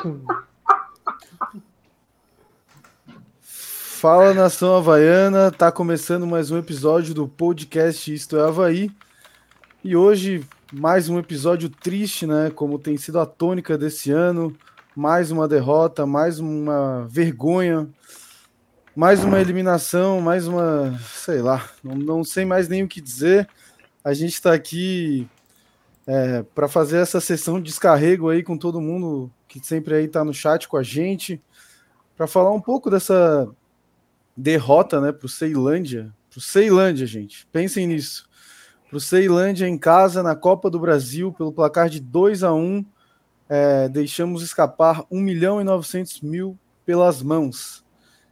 Fala, nação havaiana, tá começando mais um episódio do podcast Isto é Havaí. E hoje, mais um episódio triste, né? Como tem sido a tônica desse ano. Mais uma derrota, mais uma vergonha, mais uma eliminação, mais uma... sei lá, não sei mais nem o que dizer. A gente tá aqui para fazer essa sessão de descarrego aí com todo mundo que sempre aí tá no chat com a gente, para falar um pouco dessa derrota, né, pro Ceilândia, gente, pensem nisso, pro Ceilândia em casa, na Copa do Brasil, pelo placar de 2-1, deixamos escapar 1.900.000 pelas mãos.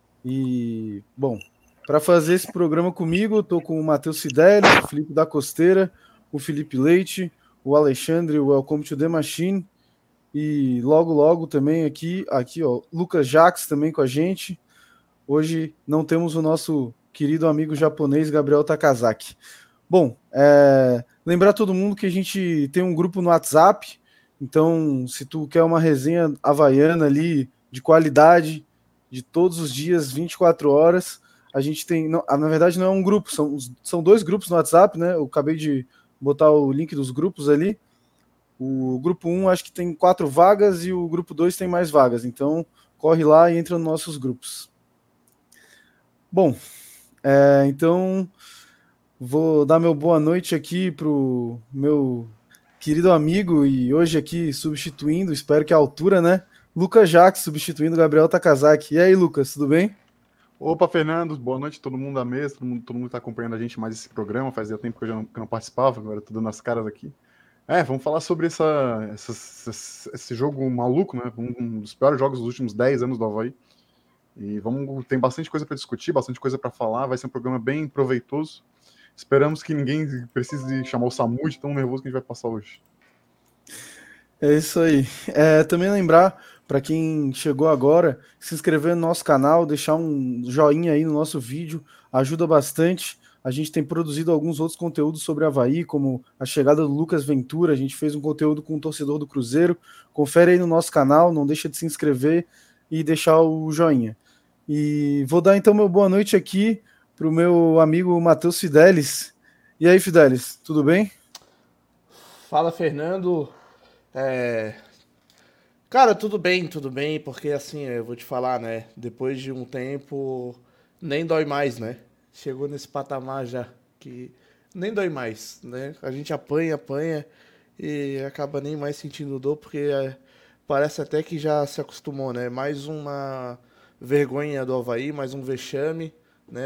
E, bom, para fazer esse programa comigo, eu tô com o Matheus Fidelis, o Felipe da Costeira, o Felipe Leite, o Alexandre, o Welcome to the Machine, e logo também aqui ó, Lucas Jaques também com a gente. Hoje não temos o nosso querido amigo japonês Gabriel Takazaki. Bom, lembrar todo mundo que a gente tem um grupo no WhatsApp, então se tu quer uma resenha havaiana ali de qualidade, de todos os dias, 24 horas, a gente tem, não, na verdade não é um grupo, são dois grupos no WhatsApp, né? Eu acabei de botar o link dos grupos ali. O grupo 1 acho que tem 4 vagas e o grupo 2 tem mais vagas, então corre lá e entra nos nossos grupos. Bom, então vou dar meu boa noite aqui pro meu querido amigo e hoje aqui substituindo, espero que a altura, né? Lucas Jaques substituindo Gabriel Takazaki. E aí, Lucas, tudo bem? Opa, Fernando, boa noite a todo mundo da mesa, todo mundo que está acompanhando a gente mais esse programa, fazia tempo que eu não participava, agora estou dando as caras aqui. Vamos falar sobre esse jogo maluco, né? Um dos piores jogos dos últimos 10 anos do Havaí. E tem bastante coisa para discutir, bastante coisa para falar, vai ser um programa bem proveitoso. Esperamos que ninguém precise chamar o SAMU de tão nervoso que a gente vai passar hoje. É isso aí. Também lembrar, para quem chegou agora, se inscrever no nosso canal, deixar um joinha aí no nosso vídeo, ajuda bastante. A gente tem produzido alguns outros conteúdos sobre Havaí, como a chegada do Lucas Ventura, a gente fez um conteúdo com o torcedor do Cruzeiro. Confere aí no nosso canal, não deixa de se inscrever e deixar o joinha. E vou dar então meu boa noite aqui para o meu amigo Matheus Fidelis. E aí, Fidelis, tudo bem? Fala, Fernando. Cara, tudo bem, porque assim, eu vou te falar, né? Depois de um tempo, nem dói mais, né? Chegou nesse patamar já que nem dói mais, né? A gente apanha e acaba nem mais sentindo dor, porque parece até que já se acostumou, né? Mais uma vergonha do Havaí, mais um vexame, né?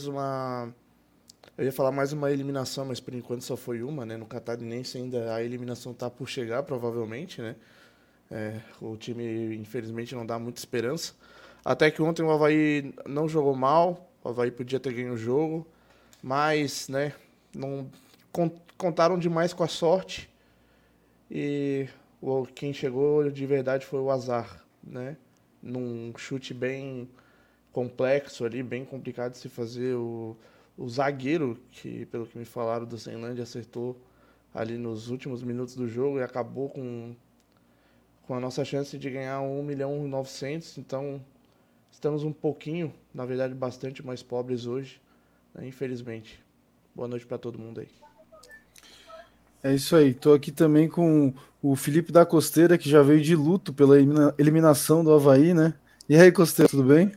Eu ia falar mais uma eliminação, mas por enquanto só foi uma, né? No Catarinense ainda a eliminação tá por chegar, provavelmente, né? O time, infelizmente, não dá muita esperança. Até que ontem o Havaí não jogou mal, o Havaí podia ter ganho o jogo, mas, né, não contaram demais com a sorte e quem chegou de verdade foi o azar, né? Num chute bem complexo ali, bem complicado de se fazer. O zagueiro, que pelo que me falaram do Ceilândia, acertou ali nos últimos minutos do jogo e acabou com a nossa chance de ganhar 1.900.000, então estamos um pouquinho, na verdade bastante mais pobres hoje, né, infelizmente. Boa noite para todo mundo aí. É isso aí, tô aqui também com o Felipe da Costeira, que já veio de luto pela eliminação do Havaí, né? E aí, Costeira, tudo bem?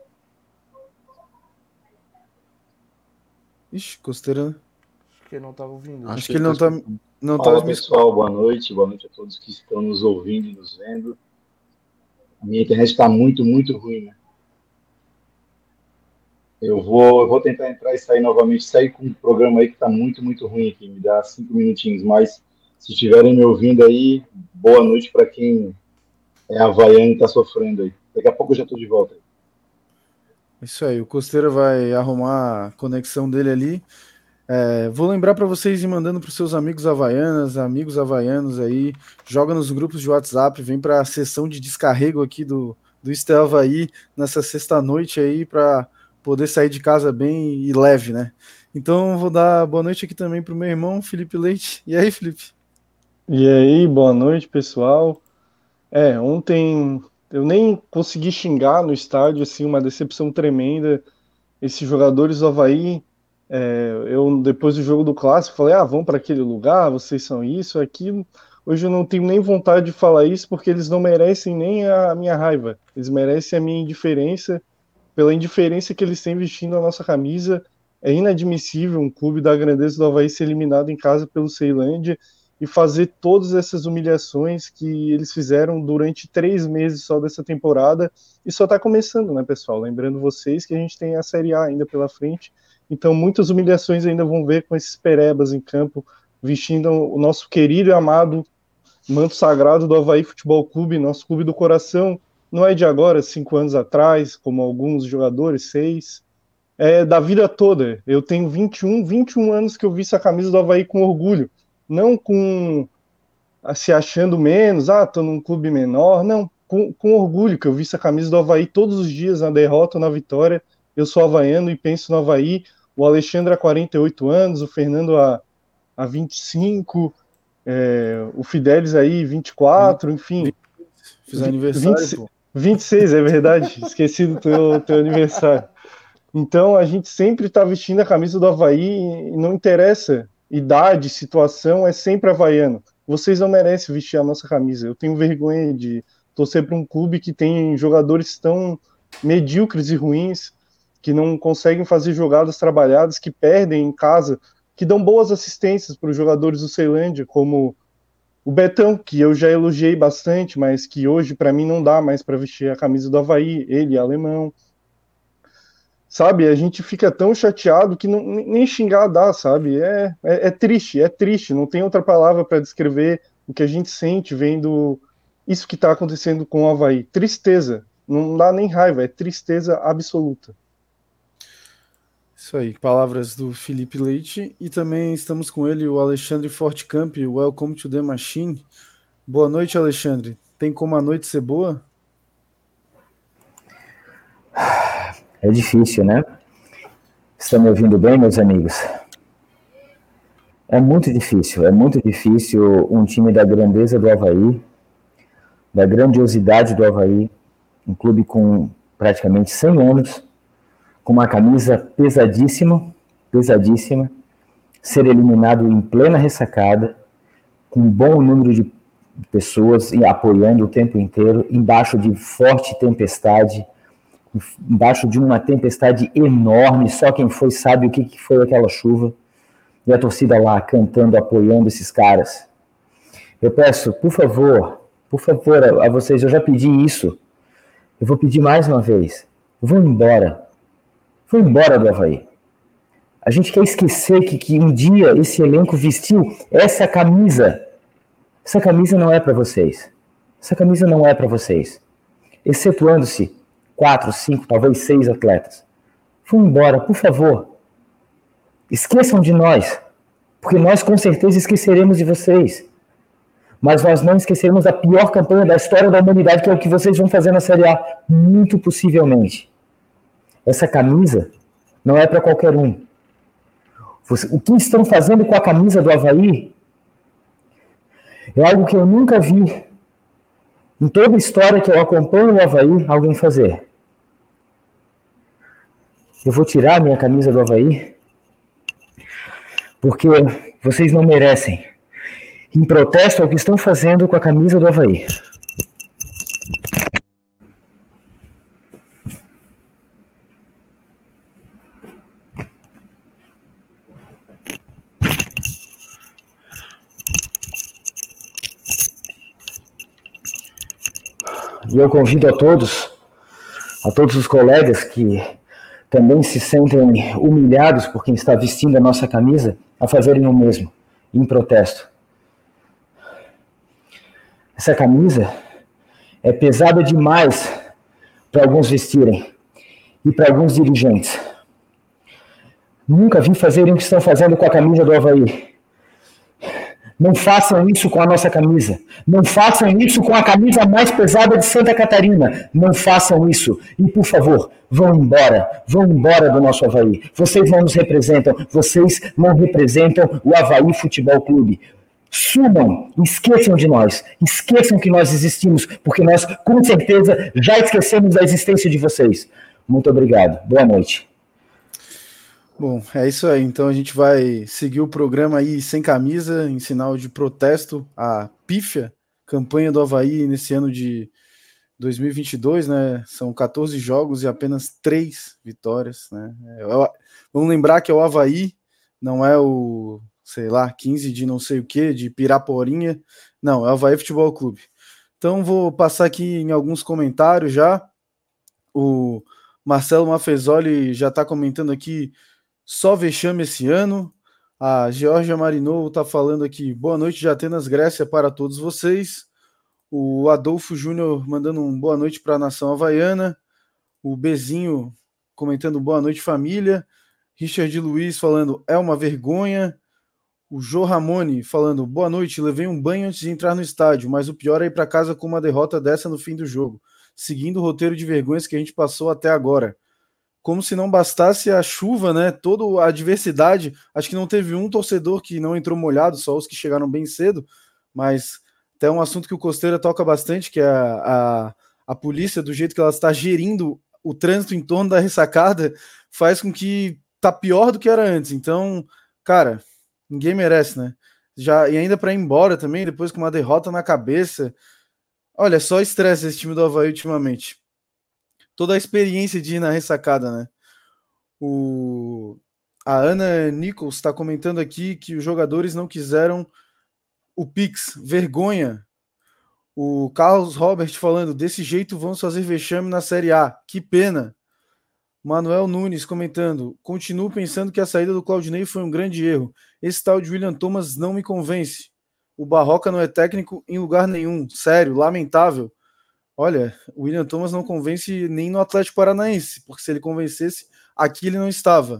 Ixi, Costeira... Acho que ele não estava ouvindo. Acho que ele não tá Fala, pessoal, boa noite a todos que estão nos ouvindo e nos vendo. A minha internet está muito ruim, né? Eu vou tentar entrar e sair novamente, sair com um programa aí que está muito ruim aqui, me dá 5 minutinhos, mas se estiverem me ouvindo aí, boa noite para quem é havaiano e está sofrendo aí. Daqui a pouco eu já estou de volta aí. Isso aí, o Costeira vai arrumar a conexão dele ali. Vou lembrar para vocês ir mandando para os seus amigos havaianos aí, joga nos grupos de WhatsApp, vem para a sessão de descarrego aqui do Isto é Havaí nessa sexta-noite aí para poder sair de casa bem e leve, né? Então vou dar boa noite aqui também para o meu irmão Felipe Leite. E aí, Felipe? E aí, boa noite, pessoal. Ontem eu nem consegui xingar no estádio, assim, uma decepção tremenda. Esses jogadores do Avaí, eu depois do jogo do Clássico falei, vão para aquele lugar, vocês são isso, aquilo. Hoje eu não tenho nem vontade de falar isso, porque eles não merecem nem a minha raiva. Eles merecem a minha indiferença, pela indiferença que eles têm vestindo a nossa camisa. É inadmissível um clube da grandeza do Avaí ser eliminado em casa pelo Ceilândia e fazer todas essas humilhações que eles fizeram durante 3 meses só dessa temporada, e só está começando, né, pessoal? Lembrando vocês que a gente tem a Série A ainda pela frente, então muitas humilhações ainda vão ver com esses perebas em campo, vestindo o nosso querido e amado manto sagrado do Avaí Futebol Clube, nosso clube do coração. Não é de agora, 5 anos atrás, como alguns jogadores, 6, é da vida toda. Eu tenho 21 anos que eu visto a camisa do Avaí com orgulho, não com se achando menos, tô num clube menor, não, com orgulho, que eu visto a camisa do Avaí todos os dias, na derrota ou na vitória. Eu sou havaiano e penso no Avaí. O Alexandre há 48 anos, o Fernando há 25, o Fidelis aí 24, enfim. Fiz aniversário, 26, é verdade, esqueci do teu aniversário. Então a gente sempre está vestindo a camisa do Avaí e não interessa idade, situação, é sempre havaiano. Vocês não merecem vestir a nossa camisa. Eu tenho vergonha de torcer para um clube que tem jogadores tão medíocres e ruins, que não conseguem fazer jogadas trabalhadas, que perdem em casa, que dão boas assistências para os jogadores do Ceilândia, como o Betão, que eu já elogiei bastante, mas que hoje para mim não dá mais para vestir a camisa do Avaí, ele é alemão. Sabe, a gente fica tão chateado que nem xingar dá, sabe? É triste, não tem outra palavra para descrever o que a gente sente vendo isso que está acontecendo com o Avaí. Tristeza, não dá nem raiva, é tristeza absoluta. Isso aí, palavras do Felipe Leite, e também estamos com ele, o Alexandre Fortcamp. Welcome to the Machine. Boa noite, Alexandre. Tem como a noite ser boa? É difícil, né? Estão me ouvindo bem, meus amigos? É muito difícil um time da grandeza do Avaí, da grandiosidade do Avaí, um clube com praticamente 100 anos, com uma camisa pesadíssima, ser eliminado em plena ressacada, com um bom número de pessoas apoiando o tempo inteiro, embaixo de forte tempestade, embaixo de uma tempestade enorme, só quem foi sabe o que foi aquela chuva, e a torcida lá cantando, apoiando esses caras. Eu peço, por favor a vocês, eu já pedi isso, eu vou pedir mais uma vez, vão embora do Avaí. A gente quer esquecer que um dia esse elenco vestiu essa camisa não é para vocês, excetuando-se 4, 5, talvez 6 atletas. Vão embora, por favor. Esqueçam de nós, porque nós com certeza esqueceremos de vocês. Mas nós não esqueceremos a pior campanha da história da humanidade, que é o que vocês vão fazer na Série A, muito possivelmente. Essa camisa não é para qualquer um. O que estão fazendo com a camisa do Avaí é algo que eu nunca vi em toda a história que eu acompanho o Avaí alguém fazer. Eu vou tirar minha camisa do Avaí porque vocês não merecem. Em protesto ao que estão fazendo com a camisa do Avaí. E eu convido a todos os colegas que também se sentem humilhados por quem está vestindo a nossa camisa, a fazerem o mesmo, em protesto. Essa camisa é pesada demais para alguns vestirem e para alguns dirigentes. Nunca vi fazerem o que estão fazendo com a camisa do Avaí. Não façam isso com a nossa camisa. Não façam isso com a camisa mais pesada de Santa Catarina. Não façam isso. E, por favor, vão embora do nosso Avaí. Vocês não nos representam. Vocês não representam o Avaí Futebol Clube. Sumam, esqueçam de nós, esqueçam que nós existimos, porque nós, com certeza, já esquecemos da existência de vocês. Muito obrigado. Boa noite. Bom, é isso aí. Então a gente vai seguir o programa aí sem camisa, em sinal de protesto à pífia campanha do Avaí nesse ano de 2022, né? São 14 jogos e apenas 3 vitórias, né? Vamos lembrar que é o Avaí, não é o, sei lá, 15 de não sei o que, de Piraporinha. Não, é o Avaí Futebol Clube. Então vou passar aqui em alguns comentários já. O Marcelo Mafezoli já está comentando aqui, só vexame esse ano. A Georgia Marinou está falando aqui, boa noite de Atenas, Grécia, para todos vocês. O Adolfo Júnior mandando um boa noite para a nação havaiana. O Bezinho comentando boa noite, família. Richard Luiz falando, é uma vergonha. O Jô Ramone falando, boa noite, levei um banho antes de entrar no estádio, mas o pior é ir para casa com uma derrota dessa no fim do jogo, seguindo o roteiro de vergonhas que a gente passou até agora. Como se não bastasse a chuva, né? Toda a adversidade. Acho que não teve um torcedor que não entrou molhado, só os que chegaram bem cedo, mas até um assunto que o Costeira toca bastante, que é a polícia, do jeito que ela está gerindo o trânsito em torno da ressacada, faz com que tá pior do que era antes. Então, cara, ninguém merece, né? E ainda para ir embora também, depois com uma derrota na cabeça. Olha, só estresse esse time do Avaí ultimamente. Toda a experiência de ir na ressacada, né? A Ana Nichols está comentando aqui que os jogadores não quiseram o Pix, vergonha. O Carlos Robert falando, desse jeito vamos fazer vexame na Série A, que pena. Manuel Nunes comentando, continuo pensando que a saída do Claudinei foi um grande erro. Esse tal de William Thomas não me convence. O Barroca não é técnico em lugar nenhum, sério, lamentável. Olha, o William Thomas não convence nem no Atlético Paranaense, porque se ele convencesse, aqui ele não estava.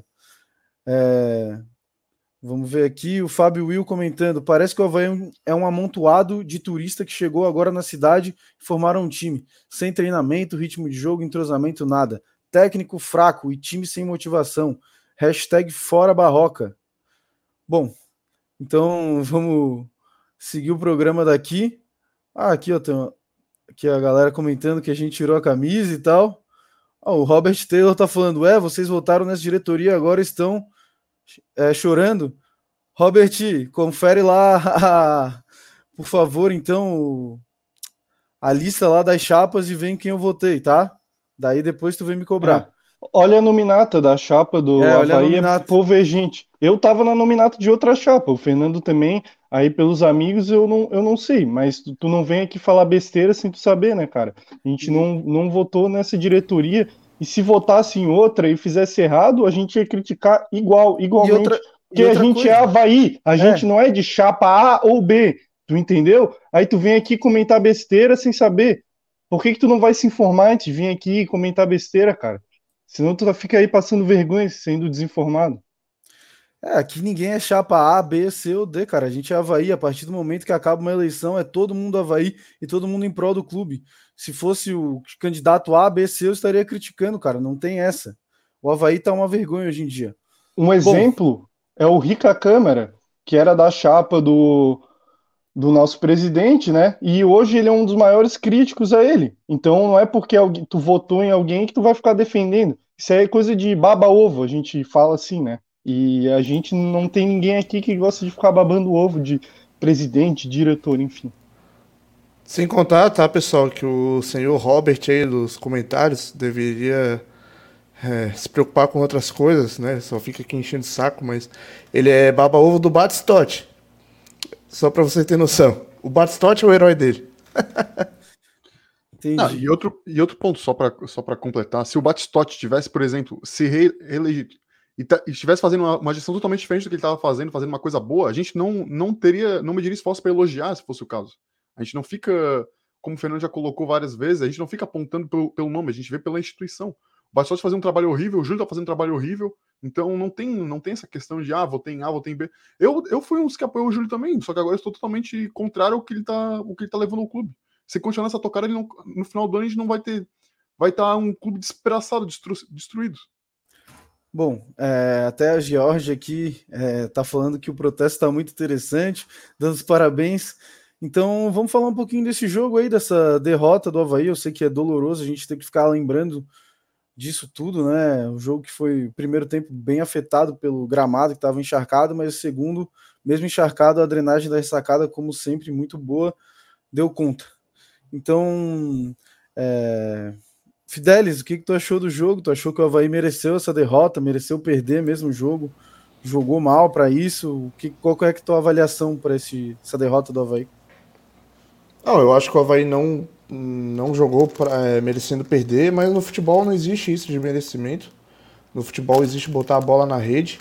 Vamos ver aqui, o Fábio Will comentando, parece que o Avaí é um amontoado de turista que chegou agora na cidade e formaram um time, sem treinamento, ritmo de jogo, entrosamento, nada. Técnico fraco e time sem motivação. Hashtag fora Barroca. Bom, então vamos seguir o programa daqui. Aqui ó, tem aqui a galera comentando que a gente tirou a camisa e tal. O Robert Taylor tá falando, vocês votaram nessa diretoria, agora estão chorando. Robert, confere lá, por favor, então, a lista lá das chapas e vem quem eu votei, tá? Daí depois tu vem me cobrar. Olha a nominata da chapa do Avaí, por ver gente. Eu tava na nominata de outra chapa, o Fernando também, aí pelos amigos eu não sei, mas tu não vem aqui falar besteira sem tu saber, né, cara? A gente não votou nessa diretoria, e se votasse em outra e fizesse errado, a gente ia criticar igualmente, porque a gente coisa, é Avaí, a gente não é de chapa A ou B, tu entendeu? Aí tu vem aqui comentar besteira sem saber. Por que tu não vai se informar antes de vir aqui e comentar besteira, cara? Senão tu fica aí passando vergonha, sendo desinformado. Aqui ninguém é chapa A, B, C ou D, cara. A gente é Avaí. A partir do momento que acaba uma eleição, é todo mundo Avaí e todo mundo em prol do clube. Se fosse o candidato A, B, C, eu estaria criticando, cara. Não tem essa. O Avaí tá uma vergonha hoje em dia. Um exemplo é o Rica Câmara, que era da chapa do nosso presidente, né? E hoje ele é um dos maiores críticos a ele. Então não é porque tu votou em alguém que tu vai ficar defendendo. Isso é coisa de baba-ovo, a gente fala assim, né? E a gente não tem ninguém aqui que gosta de ficar babando o ovo de presidente, diretor, enfim. Sem contar, tá, pessoal, que o senhor Robert aí dos comentários deveria se preocupar com outras coisas, né? Só fica aqui enchendo o saco, mas ele é baba-ovo do Batistotti. Só pra você ter noção. O Batistotti é o herói dele. Não, e outro ponto, só para completar, se o Batistotti tivesse, por exemplo, se reelegido e estivesse fazendo uma gestão totalmente diferente do que ele estava fazendo uma coisa boa, a gente não mediria esforço para elogiar, se fosse o caso. A gente não fica, como o Fernando já colocou várias vezes, a gente não fica apontando pelo nome, a gente vê pela instituição. O Batistotti fazendo um trabalho horrível, o Júlio está fazendo um trabalho horrível, então não tem essa questão de votei em A, votei em B. Eu fui um dos que apoiou o Júlio também, só que agora eu estou totalmente contrário ao que ele tá levando ao clube. Se continuar nessa tocada, no final do ano a gente não vai estar um clube despedaçado, destruído. Bom, até a Georgia aqui tá falando que o protesto está muito interessante, dando os parabéns. Então vamos falar um pouquinho desse jogo aí, dessa derrota do Avaí. Eu sei que é doloroso a gente ter que ficar lembrando disso tudo, né? Um jogo que foi, primeiro tempo, bem afetado pelo gramado que estava encharcado, mas o segundo, mesmo encharcado, a drenagem da ressacada, como sempre, muito boa, deu conta. Então, Fidelis, o que tu achou do jogo? Tu achou que o Avaí mereceu essa derrota, mereceu perder mesmo o jogo? Jogou mal para isso? Qual é que é a tua avaliação para essa derrota do Avaí? Não, eu acho que o Avaí não jogou merecendo perder, mas no futebol não existe isso de merecimento. No futebol existe botar a bola na rede.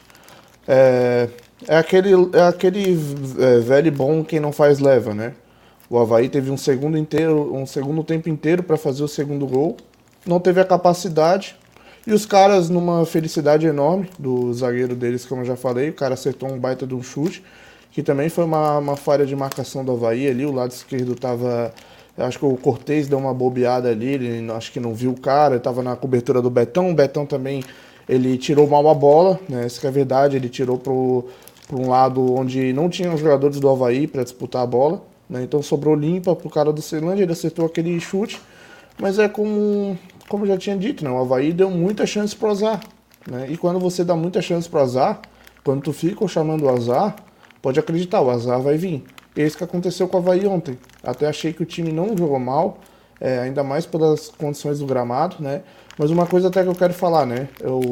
É aquele velho e bom quem não faz leva, né? O Avaí teve um segundo tempo inteiro para fazer o segundo gol, não teve a capacidade. E os caras, numa felicidade enorme do zagueiro deles, como eu já falei, o cara acertou um baita de um chute, que também foi uma falha de marcação do Avaí ali. O lado esquerdo tava. Acho que o Cortez deu uma bobeada ali, ele acho que não viu o cara, estava na cobertura do Betão. O Betão também ele tirou mal a bola, né? Isso que é verdade, ele tirou para um lado onde não tinha os jogadores do Avaí para disputar a bola, né? Então sobrou limpa pro cara do Ceilândia, ele acertou aquele chute, mas é como eu já tinha dito, né? O Avaí deu muita chance pro azar, né? E quando você dá muita chance pro azar, quando tu fica chamando o azar, pode acreditar, o azar vai vir. E é isso que aconteceu com o Avaí ontem. Até achei que o time não jogou mal, ainda mais pelas condições do gramado, né? Mas uma coisa até que eu quero falar, né?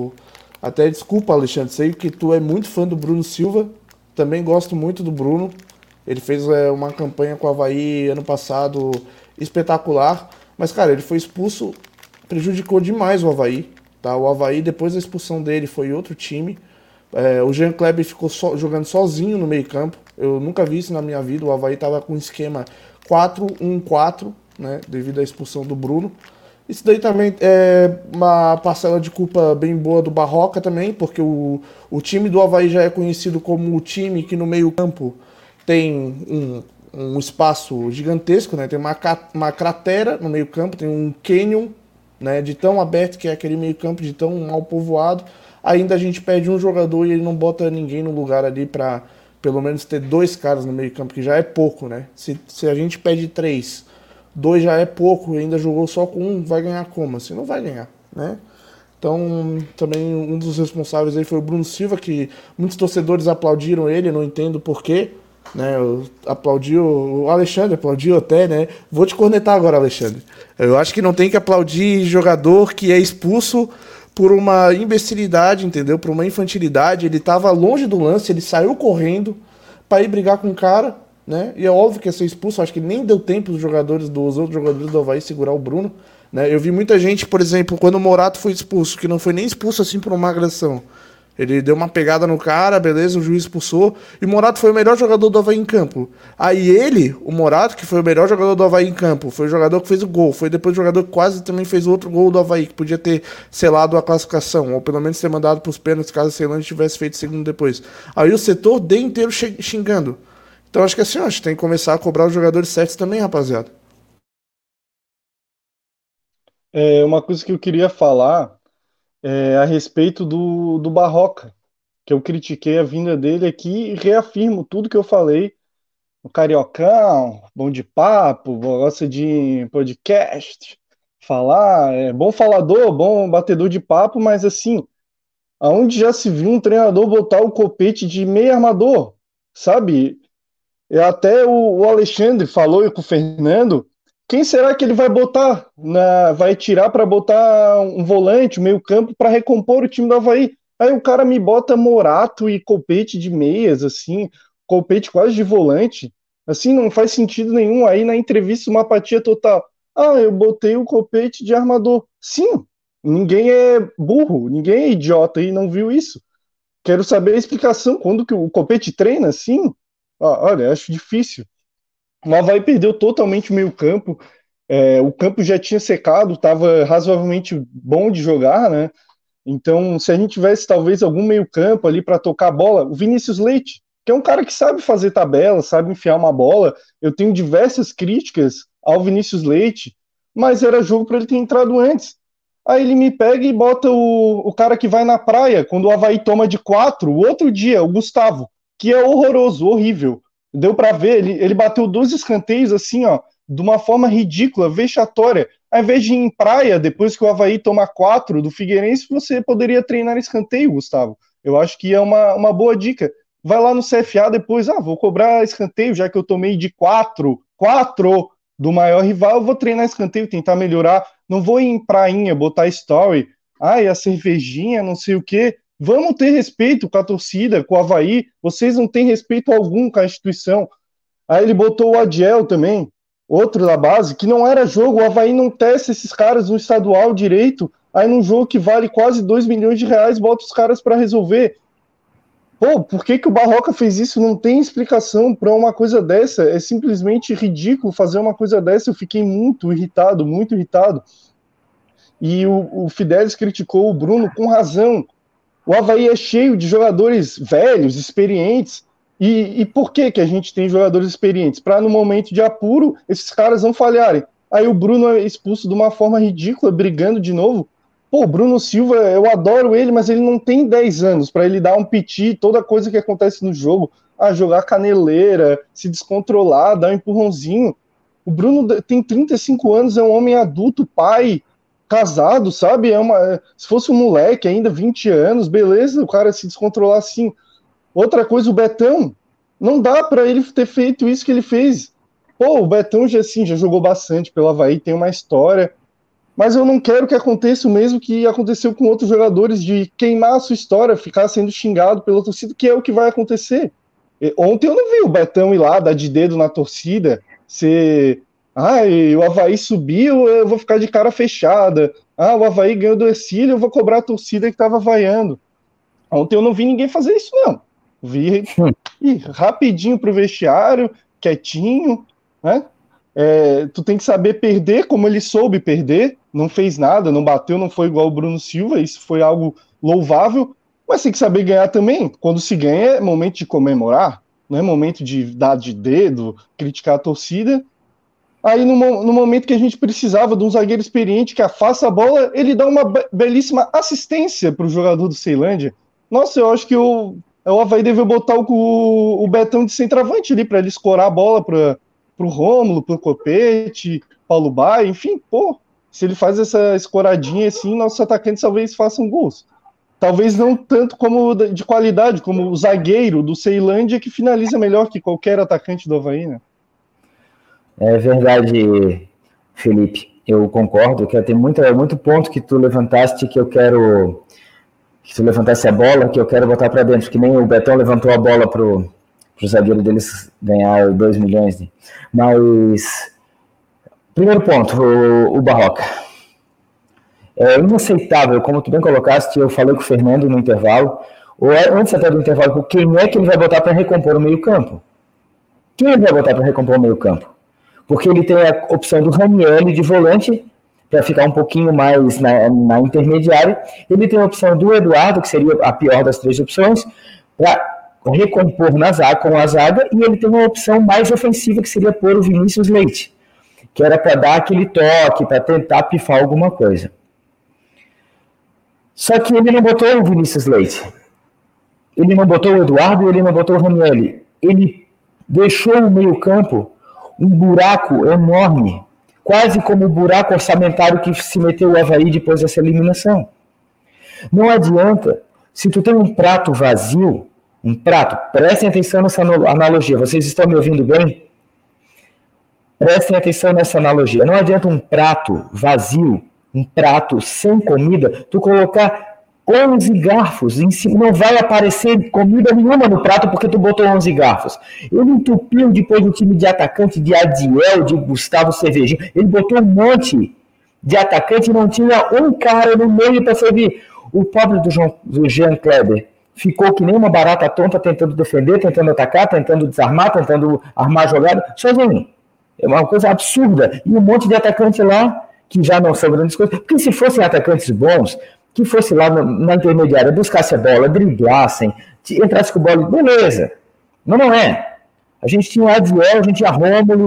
Até desculpa, Alexandre, sei que tu é muito fã do Bruno Silva, também gosto muito do Bruno. Ele fez uma campanha com o Avaí ano passado espetacular, mas cara, ele foi expulso, prejudicou demais o Avaí, tá? O Avaí, depois da expulsão dele, foi outro time. O Jean Kleber ficou jogando sozinho no meio campo. Eu nunca vi isso na minha vida. O Avaí estava com um esquema 4-1-4, né, devido à expulsão do Bruno. Isso daí também é uma parcela de culpa bem boa do Barroca também, porque o time do Avaí já é conhecido como o time que no meio campo tem um espaço gigantesco, né? Tem uma cratera no meio campo, tem um canyon, né, de tão aberto que é aquele meio campo, de tão mal povoado. Ainda a gente perde um jogador e ele não bota ninguém no lugar ali para pelo menos ter dois caras no meio campo, que já é pouco, né? Se a gente pede três, dois já é pouco e ainda jogou só com um, vai ganhar como? Assim, não vai ganhar, né? Então, também um dos responsáveis aí foi o Bruno Silva, que muitos torcedores aplaudiram ele, não entendo porquê, né? O Alexandre aplaudiu até, né? Vou te cornetar agora, Alexandre. Eu acho que não tem que aplaudir jogador que é expulso por uma imbecilidade, entendeu? Por uma infantilidade. Ele estava longe do lance, ele saiu correndo para ir brigar com o cara, né? E é óbvio que ia ser expulso. Acho que nem deu tempo dos outros jogadores do Avaí segurar o Bruno, né? Eu vi muita gente, por exemplo, quando o Morato foi expulso, que não foi nem expulso assim por uma agressão. Ele deu uma pegada no cara, beleza, o juiz expulsou. E o Morato foi o melhor jogador do Avaí em campo. Aí o Morato, que foi o melhor jogador do Avaí em campo, foi o jogador que fez o gol. Foi depois o jogador que quase também fez outro gol do Avaí, que podia ter selado a classificação, ou pelo menos ter mandado pros pênaltis caso a Ceilândia tivesse feito segundo depois. Aí o setor D inteiro xingando. Então acho que assim, acho que tem que começar a cobrar os jogadores certos também, rapaziada. Uma coisa que eu queria falar a respeito do Barroca, que eu critiquei a vinda dele aqui e reafirmo tudo que eu falei. O Cariocão, bom de papo, gosta de podcast, falar, é bom falador, bom batedor de papo, mas assim, aonde já se viu um treinador botar o copete de meio armador, sabe? Até o Alexandre falou com o Fernando, quem será que ele vai botar? Vai tirar para botar um volante, um meio campo, para recompor o time do Avaí. Aí o cara me bota Morato e Copete de meias, assim, Copete quase de volante. Assim, não faz sentido nenhum. Aí na entrevista, uma apatia total. Ah, eu botei o Copete de armador. Sim, ninguém é burro, ninguém é idiota e não viu isso. Quero saber a explicação. Quando que o Copete treina assim? Olha, acho difícil. O Avaí perdeu totalmente o meio-campo. O campo já tinha secado, estava razoavelmente bom de jogar, né? Então, se a gente tivesse talvez algum meio-campo ali para tocar a bola, o Vinícius Leite, que é um cara que sabe fazer tabela, sabe enfiar uma bola. Eu tenho diversas críticas ao Vinícius Leite, mas era jogo para ele ter entrado antes. Aí ele me pega e bota o cara que vai na praia, quando o Avaí toma de 4, o outro dia, o Gustavo, que é horroroso, horrível. Deu pra ver, ele bateu 2 escanteios assim, ó, de uma forma ridícula, vexatória. Ao invés de ir em praia, depois que o Avaí toma 4 do Figueirense, você poderia treinar escanteio, Gustavo. Eu acho que é uma boa dica. Vai lá no CFA depois, vou cobrar escanteio, já que eu tomei de 4 do maior rival, eu vou treinar escanteio, tentar melhorar. Não vou ir em prainha, botar story, a cervejinha, não sei o quê. Vamos ter respeito com a torcida, com o Avaí. Vocês não têm respeito algum com a instituição. Aí ele botou o Adiel também, outro da base, que não era jogo. O Avaí não testa esses caras no estadual direito. Aí num jogo que vale quase 2 milhões de reais, bota os caras para resolver. Pô, por que o Barroca fez isso? Não tem explicação para uma coisa dessa. É simplesmente ridículo fazer uma coisa dessa. Eu fiquei muito irritado, muito irritado. E o Fidelis criticou o Bruno com razão. O Avaí é cheio de jogadores velhos, experientes. E por que a gente tem jogadores experientes? Para no momento de apuro, esses caras não falharem. Aí o Bruno é expulso de uma forma ridícula, brigando de novo. Pô, o Bruno Silva, eu adoro ele, mas ele não tem 10 anos para ele dar um piti, toda coisa que acontece no jogo, jogar caneleira, se descontrolar, dar um empurrãozinho. O Bruno tem 35 anos, é um homem adulto, pai, casado, sabe? Se fosse um moleque ainda, 20 anos, beleza, o cara se descontrolar assim. Outra coisa, o Betão, não dá para ele ter feito isso que ele fez. Pô, o Betão já jogou bastante pelo Avaí, tem uma história. Mas eu não quero que aconteça o mesmo que aconteceu com outros jogadores, de queimar a sua história, ficar sendo xingado pela torcida, que é o que vai acontecer. Ontem eu não vi o Betão ir lá, dar de dedo na torcida, o Avaí subiu, eu vou ficar de cara fechada. O Avaí ganhou do Ercílio, eu vou cobrar a torcida que estava vaiando. Ontem eu não vi ninguém fazer isso, não. Vi rapidinho pro vestiário, quietinho, né? Tu tem que saber perder como ele soube perder, não fez nada, não bateu, não foi igual o Bruno Silva, isso foi algo louvável, mas tem que saber ganhar também. Quando se ganha é momento de comemorar, não é momento de dar de dedo, criticar a torcida. Aí no momento que a gente precisava de um zagueiro experiente que afasta a bola, ele dá uma belíssima assistência para o jogador do Ceilândia. Nossa, eu acho que o Avaí deve botar o Betão de centroavante ali para ele escorar a bola para pro Rômulo, pro Copete, Paulo Baia, enfim, se ele faz essa escoradinha assim, nossos atacantes talvez façam gols. Talvez não tanto como de qualidade, como o zagueiro do Ceilândia, que finaliza melhor que qualquer atacante do Avaí, né? É verdade, Felipe, eu concordo, que tem muito ponto que tu levantaste que eu quero que tu levantasse a bola, que eu quero botar para dentro, que nem o Betão levantou a bola pro zagueiro deles ganhar 2 milhões. Né? Mas, primeiro ponto, o Barroca. É inaceitável, como tu bem colocaste, eu falei com o Fernando no intervalo, ou antes até do intervalo, quem é que ele vai botar para recompor o meio-campo? Quem ele vai botar para recompor o meio-campo? Porque ele tem a opção do Raniel de volante, para ficar um pouquinho mais na intermediária, ele tem a opção do Eduardo, que seria a pior das 3 opções, para recompor com a zaga, e ele tem uma opção mais ofensiva, que seria pôr o Vinícius Leite, que era para dar aquele toque, para tentar pifar alguma coisa. Só que ele não botou o Vinícius Leite, ele não botou o Eduardo, ele não botou o Raniel, ele deixou o meio-campo um buraco enorme, quase como o buraco orçamentário que se meteu o Avaí depois dessa eliminação. Não adianta, se tu tem um prato vazio, prestem atenção nessa analogia, vocês estão me ouvindo bem? Prestem atenção nessa analogia, não adianta um prato vazio, um prato sem comida, tu colocar 11 garfos em cima, não vai aparecer comida nenhuma no prato porque tu botou 11 garfos. Ele entupiu depois do time de atacante de Adiel, de Gustavo Cervejinho, ele botou um monte de atacante e não tinha um cara no meio para servir. O pobre do Jean Kleber ficou que nem uma barata tonta tentando defender, tentando atacar, tentando desarmar, tentando armar a jogada, sozinho. É uma coisa absurda. E um monte de atacante lá que já não são grandes coisas. Porque se fossem atacantes bons, que fosse lá na intermediária, buscasse a bola, driblassem, entrasse com a bola, beleza. Mas não é. A gente tinha o Adiel, a gente tinha Rômulo,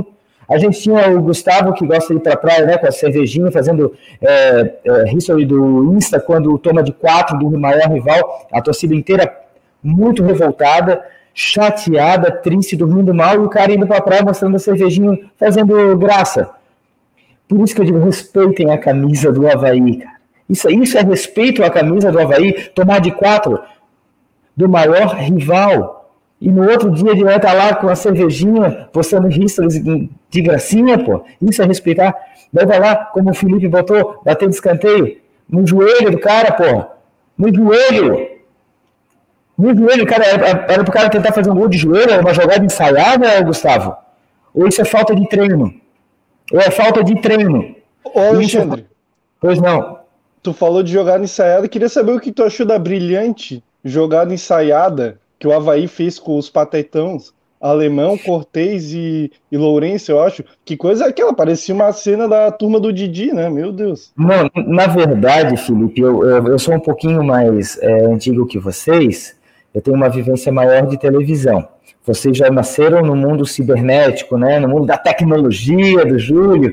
A gente tinha o Gustavo, que gosta de ir pra praia, né, com a cervejinha, fazendo history do Insta, quando toma de 4 do maior rival, a torcida inteira muito revoltada, chateada, triste, dormindo mal, e o cara indo pra praia mostrando a cervejinha, fazendo graça. Por isso que eu digo, respeitem a camisa do Avaí, cara. Isso é respeito à camisa do Avaí, tomar de 4 do maior rival. E no outro dia ele vai estar lá com a cervejinha, postando histories de gracinha, pô. Isso é respeitar. Vai estar lá, como o Felipe botou, batendo escanteio, no joelho do cara, pô. No joelho. No joelho, cara, era pro cara tentar fazer um gol de joelho, era uma jogada ensaiada, Gustavo? Ou isso é falta de treino? Ou é falta de treino? Ô, Alexandre. Pois não. Tu falou de jogada ensaiada, queria saber o que tu achou da brilhante jogada ensaiada que o Avaí fez com os patetões, Alemão, Cortez e Lourenço, eu acho. Que coisa é aquela? Parecia uma cena da turma do Didi, né? Meu Deus. Não, na verdade, Felipe, eu sou um pouquinho mais antigo que vocês, eu tenho uma vivência maior de televisão. Vocês já nasceram no mundo cibernético, né? No mundo da tecnologia, do Júlio,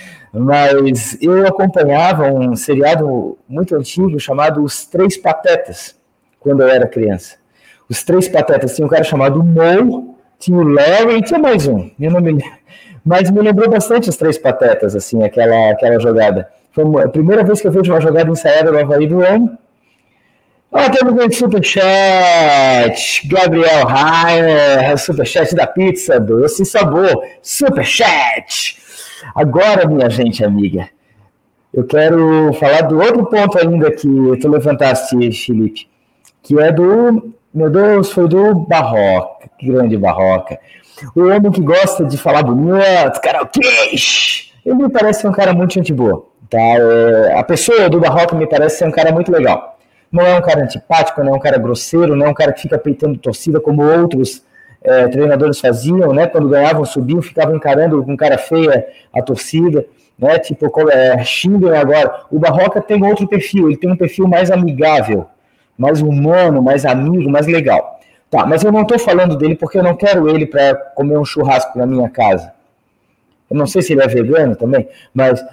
mas eu acompanhava um seriado muito antigo chamado Os Três Patetas, quando eu era criança. Os Três Patetas, tinha um cara chamado Mo, tinha o Larry e tinha mais um, mas me lembrou bastante Os Três Patetas, assim, aquela jogada. Foi a primeira vez que eu vejo uma jogada ensaiada do Avaí do ano. Temos um superchat, Gabriel Rainer, superchat da pizza, doce sabor, superchat. Agora, minha gente amiga, eu quero falar do outro ponto ainda que tu levantaste, Felipe, que é meu Deus, foi do Barroca, que grande Barroca. O homem que gosta de falar bonito, karaokês. Ele me parece ser um cara muito gente boa, tá? A pessoa do Barroca me parece ser um cara muito legal. Não é um cara antipático, não é um cara grosseiro, não é um cara que fica peitando torcida como outros treinadores faziam, né? Quando ganhavam, subiam, ficavam encarando com cara feia a torcida, né? Tipo, xingam agora. O Barroca tem outro perfil, ele tem um perfil mais amigável, mais humano, mais amigo, mais legal. Tá, mas eu não estou falando dele porque eu não quero ele para comer um churrasco na minha casa. Eu não sei se ele é vegano também, mas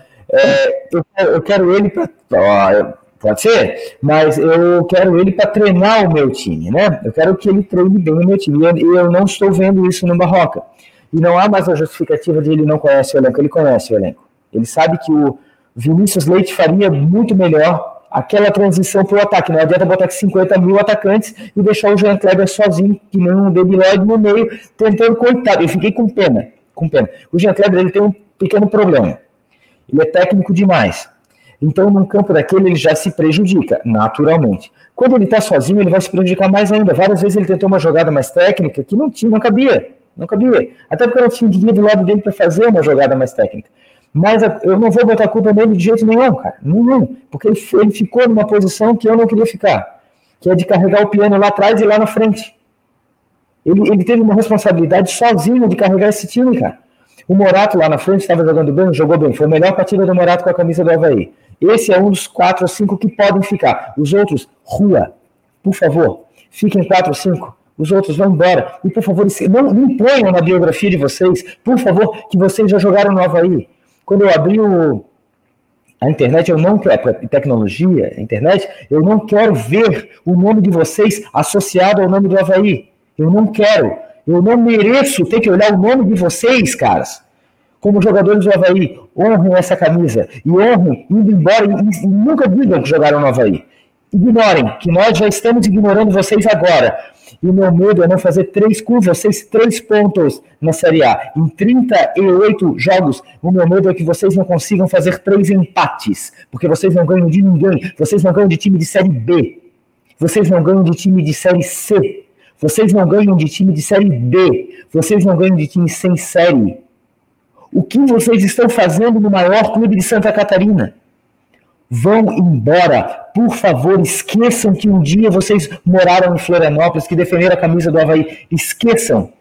eu quero ele para... Pode ser, mas eu quero ele para treinar o meu time, né? Eu quero que ele treine bem o meu time. E eu não estou vendo isso no Barroca. E não há mais a justificativa de ele não conhece o elenco. Ele conhece o elenco. Ele sabe que o Vinícius Leite faria muito melhor aquela transição para o ataque. Não adianta botar 50 mil atacantes e deixar o Jean Kleber sozinho, que nem um debilóide no meio, tentando, coitado. Eu fiquei com pena. O Jean Kleber ele tem um pequeno problema. Ele é técnico demais. Então, num campo daquele, ele já se prejudica, naturalmente. Quando ele está sozinho, ele vai se prejudicar mais ainda. Várias vezes ele tentou uma jogada mais técnica que não cabia. Até porque eu não tinha ninguém do lado dele para fazer uma jogada mais técnica. Mas eu não vou botar a culpa nele de jeito nenhum, cara. Nenhum. Porque ele ficou numa posição que eu não queria ficar, que é de carregar o piano lá atrás e lá na frente. Ele teve uma responsabilidade sozinho de carregar esse time, cara. O Morato lá na frente estava jogando bem, jogou bem. Foi a melhor partida do Morato com a camisa do Avaí. Esse é um dos 4 ou 5 que podem ficar. Os outros, rua. Por favor, fiquem 4 ou 5. Os outros vão embora. E, por favor, não ponham na biografia de vocês, por favor, que vocês já jogaram no Avaí. Quando eu abri a internet, eu não quero, tecnologia, a internet, eu não quero ver o nome de vocês associado ao nome do Avaí. Eu não quero. Eu não mereço ter que olhar o nome de vocês, caras, como jogadores do Avaí. Honrem essa camisa. E honrem, indo embora, e nunca digam que jogaram no Avaí. Ignorem, que nós já estamos ignorando vocês agora. E o meu medo é não fazer 3 pontos na Série A. Em 38 jogos, o meu medo é que vocês não consigam fazer 3 empates. Porque vocês não ganham de ninguém. Vocês não ganham de time de Série B. Vocês não ganham de time de Série C. Vocês não ganham de time de Série D. Vocês não ganham de time sem série. O que vocês estão fazendo no maior clube de Santa Catarina? Vão embora. Por favor, esqueçam que um dia vocês moraram em Florianópolis, que defenderam a camisa do Avaí. Esqueçam.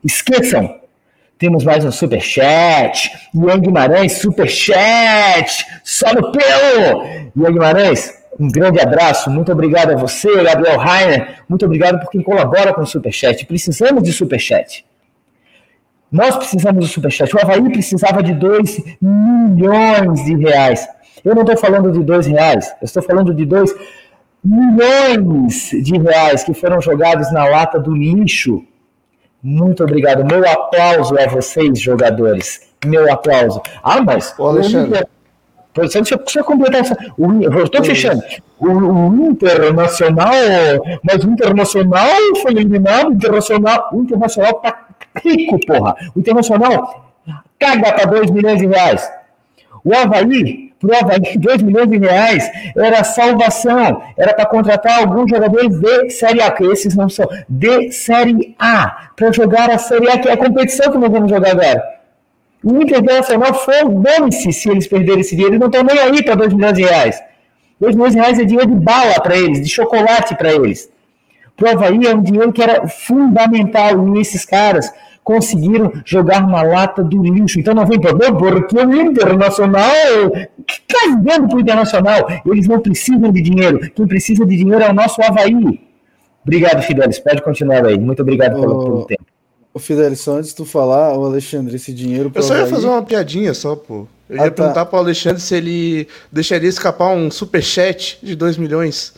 Temos mais um superchat. Ian Guimarães, superchat. Só no pelo. Ian Guimarães, um grande abraço. Muito obrigado a você, Gabriel Rainer. Muito obrigado por quem colabora com o superchat. Precisamos de superchat. Nós precisamos do superchat. O Avaí precisava de 2 milhões de reais. Eu não estou falando de R$2, eu estou falando de 2 milhões de reais que foram jogados na lata do lixo. Muito obrigado. Meu aplauso a vocês, jogadores. Meu aplauso. Ah, mas... Ô, Alexandre. Deixa eu completar essa. Eu estou fechando. O Internacional... Mas o Internacional foi eliminado. O Internacional tá rico, porra. O Internacional caga para 2 milhões de reais. O Avaí... Pro Avaí, 2 milhões de reais era salvação, era para contratar alguns jogadores de Série A, que esses não são, de Série A, para jogar a Série A, que é a competição que nós vamos jogar agora. O Internacional foda-se se eles perderem esse dinheiro, eles não estão nem aí para 2 milhões de reais. 2 milhões de reais é dinheiro de bala para eles, de chocolate para eles. Pro Avaí é um dinheiro que era fundamental, e esses caras conseguiram jogar na lata do lixo. Então não vem problema, porque o Internacional, cagando pro Internacional, eles não precisam de dinheiro. Quem precisa de dinheiro é o nosso Avaí. Obrigado, Fidelis. Pode continuar aí. Muito obrigado pelo tempo. Ô, Fidelis, só antes de tu falar, o Alexandre, esse dinheiro... Eu só ia fazer uma piadinha só, pô. Eu ia perguntar pro Alexandre se ele deixaria escapar um superchat de 2 milhões.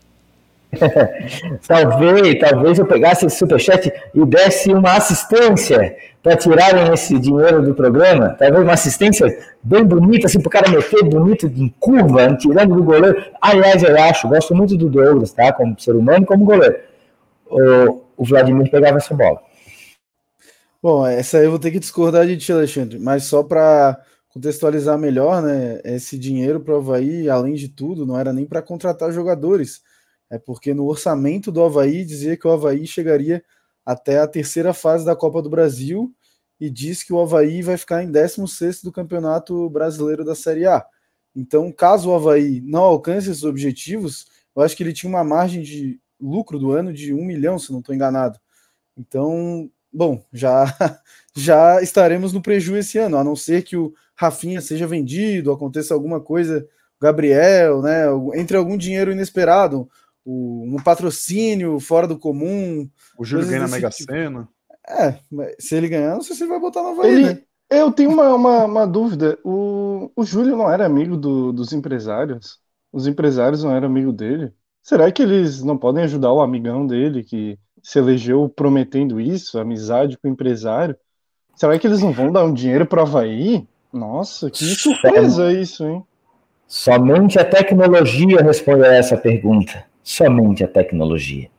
Talvez eu pegasse esse superchat e desse uma assistência para tirarem esse dinheiro do programa, talvez uma assistência bem bonita, assim, para o cara meter bonito em curva, tirando do goleiro. Aliás, gosto muito do Douglas, tá? Como ser humano e como goleiro. O Vladimir pegava essa bola. Bom, essa aí eu vou ter que discordar de ti, Alexandre, mas só para contextualizar melhor, né? Esse dinheiro para o Avaí, além de tudo, não era nem para contratar jogadores. É porque no orçamento do Avaí dizia que o Avaí chegaria até a terceira fase da Copa do Brasil e diz que o Avaí vai ficar em 16º do Campeonato Brasileiro da Série A. Então, caso o Avaí não alcance esses objetivos, eu acho que ele tinha uma margem de lucro do ano de 1 milhão, se não estou enganado. Então, bom, já estaremos no prejuízo esse ano, a não ser que o Rafinha seja vendido, aconteça alguma coisa, Gabriel, né, entre algum dinheiro inesperado, um patrocínio fora do comum. O Júlio ganha na Mega Sena. Se ele ganhar, não sei se ele vai botar no Avaí, né? Eu tenho uma dúvida. O Júlio não era amigo dos empresários? Os empresários não eram amigo dele? Será que eles não podem ajudar o amigão dele que se elegeu prometendo isso, amizade com o empresário? Será que eles não vão dar um dinheiro para o Avaí? Nossa, que surpresa isso, hein? Somente a tecnologia responde a essa pergunta. Somente a tecnologia.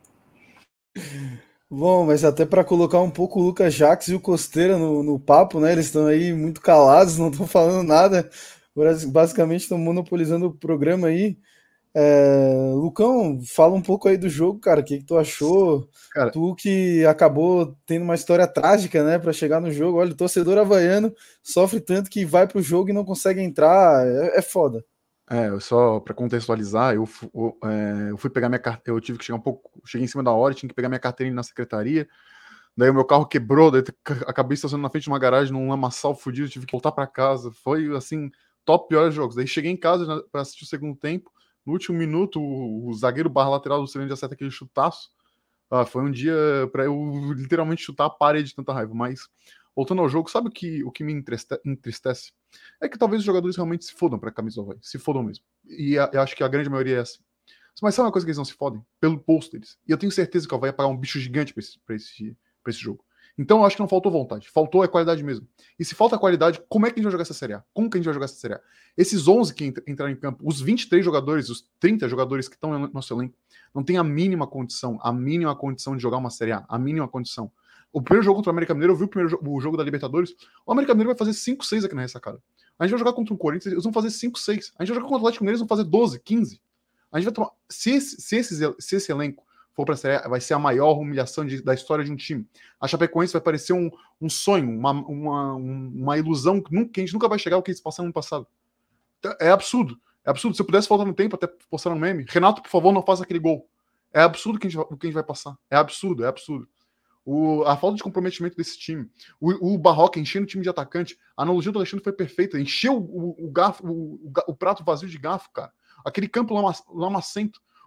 Bom, mas até para colocar um pouco o Lucas Jacques e o Costeira no papo, né? Eles estão aí muito calados, não estão falando nada. Basicamente estão monopolizando o programa aí. Lucão, fala um pouco aí do jogo, cara. O que tu achou? Cara, tu que acabou tendo uma história trágica, né, para chegar no jogo. Olha, o torcedor havaiano sofre tanto que vai pro jogo e não consegue entrar. É foda. Só para contextualizar, eu fui pegar minha carteira, eu tive que chegar cheguei em cima da hora, tinha que pegar minha carteira na secretaria, daí o meu carro quebrou, daí acabei estacionando na frente de uma garagem num lamaçal fudido, tive que voltar para casa, foi assim, top piores jogos. Daí cheguei em casa para assistir o segundo tempo, no último minuto o zagueiro barra lateral do Cirene acerta aquele chutaço. Foi um dia para eu literalmente chutar a parede de tanta raiva, mas voltando ao jogo, sabe o que me entristece? É que talvez os jogadores realmente se fodam pra camisa do Avaí. Se fodam mesmo. E eu acho que a grande maioria é assim. Mas sabe uma coisa que eles não se fodem? Pelo bolso deles. E eu tenho certeza que o Avaí vai pagar um bicho gigante pra esse jogo. Então eu acho que não faltou vontade. Faltou a qualidade mesmo. E se falta a qualidade, como é que a gente vai jogar essa Série A? Como que a gente vai jogar essa Série A? Esses 11 que entraram em campo, os 23 jogadores, os 30 jogadores que estão no nosso elenco, não tem a mínima condição de jogar uma Série A. A mínima condição. O primeiro jogo contra o América Mineiro, eu vi o jogo da Libertadores, o América Mineiro vai fazer 5-6 aqui na ressacada. A gente vai jogar contra o Corinthians, eles vão fazer 5-6. A gente vai jogar contra o Atlético Mineiro, eles vão fazer 12, 15. A gente vai tomar... Se esse elenco for pra Série A, vai ser a maior humilhação da história de um time. A Chapecoense vai parecer um sonho, uma ilusão que a gente nunca vai chegar ao que eles passaram no passado. É absurdo. É absurdo. Se eu pudesse voltar no tempo, até postar no meme, Renato, por favor, não faça aquele gol. É absurdo o que a gente vai passar. É absurdo. A falta de comprometimento desse time, o Barroca enchendo o time de atacante, a analogia do Alexandre foi perfeita, encheu o prato vazio de garfo, cara. Aquele campo lamacento,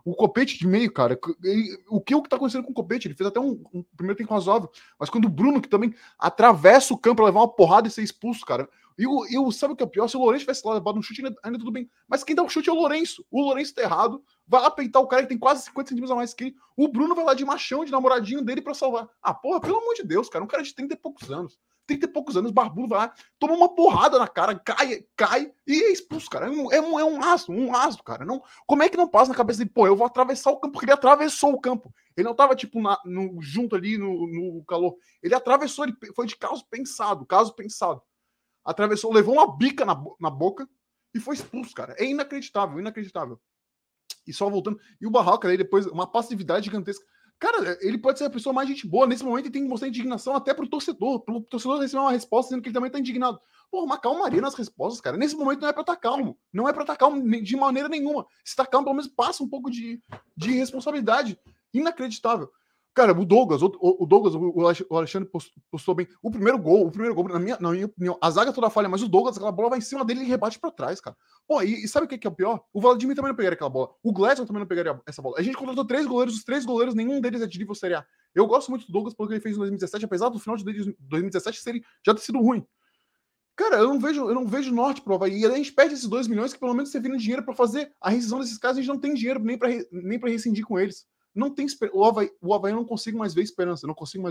O Copete de meio, cara, o que tá acontecendo com o Copete? Ele fez até um primeiro tempo razoável, mas quando o Bruno, que também atravessa o campo pra levar uma porrada e ser expulso, cara. E sabe o que é pior? Se o Lourenço tivesse lá levado um chute, ainda tudo bem. Mas quem dá o chute é o Lourenço. O Lourenço tá errado, vai lá peitar o cara que tem quase 50 centímetros a mais que ele. O Bruno vai lá de machão, de namoradinho dele pra salvar. Ah, porra, pelo amor de Deus, cara, um cara de 30 e poucos anos. 30 e poucos anos, barbudo, vai lá, toma uma porrada na cara, cai e é expulso, cara. É um asno, cara. Não, como é que não passa na cabeça dele, pô, eu vou atravessar o campo, porque ele atravessou o campo. Ele não tava, tipo, junto ali no calor. Ele atravessou, ele foi de caso pensado. Atravessou, levou uma bica na boca e foi expulso, cara. É inacreditável. E só voltando, e o Barroca aí depois, uma passividade gigantesca. Cara, ele pode ser a pessoa mais gente boa. Nesse momento ele tem que mostrar indignação até pro torcedor receber uma resposta dizendo que ele também tá indignado. Porra, uma calmaria nas respostas, cara. Nesse momento não é pra estar calmo. Não é pra estar calmo de maneira nenhuma. Se tá calmo, pelo menos passa um pouco de responsabilidade. Inacreditável. Cara, o Douglas, o Alexandre postou bem. O primeiro gol, na minha opinião, a zaga toda falha, mas o Douglas, aquela bola vai em cima dele e rebate pra trás, cara. Pô, e sabe o que é o pior? O Vladimir também não pegaria aquela bola. O Gladson também não pegaria essa bola. A gente contratou 3 goleiros, os 3 goleiros, nenhum deles é de nível Série A. Eu gosto muito do Douglas pelo que ele fez em 2017, apesar do final de 2017 já ter sido ruim. Cara, eu não vejo norte pro Avaí. E a gente perde esses 2 milhões que pelo menos você vira dinheiro pra fazer a rescisão desses caras, a gente não tem dinheiro nem pra rescindir com eles. Não tem o Avaí eu não consigo mais ver esperança.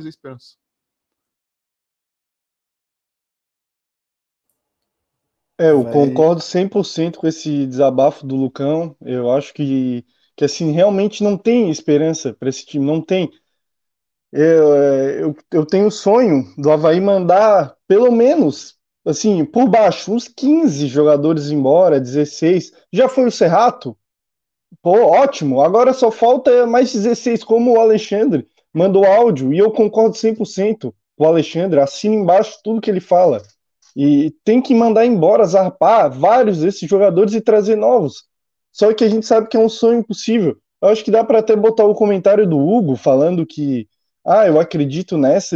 Eu concordo 100% com esse desabafo do Lucão. Eu acho que assim, realmente não tem esperança para esse time, não tem. Eu tenho o sonho do Avaí mandar, pelo menos, assim, por baixo, uns 15 jogadores embora, 16. Já foi o Serrato? Pô, ótimo. Agora só falta mais 16, como o Alexandre mandou áudio, e eu concordo 100% com o Alexandre, assina embaixo tudo que ele fala. E tem que mandar embora, zarpar vários desses jogadores e trazer novos. Só que a gente sabe que é um sonho impossível. Eu acho que dá para até botar o comentário do Hugo falando que eu acredito nessa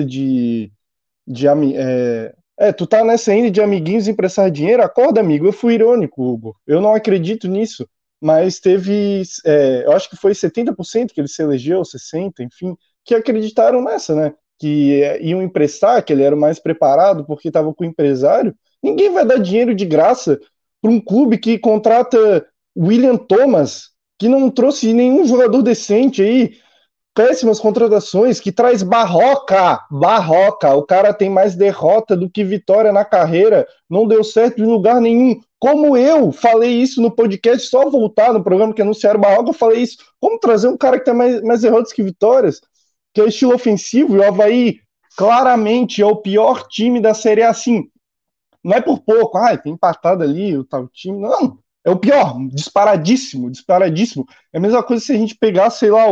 tu tá nessa ainda de amiguinhos emprestar dinheiro? Acorda, amigo. Eu fui irônico, Hugo. Eu não acredito nisso. Mas teve, eu acho que foi 70% que ele se elegeu, 60%, enfim, que acreditaram nessa, né? Que iam emprestar, que ele era o mais preparado porque estava com o empresário. Ninguém vai dar dinheiro de graça para um clube que contrata William Thomas, que não trouxe nenhum jogador decente aí, péssimas contratações, que traz Barroca, o cara tem mais derrota do que vitória na carreira, não deu certo em lugar nenhum. Como eu falei isso no podcast, só voltar no programa que anunciaram o Barroca, eu falei isso. Como trazer um cara que tem mais derrotas que vitórias, que é estilo ofensivo, e o Avaí claramente é o pior time da Série A, assim. Não é por pouco, tem empatado ali o tal time, não. É o pior, disparadíssimo. É a mesma coisa se a gente pegar, sei lá,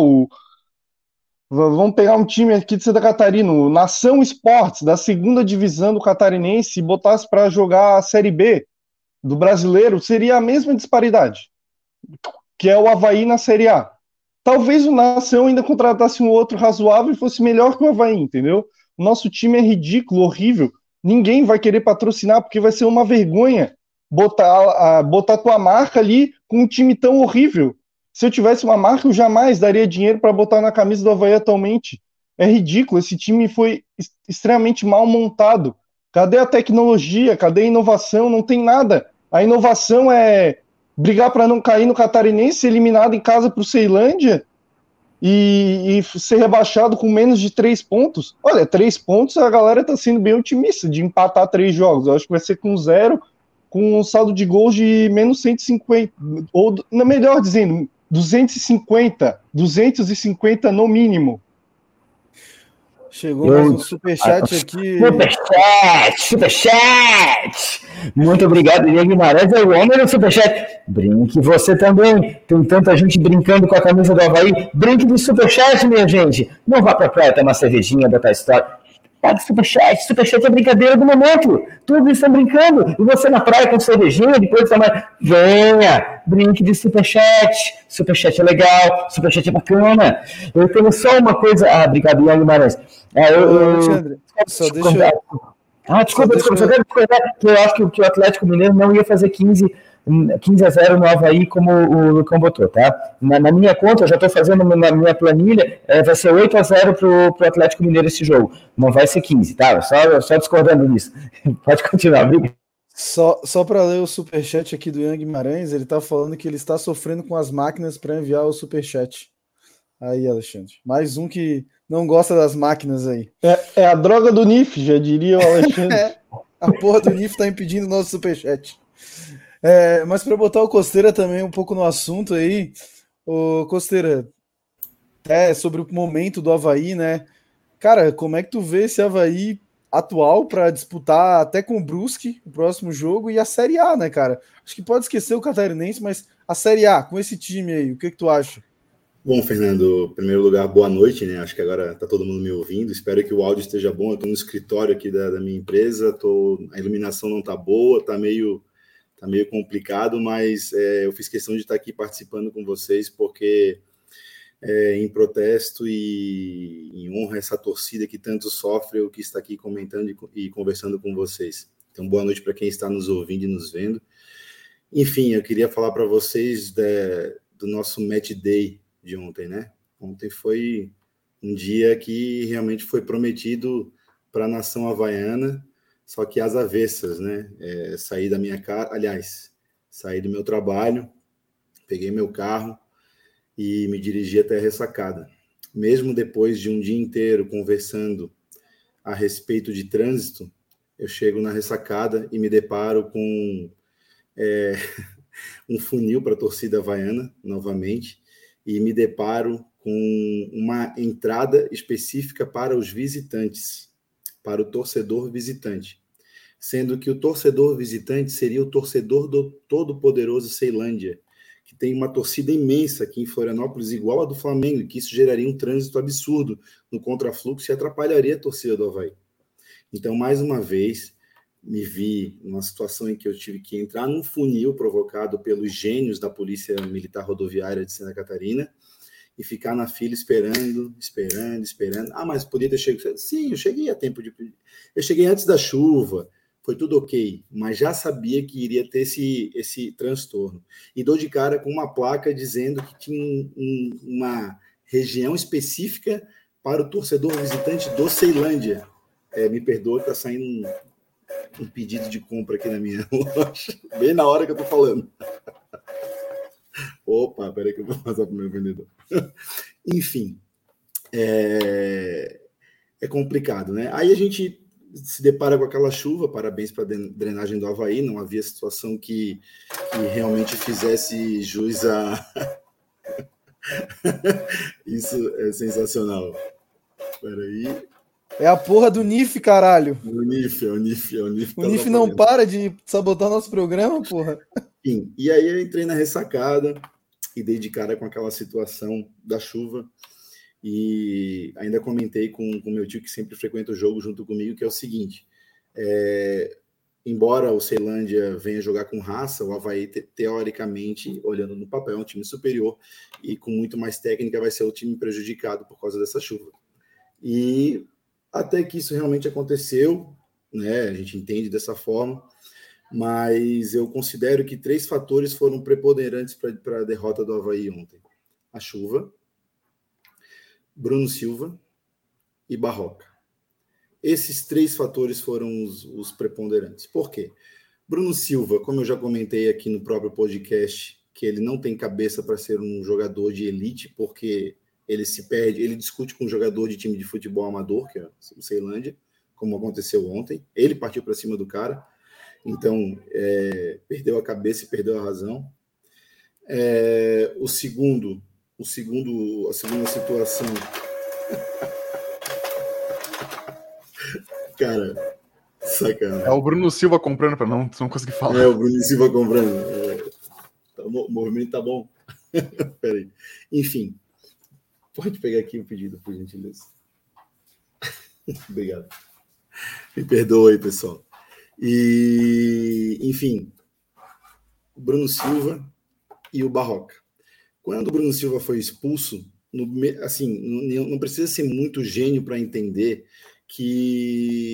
vamos pegar um time aqui de Santa Catarina, o Nação Esportes, da 2ª divisão do Catarinense, e botasse para jogar a Série B do Brasileiro, seria a mesma disparidade, que é o Avaí na Série A. Talvez o Nação ainda contratasse um outro razoável e fosse melhor que o Avaí, entendeu? O nosso time é ridículo, horrível. Ninguém vai querer patrocinar, porque vai ser uma vergonha botar tua marca ali com um time tão horrível. Se eu tivesse uma marca, eu jamais daria dinheiro para botar na camisa do Avaí atualmente. É ridículo, esse time foi extremamente mal montado. Cadê a tecnologia? Cadê a inovação? Não tem nada. A inovação é brigar para não cair no Catarinense, ser eliminado em casa para o Ceilândia e ser rebaixado com menos de 3 pontos. Olha, 3 pontos, a galera está sendo bem otimista de empatar 3 jogos. Eu acho que vai ser com 0, com um saldo de gols de menos 150, ou melhor dizendo, 250 no mínimo. Chegou mais um superchat aqui. Superchat! Muito obrigado, Diego Guimarães, é o homem do superchat. Brinque você também. Tem tanta gente brincando com a camisa do Avaí. Brinque de superchat, minha gente. Não vá pra praia tomar cervejinha, botar história. Pague superchat. Superchat é brincadeira do momento. Todos estão brincando. E você na praia com cervejinha, depois também. Venha, brinque de superchat. Superchat é legal, superchat é bacana. Eu tenho só uma coisa. Obrigado, Diego Guimarães. Alexandre, só deixa eu... Desculpa, eu quero discordar, que eu acho que o Atlético Mineiro não ia fazer 15 15-0 no Avaí, como o Lucão botou, tá? Na minha conta, eu já estou fazendo na minha planilha, vai ser 8-0 pro Atlético Mineiro esse jogo. Não vai ser 15, tá? Só discordando nisso. Pode continuar, obrigado. Só para ler o superchat aqui do Ian Guimarães, ele tá falando que ele está sofrendo com as máquinas para enviar o superchat. Aí, Alexandre. Mais um que não gosta das máquinas aí. É a droga do NIF, já diria o Alexandre. A porra do NIF tá impedindo o nosso superchat. Mas para botar o Costeira também um pouco no assunto aí, o Costeira, sobre o momento do Avaí, né? Cara, como é que tu vê esse Avaí atual para disputar até com o Brusque o próximo jogo e a Série A, né, cara? Acho que pode esquecer o Catarinense, mas a Série A, com esse time aí, o que tu acha? Bom, Fernando, em primeiro lugar, boa noite, né? Acho que agora tá todo mundo me ouvindo. Espero que o áudio esteja bom. Eu tô no escritório aqui da minha empresa, a iluminação não tá boa, tá meio complicado, mas eu fiz questão de estar aqui participando com vocês, porque em protesto e em honra a essa torcida que tanto sofre, eu quis estar aqui comentando e conversando com vocês. Então, boa noite para quem está nos ouvindo e nos vendo. Enfim, eu queria falar para vocês do nosso Match Day de ontem, né? Ontem foi um dia que realmente foi prometido para a nação havaiana, só que às avessas, né? Saí da minha casa, aliás, saí do meu trabalho, peguei meu carro e me dirigi até a ressacada. Mesmo depois de um dia inteiro conversando a respeito de trânsito, eu chego na ressacada e me deparo com um funil para a torcida havaiana, novamente, e me deparo com uma entrada específica para os visitantes, para o torcedor visitante, sendo que o torcedor visitante seria o torcedor do todo-poderoso Ceilândia, que tem uma torcida imensa aqui em Florianópolis, igual a do Flamengo, e que isso geraria um trânsito absurdo no contrafluxo e atrapalharia a torcida do Avaí. Então, mais uma vez, me vi numa situação em que eu tive que entrar num funil provocado pelos gênios da Polícia Militar Rodoviária de Santa Catarina e ficar na fila esperando. Ah, mas podia ter chegado. Sim, eu cheguei a tempo de... Eu cheguei antes da chuva, foi tudo ok, mas já sabia que iria ter esse transtorno. E dou de cara com uma placa dizendo que tinha uma região específica para o torcedor visitante do Ceilândia. Me perdoa que está saindo um pedido de compra aqui na minha loja, bem na hora que eu tô falando. Opa, peraí que eu vou passar para o meu vendedor. Enfim, é complicado, né? Aí a gente se depara com aquela chuva, parabéns para a drenagem do Avaí, não havia situação que realmente fizesse jus a... Isso é sensacional. Peraí. É a porra do NIF, caralho. O NIF. O NIF não para de sabotar nosso programa, porra. Enfim, e aí eu entrei na ressacada e dei de cara com aquela situação da chuva e ainda comentei com meu tio que sempre frequenta o jogo junto comigo, que é o seguinte, embora o Ceilândia venha jogar com raça, o Avaí, teoricamente, olhando no papel, é um time superior e com muito mais técnica vai ser o time prejudicado por causa dessa chuva. E até que isso realmente aconteceu, né? A gente entende dessa forma, mas eu considero que 3 fatores foram preponderantes para a derrota do Avaí ontem. A chuva, Bruno Silva e Barroca. Esses 3 fatores foram os preponderantes. Por quê? Bruno Silva, como eu já comentei aqui no próprio podcast, que ele não tem cabeça para ser um jogador de elite, porque ele se perde, ele discute com um jogador de time de futebol amador, que é o Ceilândia, como aconteceu ontem. Ele partiu para cima do cara, então perdeu a cabeça e perdeu a razão. A segunda situação... Cara, sacanagem. É o Bruno Silva comprando para não conseguir falar. É o Bruno Silva comprando. O movimento tá bom. Peraí. Enfim, pode pegar aqui o pedido, por gentileza. Obrigado. Me perdoa aí, pessoal. E, enfim, o Bruno Silva e o Barroca. Quando o Bruno Silva foi expulso, não precisa ser muito gênio para entender que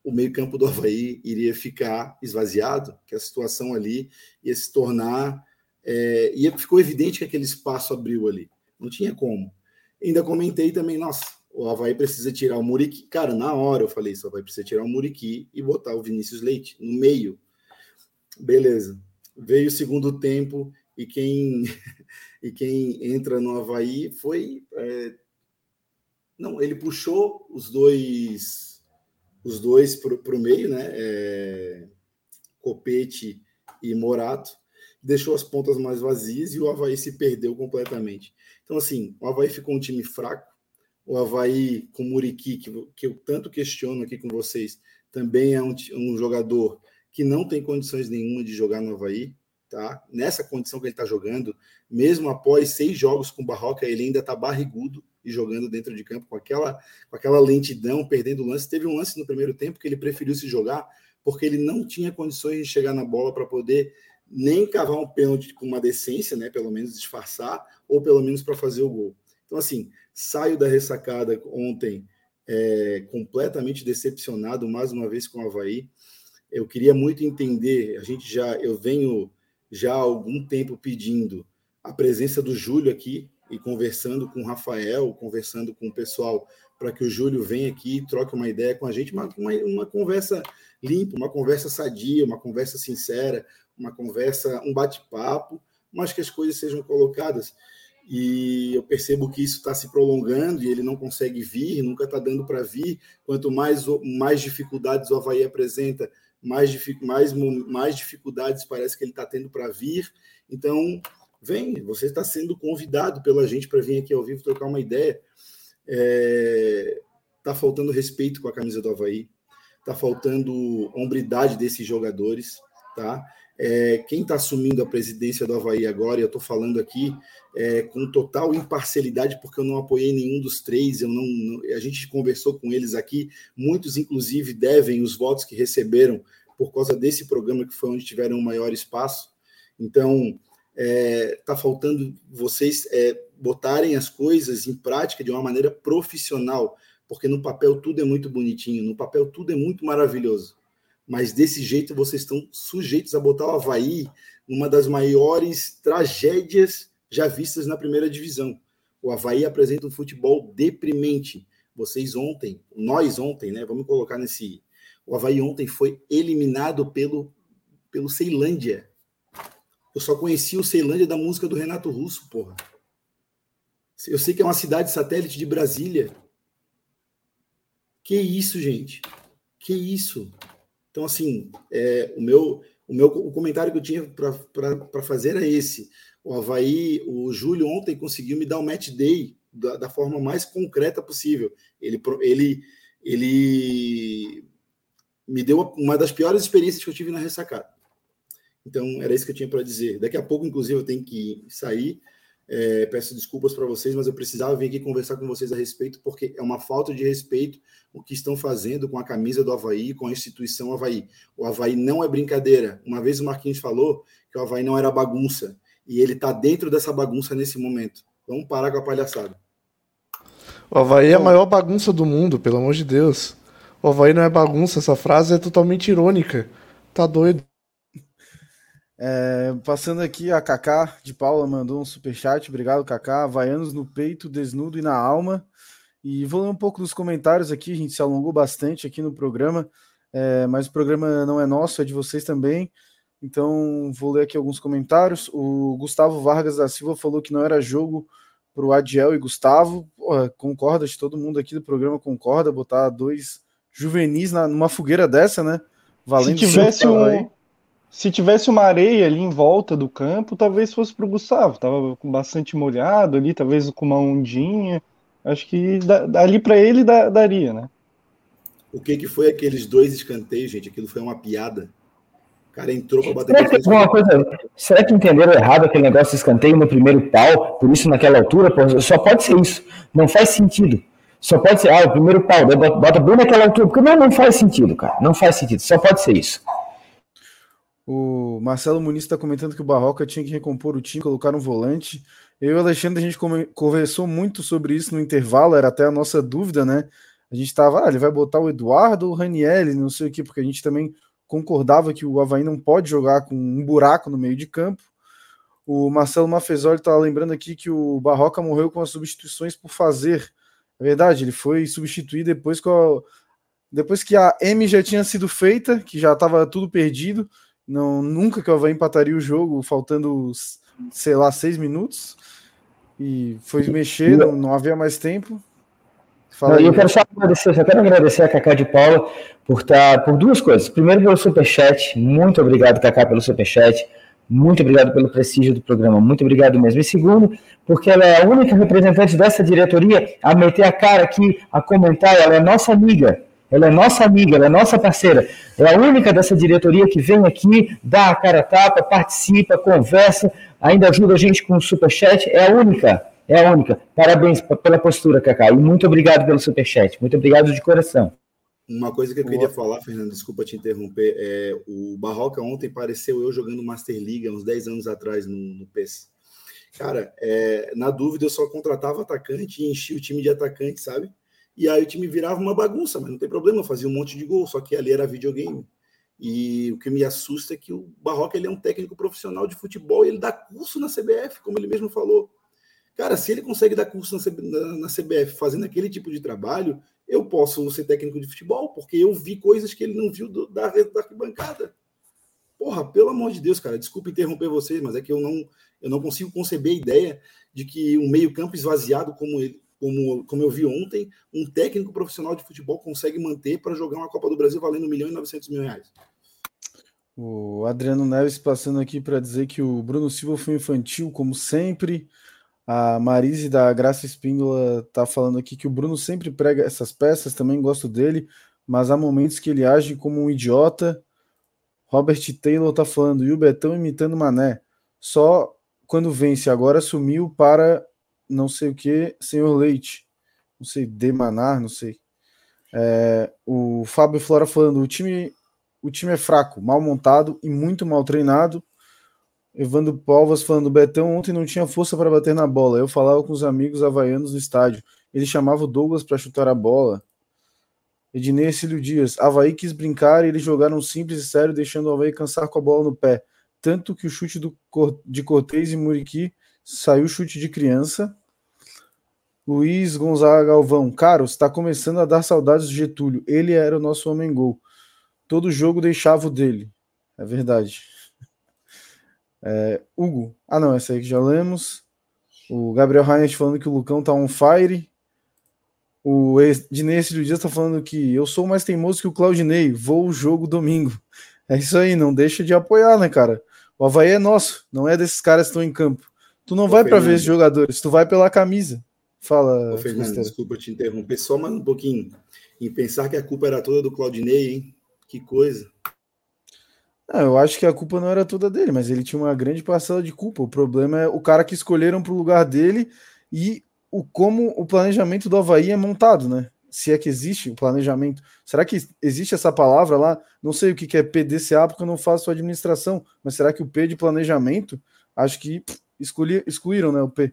o meio-campo do Avaí iria ficar esvaziado, que a situação ali ia se tornar. Ficou evidente que aquele espaço abriu ali. Não tinha como. Ainda comentei também, nossa, o Avaí precisa tirar o Muriqui. Cara, na hora eu falei isso, o Avaí precisa tirar o Muriqui e botar o Vinícius Leite no meio. Beleza. Veio o segundo tempo e quem entra no Avaí foi... Não, ele puxou os dois para o meio, né? Copete e Morato, deixou as pontas mais vazias e o Avaí se perdeu completamente. Então, assim, o Avaí ficou um time fraco, o Avaí com o Muriqui, que eu tanto questiono aqui com vocês, também é um jogador que não tem condições nenhuma de jogar no Avaí, tá? Nessa condição que ele está jogando, mesmo após 6 jogos com o Barroca, ele ainda está barrigudo e jogando dentro de campo com aquela lentidão, perdendo lance. Teve um lance no primeiro tempo que ele preferiu se jogar porque ele não tinha condições de chegar na bola para poder nem cavar um pênalti com uma decência, né, pelo menos disfarçar, ou pelo menos para fazer o gol. Então, assim, saio da ressacada ontem completamente decepcionado, mais uma vez, com o Avaí. Eu queria muito entender, eu venho já há algum tempo pedindo a presença do Júlio aqui, e conversando com o Rafael, conversando com o pessoal, para que o Júlio venha aqui e troque uma ideia com a gente, uma conversa limpa, uma conversa sadia, uma conversa sincera, um bate-papo, mas que as coisas sejam colocadas. E eu percebo que isso está se prolongando e ele não consegue vir, nunca está dando para vir. Quanto mais dificuldades o Avaí apresenta, mais dificuldades parece que ele está tendo para vir. Então, vem, você está sendo convidado pela gente para vir aqui ao vivo trocar uma ideia. Está faltando respeito com a camisa do Avaí, está faltando hombridade desses jogadores, tá? Quem está assumindo a presidência do Avaí agora, e eu estou falando aqui com total imparcialidade, porque eu não apoiei nenhum dos três, a gente conversou com eles aqui, muitos inclusive devem os votos que receberam por causa desse programa, que foi onde tiveram o maior espaço. Então, está faltando vocês botarem as coisas em prática de uma maneira profissional, porque no papel tudo é muito bonitinho, no papel tudo é muito maravilhoso, mas desse jeito vocês estão sujeitos a botar o Avaí numa das maiores tragédias já vistas na primeira divisão. O Avaí apresenta um futebol deprimente. Nós ontem, né? Vamos colocar nesse... O Avaí ontem foi eliminado pelo Ceilândia. Eu só conheci o Ceilândia da música do Renato Russo, porra. Eu sei que é uma cidade satélite de Brasília. Que isso, gente? Que isso? Então, assim, o comentário que eu tinha para fazer é esse. O Avaí, o Júlio ontem conseguiu me dar o match day da forma mais concreta possível. Ele me deu uma das piores experiências que eu tive na ressacada. Então, era isso que eu tinha para dizer. Daqui a pouco, inclusive, eu tenho que sair. Peço desculpas para vocês, mas eu precisava vir aqui conversar com vocês a respeito, porque é uma falta de respeito o que estão fazendo com a camisa do Avaí, com a instituição Avaí. O Avaí não é brincadeira. Uma vez o Marquinhos falou que o Avaí não era bagunça, e ele está dentro dessa bagunça nesse momento. Vamos parar com a palhaçada. O Avaí é a maior bagunça do mundo, pelo amor de Deus. O Avaí não é bagunça, essa frase é totalmente irônica. Tá doido. Passando aqui, a Kaká de Paula mandou um superchat. Obrigado, Kaká. Havaianos no peito, desnudo e na alma. E vou ler um pouco dos comentários aqui. A gente se alongou bastante aqui no programa, mas o programa não é nosso, é de vocês também. Então, vou ler aqui alguns comentários. O Gustavo Vargas da Silva falou que não era jogo para o Adiel e Gustavo. Concorda, acho que todo mundo aqui do programa concorda. Botar 2 juvenis numa fogueira dessa, né? Valendo. Se tivesse uma areia ali em volta do campo, talvez fosse para o Gustavo. Tava bastante molhado ali, talvez com uma ondinha. Acho que ali para ele daria, né? O que foi aqueles 2 escanteios, gente? Aquilo foi uma piada. O cara entrou para bater... Será que entenderam errado aquele negócio de escanteio no primeiro pau? Por isso naquela altura? Pô, só pode ser isso. Não faz sentido. Só pode ser, o primeiro pau, bota bem naquela altura. Porque não faz sentido, cara. Não faz sentido. Só pode ser isso. O Marcelo Muniz está comentando que o Barroca tinha que recompor o time, colocar um volante. Eu e o Alexandre, a gente conversou muito sobre isso no intervalo, era até a nossa dúvida, né? a gente tava, ele vai botar o Eduardo ou o Ranieri, não sei o que, porque a gente também concordava que o Avaí não pode jogar com um buraco no meio de campo. O Marcelo Mafezoli tá lembrando aqui que o Barroca morreu com as substituições por fazer. É verdade, ele foi substituir depois que a M já tinha sido feita, que já estava tudo perdido. Nunca que o Avaí empataria o jogo, faltando, sei lá, 6 minutos. E foi mexer, não havia mais tempo. Eu quero só agradecer a Cacá de Paula por duas coisas. Primeiro, pelo Superchat. Muito obrigado, Cacá, pelo Superchat. Muito obrigado pelo prestígio do programa. Muito obrigado mesmo. E segundo, porque ela é a única representante dessa diretoria a meter a cara aqui, a comentar. Ela é nossa amiga. Ela é nossa amiga, ela é nossa parceira. É a única dessa diretoria que vem aqui, dá a cara a tapa, participa, conversa, ainda ajuda a gente com o Superchat. É a única. Parabéns pela postura, Cacá. E muito obrigado pelo Superchat. Muito obrigado de coração. Uma coisa que eu queria falar, Fernando, desculpa te interromper, o Barroca ontem pareceu eu jogando Master League há uns 10 anos atrás no PES. Cara, na dúvida eu só contratava atacante e enchia o time de atacante, sabe? E aí o time virava uma bagunça, mas não tem problema, eu fazia um monte de gol, só que ali era videogame. E o que me assusta é que o Barroca ele é um técnico profissional de futebol e ele dá curso na CBF, como ele mesmo falou. Cara, se ele consegue dar curso na CBF fazendo aquele tipo de trabalho, eu posso ser técnico de futebol, porque eu vi coisas que ele não viu da arquibancada. Porra, pelo amor de Deus, cara, desculpa interromper vocês, mas é que eu não consigo conceber a ideia de que um meio-campo esvaziado como eu vi ontem, um técnico profissional de futebol consegue manter para jogar uma Copa do Brasil valendo R$1.900.000. O Adriano Neves passando aqui para dizer que o Bruno Silva foi infantil, como sempre. A Marise da Graça Espíndola tá falando aqui que o Bruno sempre prega essas peças, também gosto dele, mas há momentos que ele age como um idiota. Robert Taylor tá falando, e o Betão imitando Mané. Só quando vence, agora sumiu para não sei o que, senhor Leite. Não sei, Demanar, não sei. O Fábio Flora falando, o time é fraco, mal montado e muito mal treinado. Evandro Povas falando, o Betão ontem não tinha força para bater na bola. Eu falava com os amigos havaianos no estádio. Ele chamava o Douglas para chutar a bola. Ednei Cílio Dias, Avaí quis brincar e eles jogaram simples e sério, deixando o Avaí cansar com a bola no pé. Tanto que o chute de Cortez e Muriqui saiu chute de criança. Luiz Gonzaga Galvão, Carlos, está começando a dar saudades do Getúlio. Ele era o nosso homem-gol. Todo jogo deixava o dele. É verdade. Hugo, não, essa aí que já lemos. O Gabriel Reinhardt falando que o Lucão tá on fire. O Ednei Cílio Dias tá falando que eu sou mais teimoso que o Claudinei, vou o jogo domingo. É isso aí, não deixa de apoiar, né, cara? O Avaí é nosso, não é desses caras que estão em campo. Tu não vai para ver esses jogadores, tu vai pela camisa. Fala, Fernando, desculpa te interromper só mais um pouquinho. Em pensar que a culpa era toda do Claudinei, hein? Que coisa. Eu acho que a culpa não era toda dele, mas ele tinha uma grande parcela de culpa. O problema é o cara que escolheram para o lugar dele e como o planejamento do Avaí é montado, né? Se é que existe o planejamento. Será que existe essa palavra lá? Não sei o que é PDCA, porque eu não faço administração, mas será que o P de planejamento? Acho que excluíram, né, o P.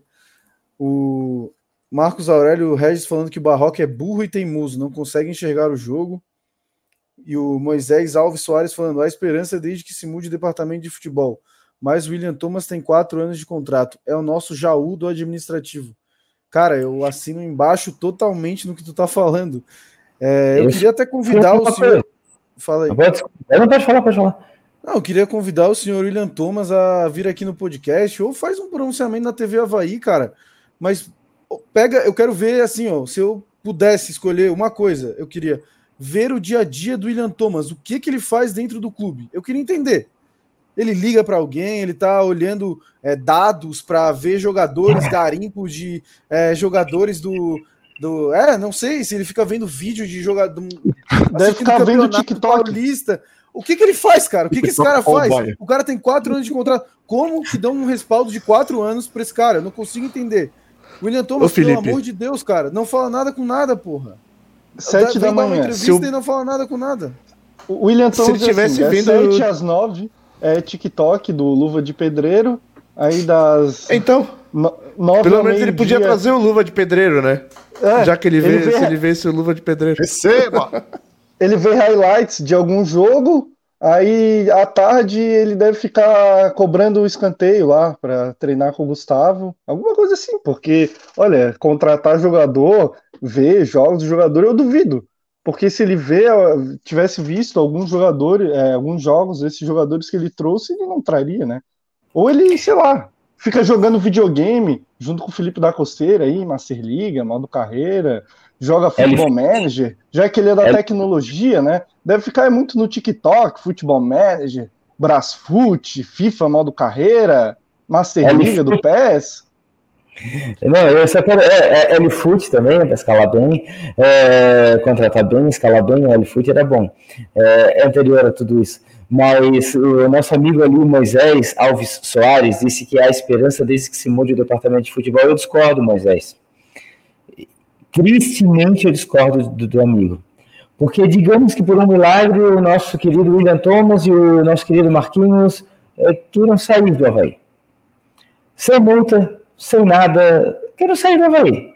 O Marcos Aurélio Regis falando que o Barroca é burro e teimoso, não consegue enxergar o jogo. E o Moisés Alves Soares falando, há esperança desde que se mude o departamento de futebol. Mas o William Thomas tem 4 anos de contrato. É o nosso Jaú do administrativo. Cara, eu assino embaixo totalmente no que tu tá falando. Eu queria até convidar o senhor... Fala aí. Não, pode falar. Não, eu queria convidar o senhor William Thomas a vir aqui no podcast ou faz um pronunciamento na TV Avaí, cara. Mas eu quero ver assim, ó, se eu pudesse escolher uma coisa, eu queria ver o dia a dia do William Thomas, o que ele faz dentro do clube. Eu queria entender. Ele liga para alguém, ele tá olhando dados para ver jogadores, garimpos de jogadores do não sei se ele fica vendo vídeo de jogador. Deve ficar vendo TikTok. Paulista. O que ele faz, cara? O que esse cara faz? O cara tem 4 anos de contrato. Como que dão um respaldo de 4 anos para esse cara? Eu não consigo entender. William Thomas, pelo amor de Deus, cara, não fala nada com nada, porra. 7 da manhã. Entrevista e não fala nada com nada. O William Thomas, se ele tivesse vendo 7 às 9, TikTok do Luva de Pedreiro, aí das Pelo menos ele podia trazer o Luva de Pedreiro, né? Já que se ele vence o Luva de Pedreiro. Receba! Ele vê highlights de algum jogo, aí à tarde ele deve ficar cobrando o escanteio lá para treinar com o Gustavo. Alguma coisa assim, porque, olha, contratar jogador, ver jogos do jogador, eu duvido. Porque se ele tivesse visto alguns jogadores, alguns jogos, esses jogadores que ele trouxe, ele não traria, né? Ou ele, sei lá, fica jogando videogame junto com o Felipe da Costeira aí, Master League, modo carreira, joga Futebol Manager, já que ele é da tecnologia, né? Deve ficar muito no TikTok, Futebol Manager, Brasfoot, FIFA, modo carreira, Master League do PES. Não, eu só quero. L-Foot também, para escalar bem, contratar bem, escalar bem, o L-Foot era bom. É anterior a tudo isso. Mas o nosso amigo ali, Moisés Alves Soares, disse que há esperança desde que se mude o departamento de futebol. Eu discordo, Moisés. Tristemente eu discordo do amigo. Porque digamos que por um milagre o nosso querido William Thomas e o nosso querido Marquinhos queiram sair do Avaí. Sem multa, sem nada, queiram sair do Avaí.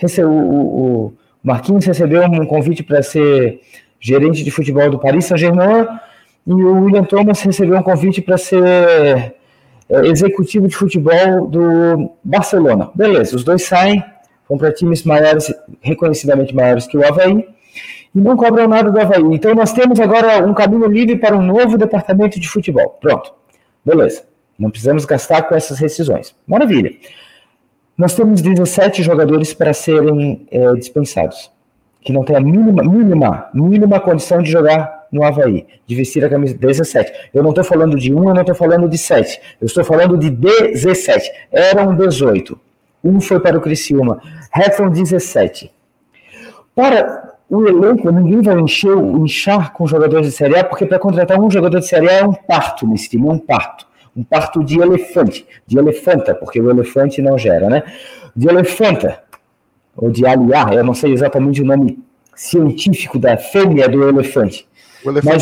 O Marquinhos recebeu um convite para ser gerente de futebol do Paris Saint-Germain e o William Thomas recebeu um convite para ser executivo de futebol do Barcelona. Beleza, os dois saem, vão para times maiores, reconhecidamente maiores que o Avaí, e não cobram nada do Avaí. Então nós temos agora um caminho livre para um novo departamento de futebol. Pronto, beleza. Não precisamos gastar com essas rescisões. Maravilha. Nós temos 17 jogadores para serem dispensados, que não têm a mínima condição de jogar no Avaí, de vestir a camisa 17. Eu não estou falando de 1, eu não estou falando de 7. Eu estou falando de 17. Eram 18. Um foi para o Criciúma. Restam 17. Para o elenco, ninguém vai inchar com jogadores de Série A, porque para contratar um jogador de Série A é um parto nesse time, é um parto. Um parto de elefante, de elefanta, porque o elefante não gera, né? De elefanta, ou de aliar, eu não sei exatamente o nome científico da fêmea do elefante. O elefante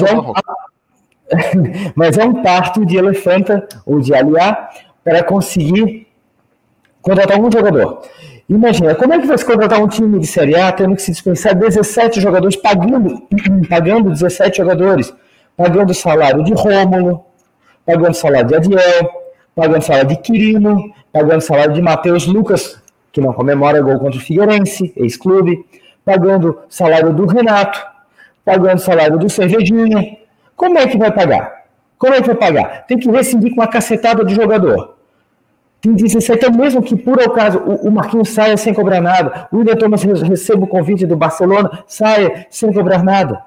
mas é um parto de elefanta, ou de aliar, para conseguir contratar um jogador. Imagina, como é que vai se contratar um time de Série A tendo que se dispensar 17 jogadores, pagando 17 jogadores, pagando o salário de Rômulo, pagando salário de Adiel, pagando salário de Quirino, pagando salário de Matheus Lucas, que não comemora gol contra o Figueirense, ex-clube, pagando salário do Renato, pagando salário do Cervejinha. Como é que vai pagar? Tem que rescindir com uma cacetada de jogador. Tem 17, é mesmo que por acaso o Marquinhos saia sem cobrar nada, o William Thomas receba o convite do Barcelona, saia sem cobrar nada.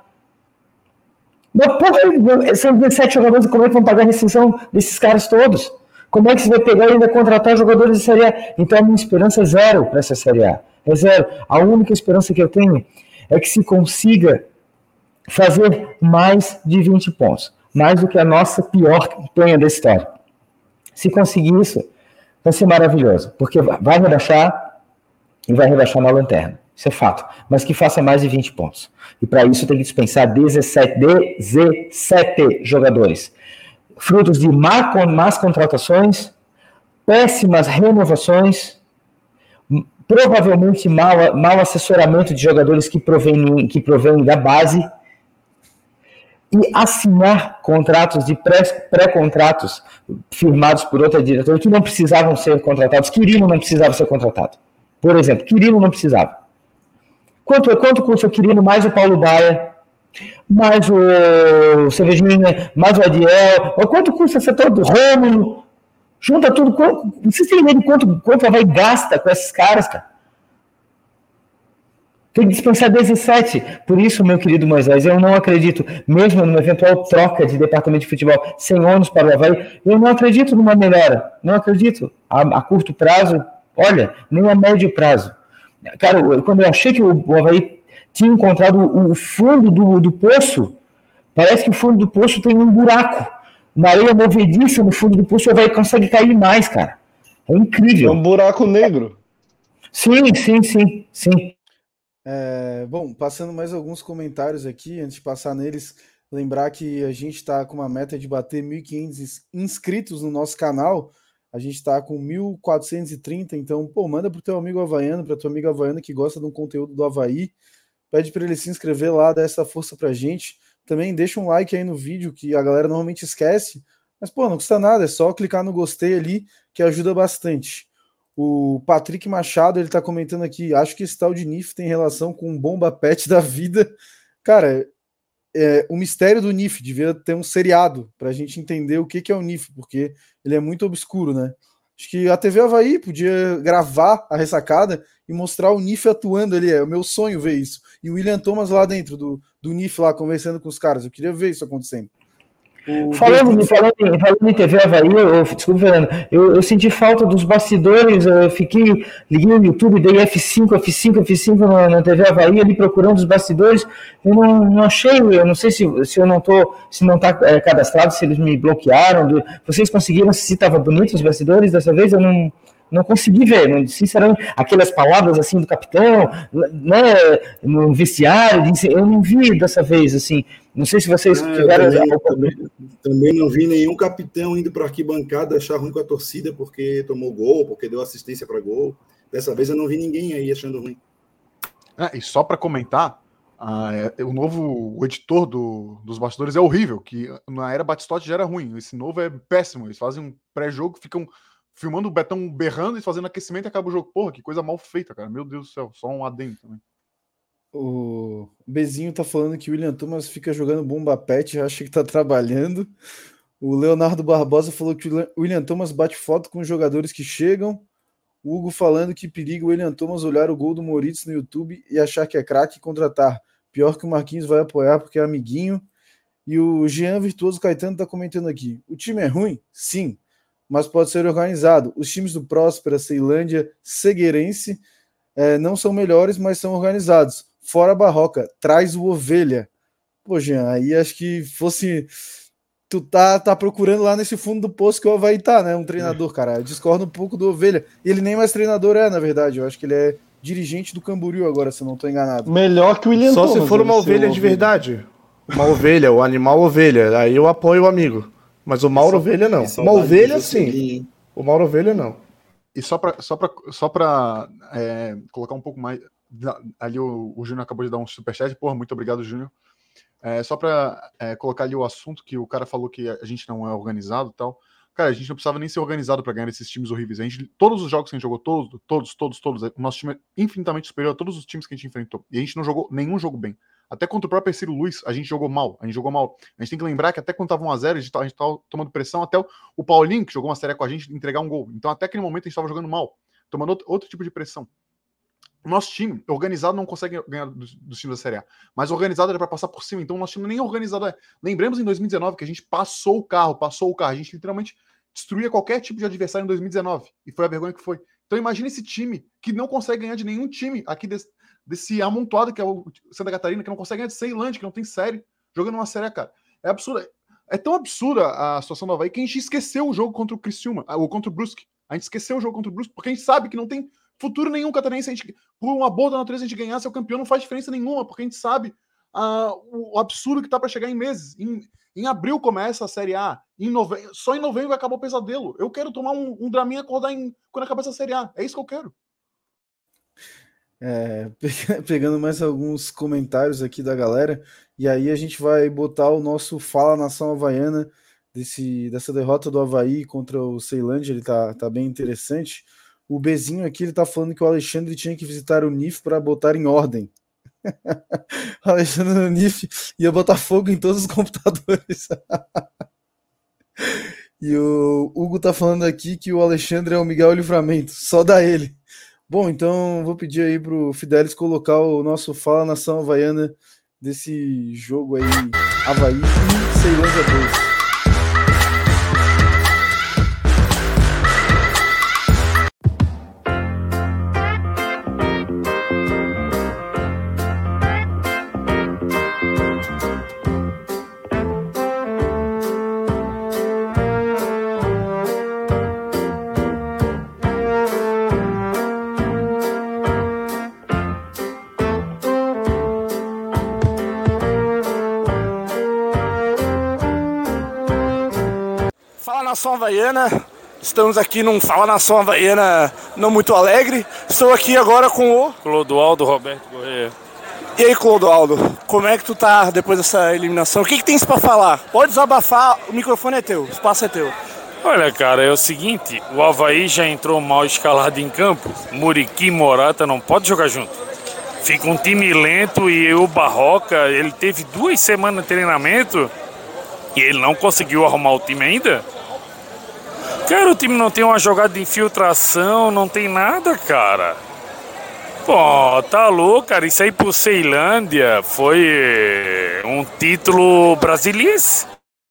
Mas, porra, são 17 jogadores, como é que vão pagar a rescisão desses caras todos? Como é que você vai pegar e ainda contratar jogadores de Série A? Então a minha esperança é zero para essa Série A. É zero. A única esperança que eu tenho é que se consiga fazer mais de 20 pontos. Mais do que a nossa pior campanha da história. Se conseguir isso, vai ser maravilhoso. Porque vai rebaixar e vai rebaixar na lanterna. Isso é fato. Mas que faça mais de 20 pontos. E para isso tem que dispensar 17 jogadores. Frutos de más contratações, péssimas renovações, provavelmente mau assessoramento de jogadores que provêm da base, e assinar contratos de pré-contratos firmados por outra diretoria que não precisavam ser contratados. Quirino não precisava ser contratado. Por exemplo, Quirino não precisava. Quanto custa o Quirino, mais o Paulo Baia, mais o Cervejinha, mais o Adiel? Quanto custa esse todo? Rômulo? Junta tudo. Vocês têm ideia de quanto a Avaí gasta com esses caras, cara? Tem que dispensar 17. Por isso, meu querido Moisés, eu não acredito, mesmo numa eventual troca de departamento de futebol sem ônus para o Avaí, eu não acredito numa melhora. Não acredito. A curto prazo, olha, nem a médio prazo. Cara, quando eu achei que o Avaí tinha encontrado o fundo do poço, parece que o fundo do poço tem um buraco. Uma areia movediça no fundo do poço, o Avaí consegue cair mais, cara. É incrível. É um buraco negro. Sim. Bom, passando mais alguns comentários aqui, antes de passar neles, lembrar que a gente está com uma meta de bater 1.500 inscritos no nosso canal. A gente está com 1.430, então, pô, manda pro teu amigo havaiano, pra tua amiga havaiana que gosta de um conteúdo do Avaí. Pede para ele se inscrever lá, dar essa força pra gente. Também deixa um like aí no vídeo, que a galera normalmente esquece. Mas, pô, não custa nada, é só clicar no gostei ali, que ajuda bastante. O Patrick Machado, ele tá comentando aqui, acho que esse tal de NIF tem relação com o Bomba Pet da vida. Cara, o mistério do NIF devia ter um seriado pra gente entender o que é o NIF, porque ele é muito obscuro, né? Acho que a TV Avaí podia gravar a ressacada e mostrar o NIF atuando ali. É o meu sonho ver isso. E o William Thomas lá dentro do NIF, lá conversando com os caras. Eu queria ver isso acontecendo. Falando em TV Avaí, desculpa, Fernando, eu senti falta dos bastidores, liguei o YouTube, dei F5 na TV Avaí, ali procurando os bastidores, eu não achei, eu não sei se eu não tô, se não está cadastrado, se eles me bloquearam, vocês conseguiram, se estava bonito os bastidores, dessa vez eu não consegui ver, sinceramente, aquelas palavras assim do capitão, né, no vestiário, eu não vi dessa vez, assim, não sei se vocês tiveram... Também não vi nenhum capitão indo para arquibancada achar ruim com a torcida porque tomou gol, porque deu assistência para gol. Dessa vez eu não vi ninguém aí achando ruim. E só para comentar, o editor dos bastidores é horrível, que na era Batistotti já era ruim, esse novo é péssimo, eles fazem um pré-jogo, ficam filmando o Betão berrando e fazendo aquecimento e acaba o jogo. Porra, que coisa mal feita, cara, meu Deus do céu, só um adendo também. O Bezinho tá falando que o William Thomas fica jogando bomba pet, acha que tá trabalhando. O Leonardo Barbosa falou que o William Thomas bate foto com os jogadores que chegam. O Hugo falando que periga o William Thomas olhar o gol do Moritz no YouTube e achar que é craque e contratar. Pior que o Marquinhos vai apoiar porque é amiguinho. E o Jean Virtuoso Caetano tá comentando aqui. O time é ruim? Sim, mas pode ser organizado. Os times do Próspera, Ceilândia, Segueirense não são melhores, mas são organizados. Fora a Barroca, traz o Ovelha. Pô, Jean, aí acho que fosse... Tu tá procurando lá nesse fundo do poço que o Avaí tá, né? Um treinador, cara. Eu discordo um pouco do Ovelha. Ele nem mais treinador na verdade. Eu acho que ele é dirigente do Camboriú agora, se eu não tô enganado. Melhor que o William Thomas. Só se for uma ovelha de verdade. Uma ovelha, o animal ovelha. Aí eu apoio o amigo. Mas o Mauro Ovelha não. Uma ovelha sim. O Mauro Ovelha não. E só pra colocar um pouco mais... Ali o Júnior acabou de dar um superchat. Porra, muito obrigado, Júnior. Só para colocar ali o assunto que o cara falou que a gente não é organizado e tal. Cara, a gente não precisava nem ser organizado para ganhar esses times horríveis. Todos os jogos que a gente jogou, todos, o nosso time é infinitamente superior a todos os times que a gente enfrentou. E a gente não jogou nenhum jogo bem. Até contra o próprio Ciro Luiz, a gente jogou mal. A gente tem que lembrar que até quando tava 1-0, a gente tava tomando pressão até o Paulinho, que jogou uma série com a gente, entregar um gol. Então até aquele momento a gente tava jogando mal, tomando outro tipo de pressão. O nosso time, organizado, não consegue ganhar dos times da Série A. Mas organizado era para passar por cima. Então o nosso time nem organizado é. Lembremos em 2019 que a gente passou o carro. A gente literalmente destruía qualquer tipo de adversário em 2019. E foi a vergonha que foi. Então imagina esse time que não consegue ganhar de nenhum time aqui desse amontoado que é o Santa Catarina, que não consegue ganhar de Ceilândia, que não tem série, jogando uma Série A, cara. É absurdo. É tão absurda a situação do Avaí que a gente esqueceu o jogo contra o Criciúma, ou contra o Brusque. A gente esqueceu o jogo contra o Brusque, porque a gente sabe que não tem futuro nenhum catarinense. Por uma boa da natureza, a gente ganhar, ser campeão não faz diferença nenhuma, porque a gente sabe o absurdo que tá para chegar em meses. Em abril começa a Série A, só em novembro acabou o pesadelo. Eu quero tomar um Draminha e acordar quando acabar essa Série A. É isso que eu quero. Pegando mais alguns comentários aqui da galera, e aí a gente vai botar o nosso Fala Nação Havaiana dessa derrota do Avaí contra o Ceilândia. Ele tá bem interessante. O Bezinho aqui, ele tá falando que o Alexandre tinha que visitar o NIF para botar em ordem. O Alexandre no NIF ia botar fogo em todos os computadores. E o Hugo tá falando aqui que o Alexandre é o Miguel Livramento, só dá ele. Bom, então vou pedir aí pro Fidelis colocar o nosso Fala Nação Havaiana desse jogo aí, Avaí e Ceilândia 2. Nação Havaiana, Estamos aqui num Fala Nação Havaiana não muito alegre. Estou aqui agora com o Clodoaldo Roberto Correia. E aí, Clodoaldo, como é que tu tá depois dessa eliminação? O que tens pra falar? Pode desabafar, o microfone é teu, o espaço é teu. Olha, cara, é o seguinte, o Avaí já entrou mal escalado em campo, Muriqui e Morata não pode jogar junto. Fica um time lento e o Barroca, ele teve 2 semanas de treinamento e ele não conseguiu arrumar o time ainda. Cara, o time não tem uma jogada de infiltração, não tem nada, cara. Pô, tá louco, cara. Isso aí pro Ceilândia foi um título brasiliense.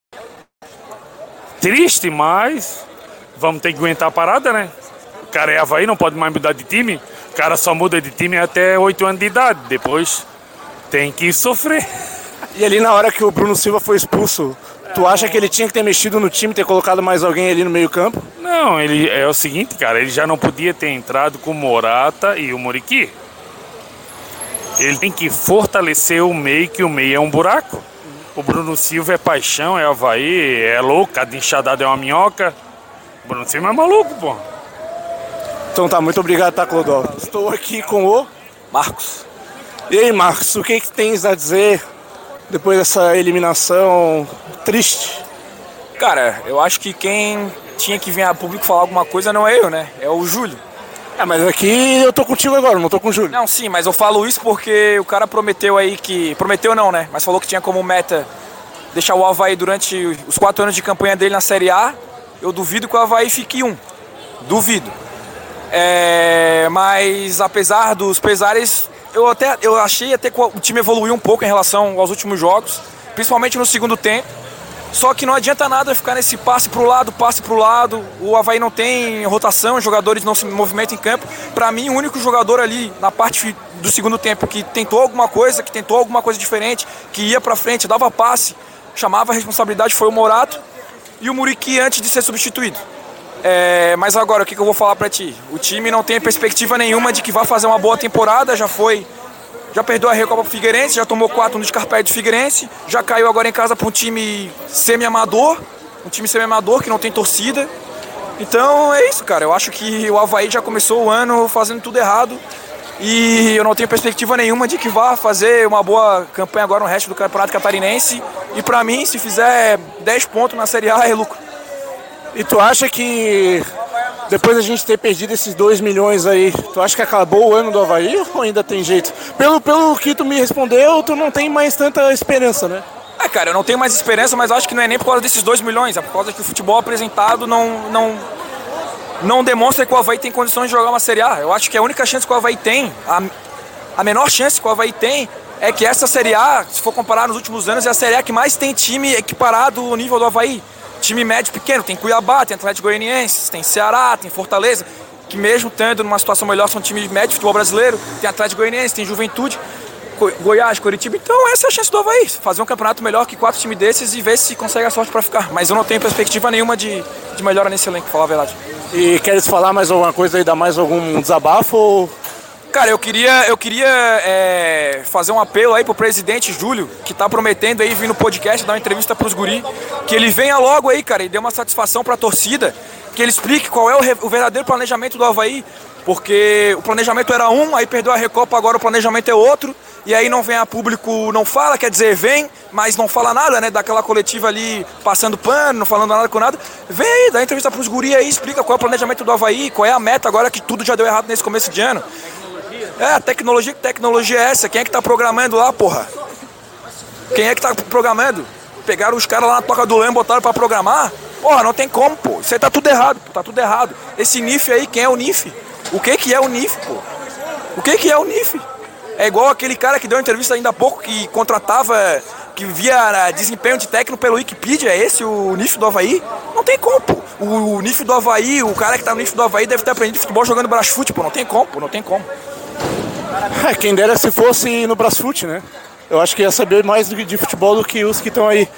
Triste, mas vamos ter que aguentar a parada, né? O cara é Avaí, não pode mais mudar de time. O cara só muda de time até 8 anos de idade. Depois tem que sofrer. E ali na hora que o Bruno Silva foi expulso, tu acha que ele tinha que ter mexido no time, ter colocado mais alguém ali no meio campo? Não, ele é o seguinte, cara, ele já não podia ter entrado com o Morata e o Muriqui. Ele tem que fortalecer o meio, que o meio é um buraco. O Bruno Silva é paixão, é Avaí, é louco, cada enxadada é uma minhoca. O Bruno Silva é maluco, pô. Então tá, muito obrigado, tá, Clodoaldo? Estou aqui com o Marcos. E aí, Marcos, o que tens a dizer depois dessa eliminação triste? Cara, eu acho que quem tinha que vir a público falar alguma coisa não é eu, né? É o Júlio. Mas aqui eu tô contigo agora, não tô com o Júlio. Não, sim, mas eu falo isso porque o cara prometeu aí que... Prometeu não, né? Mas falou que tinha como meta deixar o Avaí durante os 4 anos de campanha dele na Série A. Eu duvido que o Avaí fique 1. Duvido. Mas apesar dos pesares, eu achei até que o time evoluiu um pouco em relação aos últimos jogos, principalmente no segundo tempo. Só que não adianta nada ficar nesse passe pro lado. O Avaí não tem rotação, os jogadores não se movimentam em campo. Pra mim, o único jogador ali na parte do segundo tempo que tentou alguma coisa diferente, que ia pra frente, dava passe, chamava a responsabilidade, foi o Morato e o Muriqui antes de ser substituído. Mas agora, o que eu vou falar pra ti? O time não tem perspectiva nenhuma de que vai fazer uma boa temporada, já perdeu a Recopa pro Figueirense, já tomou 4 no Scarpelli do Figueirense, já caiu agora em casa para um time semi-amador, que não tem torcida. Então é isso, cara. Eu acho que o Avaí já começou o ano fazendo tudo errado e eu não tenho perspectiva nenhuma de que vá fazer uma boa campanha agora no resto do Campeonato Catarinense. E pra mim, se fizer 10 pontos na Série A, é lucro. E tu acha que depois da gente ter perdido esses 2 milhões aí, tu acha que acabou o ano do Avaí ou ainda tem jeito? Pelo que tu me respondeu, tu não tem mais tanta esperança, né? Cara, eu não tenho mais esperança, mas acho que não é nem por causa desses 2 milhões, é por causa que o futebol apresentado não demonstra que o Avaí tem condições de jogar uma Série A. Eu acho que a única chance que o Avaí tem, a menor chance que o Avaí tem, é que essa Série A, se for comparar nos últimos anos, é a Série A que mais tem time equiparado ao nível do Avaí. Time médio pequeno, tem Cuiabá, tem Atlético Goianiense, tem Ceará, tem Fortaleza, que mesmo tendo numa situação melhor são times médios de futebol brasileiro, tem Atlético Goianiense, tem Juventude, Goiás, Coritiba. Então essa é a chance do Avaí, fazer um campeonato melhor que 4 times desses e ver se consegue a sorte para ficar. Mas eu não tenho perspectiva nenhuma de melhora nesse elenco, pra falar a verdade. E queres falar mais alguma coisa aí, dar mais algum desabafo? Ou... Cara, eu queria fazer um apelo aí pro presidente Júlio, que tá prometendo aí vir no podcast, dar uma entrevista pros guri, que ele venha logo aí, cara, e dê uma satisfação pra torcida, que ele explique qual é o verdadeiro planejamento do Avaí, porque o planejamento era um, aí perdeu a Recopa, agora o planejamento é outro, e aí não vem a público, não fala, quer dizer, vem, mas não fala nada, né, daquela coletiva ali, passando pano, não falando nada com nada. Vem aí, dá entrevista pros guri aí, explica qual é o planejamento do Avaí, qual é a meta agora que tudo já deu errado nesse começo de ano. Que tecnologia é essa? Quem é que tá programando lá, porra? Quem é que tá programando? Pegaram os caras lá na Toca do Leão e botaram pra programar? Porra, não tem como, pô. Isso aí tá tudo errado, pô. Tá tudo errado. Esse NIF aí, quem é o NIF? O que é o NIF, pô? O que é o NIF? É igual aquele cara que deu uma entrevista ainda há pouco, que contratava, que via desempenho de técnico pelo Wikipedia. É esse o NIF do Avaí? Não tem como, pô. O NIF do Avaí, o cara que tá no NIF do Avaí deve ter aprendido futebol jogando Brasfoot, pô. Não tem como, pô. Não tem como. Quem dera se fosse no Brasfoot, né? Eu acho que ia saber mais de futebol do que os que estão aí.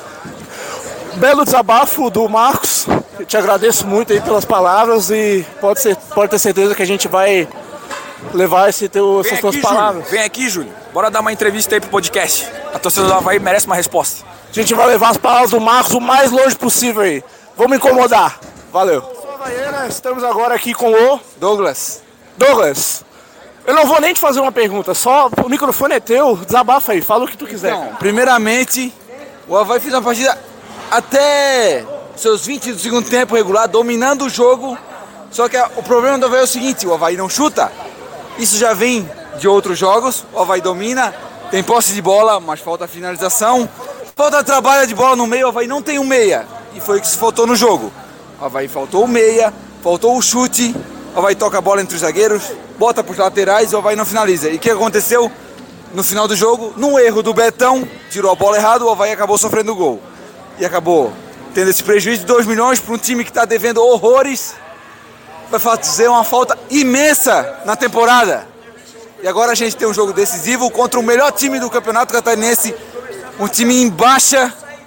Belo desabafo do Marcos. Eu te agradeço muito aí pelas palavras e pode ter certeza que a gente vai levar essas tuas palavras. Vem aqui, Júlio. Bora dar uma entrevista aí pro podcast. A torcida do Avaí merece uma resposta. A gente vai levar as palavras do Marcos o mais longe possível aí. Vamos incomodar. Valeu. Havaiana, estamos agora aqui com o Douglas. Douglas, eu não vou nem te fazer uma pergunta, só o microfone é teu, desabafa aí, fala o que tu quiser. Então, primeiramente, o Avaí fez uma partida até seus 20 do segundo tempo regular, dominando o jogo. Só que o problema do Avaí é o seguinte, o Avaí não chuta. Isso já vem de outros jogos, o Avaí domina, tem posse de bola, mas falta finalização. Falta trabalho de bola no meio, o Avaí não tem um meia. E foi o que se faltou no jogo. O Avaí faltou o meia, faltou o chute, o Avaí toca a bola entre os zagueiros, bota para os laterais e o Avaí não finaliza. E o que aconteceu no final do jogo? Num erro do Betão, tirou a bola errado, o Avaí acabou sofrendo o gol. E acabou tendo esse prejuízo de 2 milhões para um time que está devendo horrores. Vai fazer uma falta imensa na temporada. E agora a gente tem um jogo decisivo contra o melhor time do Campeonato Catarinense, um time em baixa.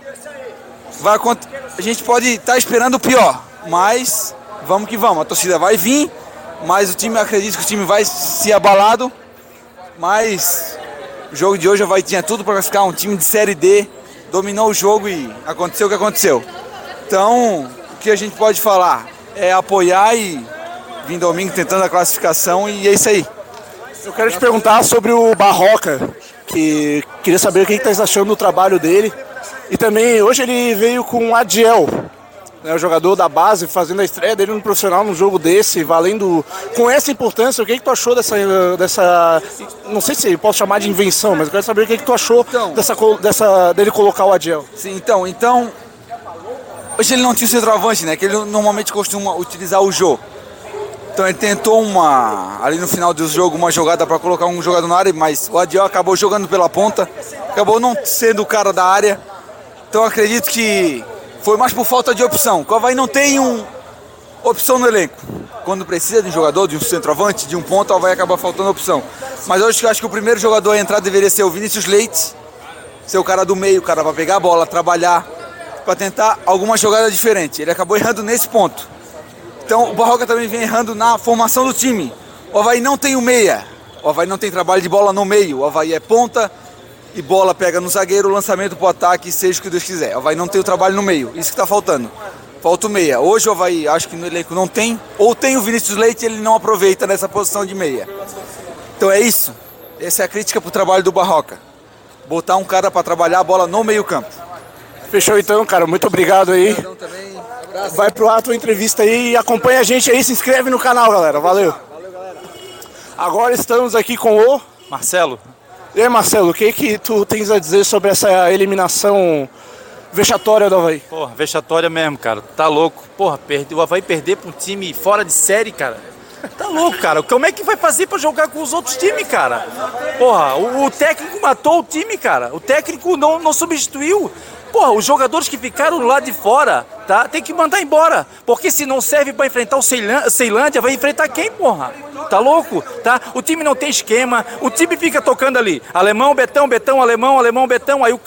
A gente pode estar esperando o pior, mas vamos que vamos. A torcida vai vir, mas o time, acredito que o time vai se abalado. Mas o jogo de hoje o Avaí tinha tudo para ficar um time de Série D, dominou o jogo e aconteceu o que aconteceu. Então, o que a gente pode falar é apoiar e vir domingo tentando a classificação e é isso aí. Eu quero te perguntar sobre o Barroca, que queria saber o que está achando do trabalho dele. E também, hoje ele veio com o Adiel, né, o jogador da base, fazendo a estreia dele no profissional num jogo desse, valendo com essa importância. O que tu achou dessa não sei se posso chamar de invenção, mas eu quero saber o que tu achou dele colocar o Adiel. Sim, então, hoje ele não tinha o centroavante, né, que ele normalmente costuma utilizar o Jô. Então ele tentou ali no final do jogo, uma jogada para colocar um jogador na área, mas o Adiel acabou jogando pela ponta, acabou não sendo o cara da área. Então acredito que foi mais por falta de opção. O Avaí não tem opção no elenco. Quando precisa de um jogador, de um centroavante, de um ponta, o Avaí acaba faltando opção. Mas hoje eu acho que o primeiro jogador a entrar deveria ser o Vinícius Leite, ser o cara do meio, o cara para pegar a bola, trabalhar, para tentar alguma jogada diferente. Ele acabou errando nesse ponto. Então o Barroca também vem errando na formação do time. O Avaí não tem o meia, o Avaí não tem trabalho de bola no meio, o Avaí é ponta e bola pega no zagueiro, lançamento pro ataque, seja o que Deus quiser. O Avaí não tem o trabalho no meio, isso que está faltando. Falta o meia. Hoje o Avaí, acho que no elenco não tem, ou tem o Vinícius Leite e ele não aproveita nessa posição de meia. Então é isso, essa é a crítica pro trabalho do Barroca. Botar um cara para trabalhar a bola no meio campo. Fechou então, cara, muito obrigado aí. Vai pro ar a tua entrevista aí e acompanha a gente aí, se inscreve no canal, galera. Valeu. Agora estamos aqui com o Marcelo. E aí, Marcelo, o que tu tens a dizer sobre essa eliminação vexatória do Avaí? Porra, vexatória mesmo, cara. Tá louco. Porra, o Avaí perder pra um time fora de série, cara. Tá louco, cara. Como é que vai fazer pra jogar com os outros times, cara? Porra, o técnico matou o time, cara. O técnico não substituiu. Porra, os jogadores que ficaram lá de fora, tá? Tem que mandar embora. Porque se não serve pra enfrentar o Ceilândia, vai enfrentar quem, porra? Tá louco? Tá? O time não tem esquema, o time fica tocando ali. Alemão, Betão, alemão, Betão. Aí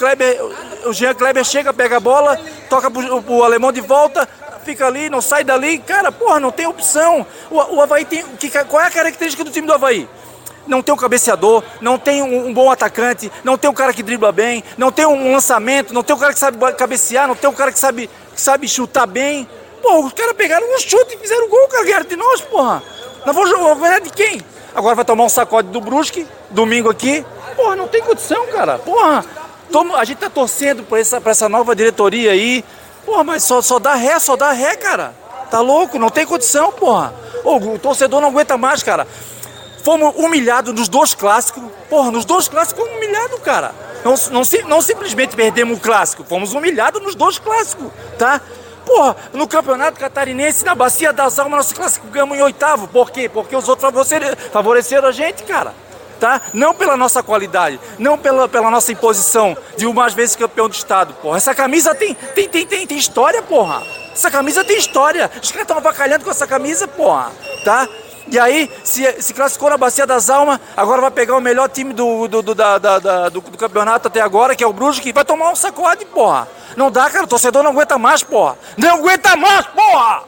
o Jean Kleber chega, pega a bola, toca pro alemão de volta, fica ali, não sai dali. Cara, porra, não tem opção. O Avaí tem... Qual é a característica do time do Avaí? Não tem um cabeceador, não tem um bom atacante, não tem um cara que dribla bem, não tem um lançamento, não tem um cara que sabe cabecear, não tem um cara que sabe chutar bem. Porra, os caras pegaram um chute e fizeram um gol, cara, ganharam de nós, porra. Nós vamos ganhar de quem? Agora vai tomar um sacode do Brusque, domingo aqui. Porra, não tem condição, cara. Porra, a gente tá torcendo pra essa nova diretoria aí. Porra, mas só dá ré, cara. Tá louco, não tem condição, porra. O torcedor não aguenta mais, cara. Fomos humilhados nos 2 clássicos. Porra, nos 2 clássicos fomos humilhados, cara. Não simplesmente perdemos o clássico, fomos humilhados nos 2 clássicos, tá? Porra, no Campeonato Catarinense, na Bacia das Almas, nós classificamos em 8º. Por quê? Porque os outros favoreceram a gente, cara. Tá? Não pela nossa qualidade, não pela nossa imposição de umas vezes campeão do estado, porra. Essa camisa tem história, porra. Essa camisa tem história. Os caras estão avacalhando com essa camisa, porra. Tá? E aí, se classificou na Bacia das Almas, agora vai pegar o melhor time do campeonato até agora, que é o Brusque, que vai tomar um sacode, porra. Não dá, cara, o torcedor não aguenta mais, porra. Não aguenta mais, porra!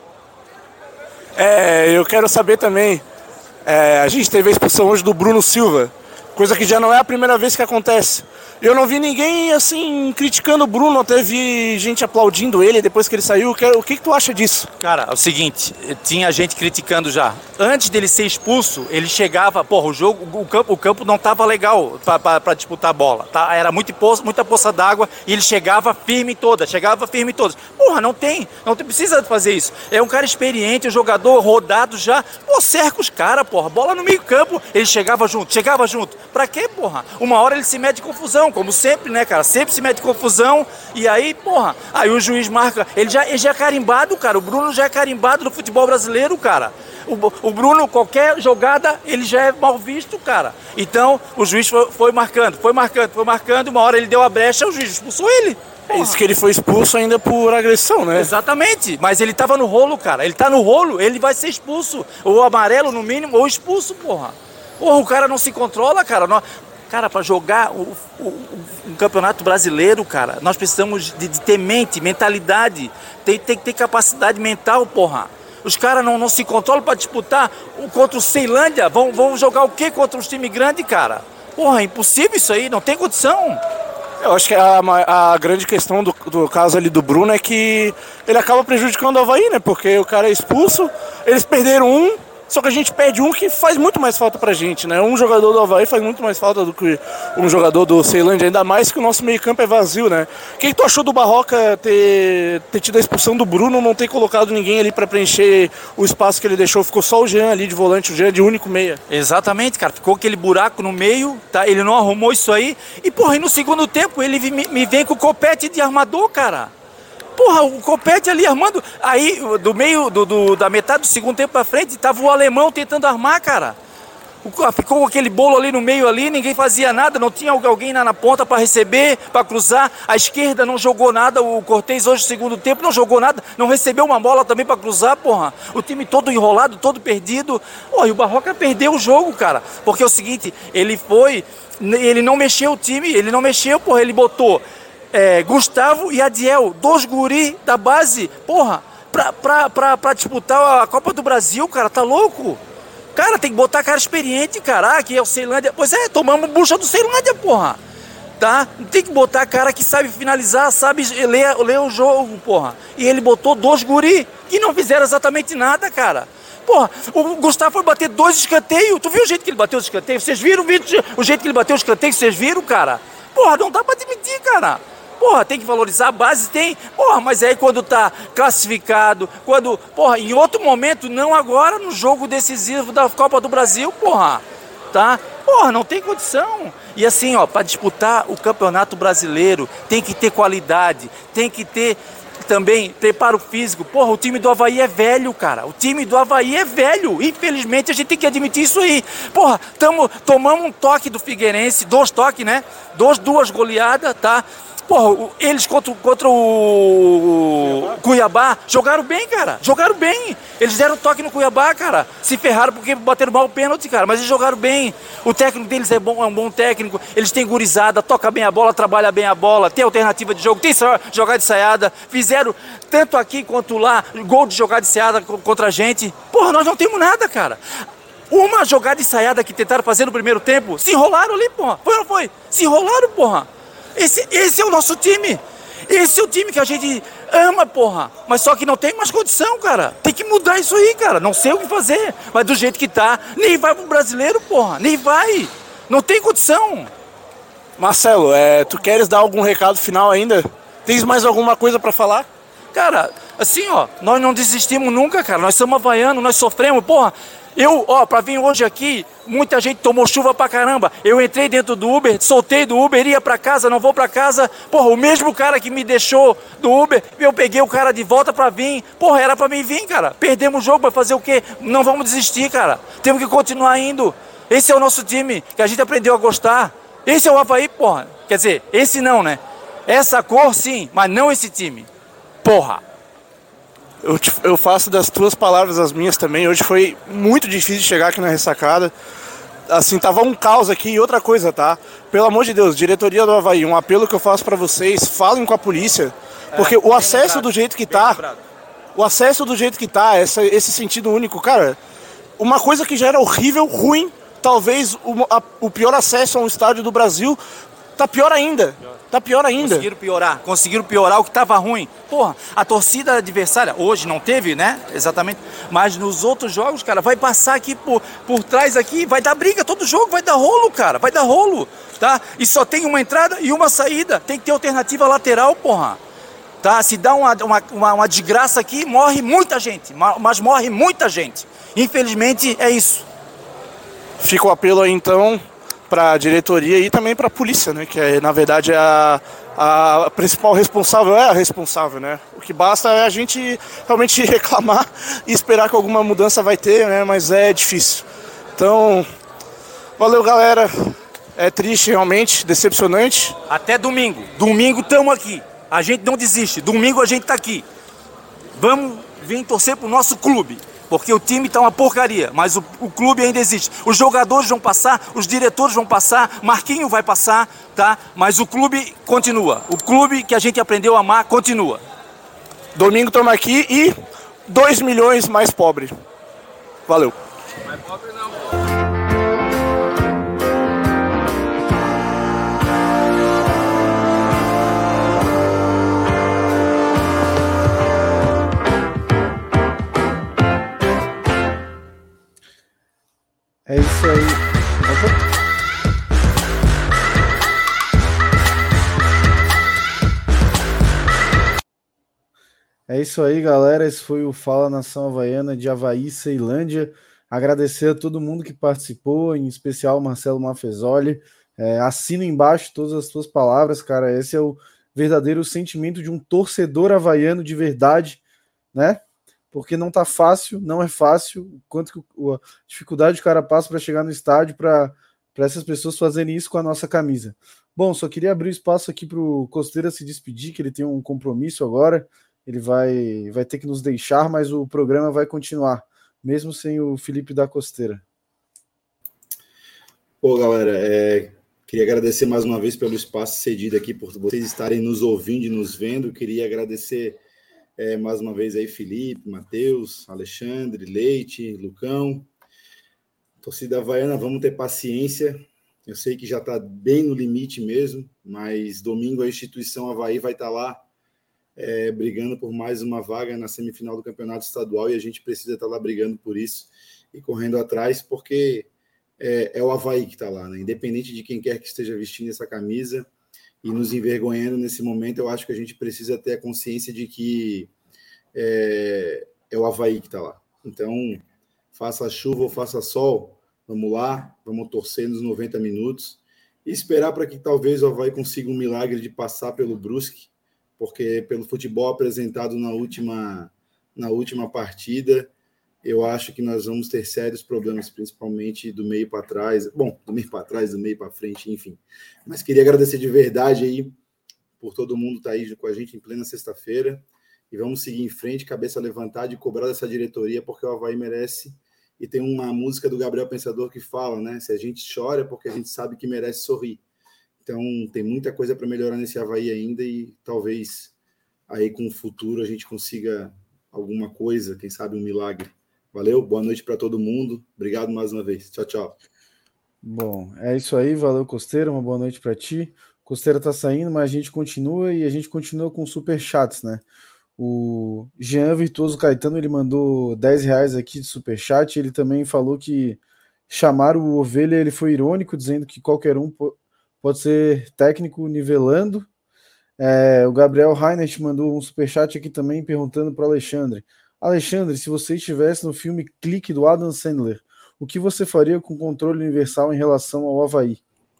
Eu quero saber também, a gente teve a expulsão hoje do Bruno Silva. Coisa que já não é a primeira vez que acontece. Eu não vi ninguém, assim, criticando o Bruno, até vi gente aplaudindo ele depois que ele saiu. O que tu acha disso? Cara, é o seguinte, tinha gente criticando já. Antes dele ser expulso, ele chegava, porra, o campo não tava legal pra disputar a bola, tá? Era muita poça d'água e ele chegava firme em todas. Porra, não precisa fazer isso. É um cara experiente, um jogador rodado já. Pô, cerca os caras, porra. Bola no meio campo, ele chegava junto. Pra quê, porra? Uma hora ele se mete em confusão, como sempre, né, cara? Sempre se mete em confusão e aí, porra, aí o juiz marca. Ele já é carimbado, cara. O Bruno já é carimbado no futebol brasileiro, cara. O Bruno, qualquer jogada, ele já é mal visto, cara. Então, o juiz foi marcando. Uma hora ele deu a brecha, o juiz expulsou ele. É isso que ele foi expulso ainda por agressão, né? Exatamente, mas ele tava no rolo, cara. Ele tá no rolo, ele vai ser expulso. Ou amarelo, no mínimo, ou expulso, porra. Porra, o cara não se controla, cara. Cara, para jogar um campeonato brasileiro, cara, nós precisamos de ter mentalidade. Tem que ter capacidade mental, porra. Os caras não se controlam para disputar contra o Ceilândia. Vão jogar o quê contra os times grandes, cara? Porra, é impossível isso aí, não tem condição. Eu acho que a grande questão do caso ali do Bruno é que ele acaba prejudicando o Avaí, né? Porque o cara é expulso, eles perderam só que a gente perde que faz muito mais falta pra gente, né? Um jogador do Avaí faz muito mais falta do que um jogador do Ceilândia, ainda mais que o nosso meio campo é vazio, né? O que tu achou do Barroca ter tido a expulsão do Bruno, não ter colocado ninguém ali pra preencher o espaço que ele deixou? Ficou só o Jean ali de volante, o Jean de único meia. Exatamente, cara. Ficou aquele buraco no meio, tá? Ele não arrumou isso aí. E, porra, no segundo tempo ele me vem com o Copete de armador, cara. Porra, o Copete ali armando. Aí, do meio, da metade do segundo tempo pra frente, tava o alemão tentando armar, cara. Ficou aquele bolo ali no meio ali, ninguém fazia nada, não tinha alguém na ponta para receber, para cruzar. A esquerda não jogou nada, o Cortez hoje no segundo tempo não jogou nada, não recebeu uma bola também para cruzar, porra. O time todo enrolado, todo perdido. Porra, e o Barroca perdeu o jogo, cara. Porque é o seguinte, ele não mexeu o time, porra, ele botou Gustavo e Adiel, 2 guri da base, porra, pra disputar a Copa do Brasil, cara, tá louco? Cara, tem que botar cara experiente, cara, aqui é o Ceilândia. Pois é, tomamos bucha do Ceilândia, porra. Tá? Tem que botar cara que sabe finalizar, sabe ler o jogo, porra. E ele botou 2 guri que não fizeram exatamente nada, cara. Porra, o Gustavo foi bater 2 escanteios. Tu viu o jeito que ele bateu os escanteios? Vocês viram o jeito que ele bateu os escanteios? Vocês viram, cara? Porra, não dá pra admitir, cara. Porra, tem que valorizar a base, tem. Porra, mas aí quando tá classificado, porra, em outro momento, não agora no jogo decisivo da Copa do Brasil, porra. Tá? Porra, não tem condição. E assim, ó, pra disputar o Campeonato Brasileiro, tem que ter qualidade, tem que ter também preparo físico. Porra, o time do Avaí é velho, cara. O time do Avaí é velho. Infelizmente, a gente tem que admitir isso aí. Porra, tomamos um toque do Figueirense, 2 toques, né? 2 goleadas, tá? Porra, eles contra o Cuiabá jogaram bem, cara. Jogaram bem. Eles deram toque no Cuiabá, cara. Se ferraram porque bateram mal o pênalti, cara. Mas eles jogaram bem. O técnico deles é um bom técnico. Eles têm gurizada, toca bem a bola, trabalha bem a bola, tem alternativa de jogo, tem jogada de ensaiada. Fizeram tanto aqui quanto lá gol de jogada de ensaiada contra a gente. Porra, nós não temos nada, cara. Uma jogada ensaiada que tentaram fazer no primeiro tempo, se enrolaram ali, porra. Foi ou não foi? Se enrolaram, porra. Esse é o nosso time. Esse é o time que a gente ama, porra. Mas só que não tem mais condição, cara. Tem que mudar isso aí, cara. Não sei o que fazer. Mas do jeito que tá, nem vai pro brasileiro, porra. Nem vai. Não tem condição. Marcelo, tu queres dar algum recado final ainda? Tens mais alguma coisa pra falar? Cara, assim, ó, nós não desistimos nunca, cara. Nós somos havaianos, nós sofremos, porra. Pra vir hoje aqui, muita gente tomou chuva pra caramba. Eu entrei dentro do Uber, soltei do Uber, ia pra casa, não vou pra casa. Porra, o mesmo cara que me deixou do Uber, eu peguei o cara de volta pra vir. Porra, era pra mim vir, cara. Perdemos o jogo, vai fazer o quê? Não vamos desistir, cara. Temos que continuar indo. Esse é o nosso time, que a gente aprendeu a gostar. Esse é o Avaí, porra. Quer dizer, esse não, né? Essa cor, sim, mas não esse time. Porra. Eu faço das tuas palavras as minhas também. Hoje foi muito difícil chegar aqui na ressacada. Assim, tava um caos aqui. E outra coisa, tá? Pelo amor de Deus, diretoria do Avaí, um apelo que eu faço pra vocês, falem com a polícia. Porque o acesso do jeito que tá, esse sentido único, cara, uma coisa que já era horrível, ruim, talvez o pior acesso a um estádio do Brasil tá pior ainda. Conseguiram piorar o que estava ruim. Porra, a torcida adversária, hoje não teve, né? Exatamente. Mas nos outros jogos, cara, vai passar aqui por trás aqui, vai dar briga, todo jogo vai dar rolo, cara, vai dar rolo, tá? E só tem uma entrada e uma saída, tem que ter alternativa lateral, porra. Tá? Se dá uma desgraça aqui, morre muita gente, mas morre muita gente. Infelizmente é isso. Fica o apelo aí então para a diretoria e também para a polícia, né? Que é, na verdade, a principal responsável é a responsável, né? O que basta é a gente realmente reclamar e esperar que alguma mudança vai ter, né? Mas é difícil. Então, valeu, galera. É triste realmente, decepcionante. Até domingo. Domingo estamos aqui. A gente não desiste. Domingo a gente está aqui. Vamos vir torcer pro nosso clube. Porque o time tá uma porcaria, mas o clube ainda existe. Os jogadores vão passar, os diretores vão passar, Marquinho vai passar, tá? Mas o clube continua. O clube que a gente aprendeu a amar continua. Domingo estamos aqui e 2 milhões mais pobre. Valeu. Mais pobre não. É isso aí. É isso aí, galera. Esse foi o Fala Nação Havaiana de Avaí, Ceilândia. Agradecer a todo mundo que participou, em especial o Marcelo Mafezoli. Assina embaixo todas as suas palavras, cara. Esse é o verdadeiro sentimento de um torcedor havaiano de verdade, né? Porque não tá fácil, não é fácil, quanto que a dificuldade que o cara passa para chegar no estádio para essas pessoas fazerem isso com a nossa camisa. Bom, só queria abrir espaço aqui para o Costeira se despedir, que ele tem um compromisso agora, ele vai ter que nos deixar, mas o programa vai continuar, mesmo sem o Felipe da Costeira. Pô, galera, queria agradecer mais uma vez pelo espaço cedido aqui, por vocês estarem nos ouvindo e nos vendo, queria agradecer mais uma vez aí Felipe, Matheus, Alexandre, Leite, Lucão. Torcida havaiana, vamos ter paciência. Eu sei que já está bem no limite mesmo, mas domingo a instituição Avaí vai estar lá brigando por mais uma vaga na semifinal do Campeonato Estadual e a gente precisa estar lá brigando por isso e correndo atrás, porque é o Avaí que está lá, né? Independente de quem quer que esteja vestindo essa camisa e nos envergonhando nesse momento, eu acho que a gente precisa ter a consciência de que é o Avaí que está lá. Então, faça chuva ou faça sol, vamos lá, vamos torcer nos 90 minutos e esperar para que talvez o Avaí consiga um milagre de passar pelo Brusque, porque pelo futebol apresentado na última partida, eu acho que nós vamos ter sérios problemas, principalmente do meio para trás. Bom, do meio para trás, do meio para frente, enfim. Mas queria agradecer de verdade aí por todo mundo estar aí com a gente em plena sexta-feira. E vamos seguir em frente, cabeça levantada e cobrar dessa diretoria, porque o Avaí merece. E tem uma música do Gabriel Pensador que fala, né? Se a gente chora é porque a gente sabe que merece sorrir. Então, tem muita coisa para melhorar nesse Avaí ainda e talvez aí com o futuro a gente consiga alguma coisa, quem sabe um milagre. Valeu, boa noite para todo mundo. Obrigado mais uma vez. Tchau, tchau. Bom, é isso aí. Valeu, Costeira. Uma boa noite para ti. Costeira tá saindo, mas a gente continua e a gente continua com superchats, né? O Jean Virtuoso Caetano, ele mandou R$10 aqui de superchat. Ele também falou que chamar o Ovelha, ele foi irônico, dizendo que qualquer um pode ser técnico nivelando. O Gabriel Reinert mandou um superchat aqui também, perguntando para o Alexandre. Alexandre, se você estivesse no filme Clique do Adam Sandler, o que você faria com o controle universal em relação ao Avaí?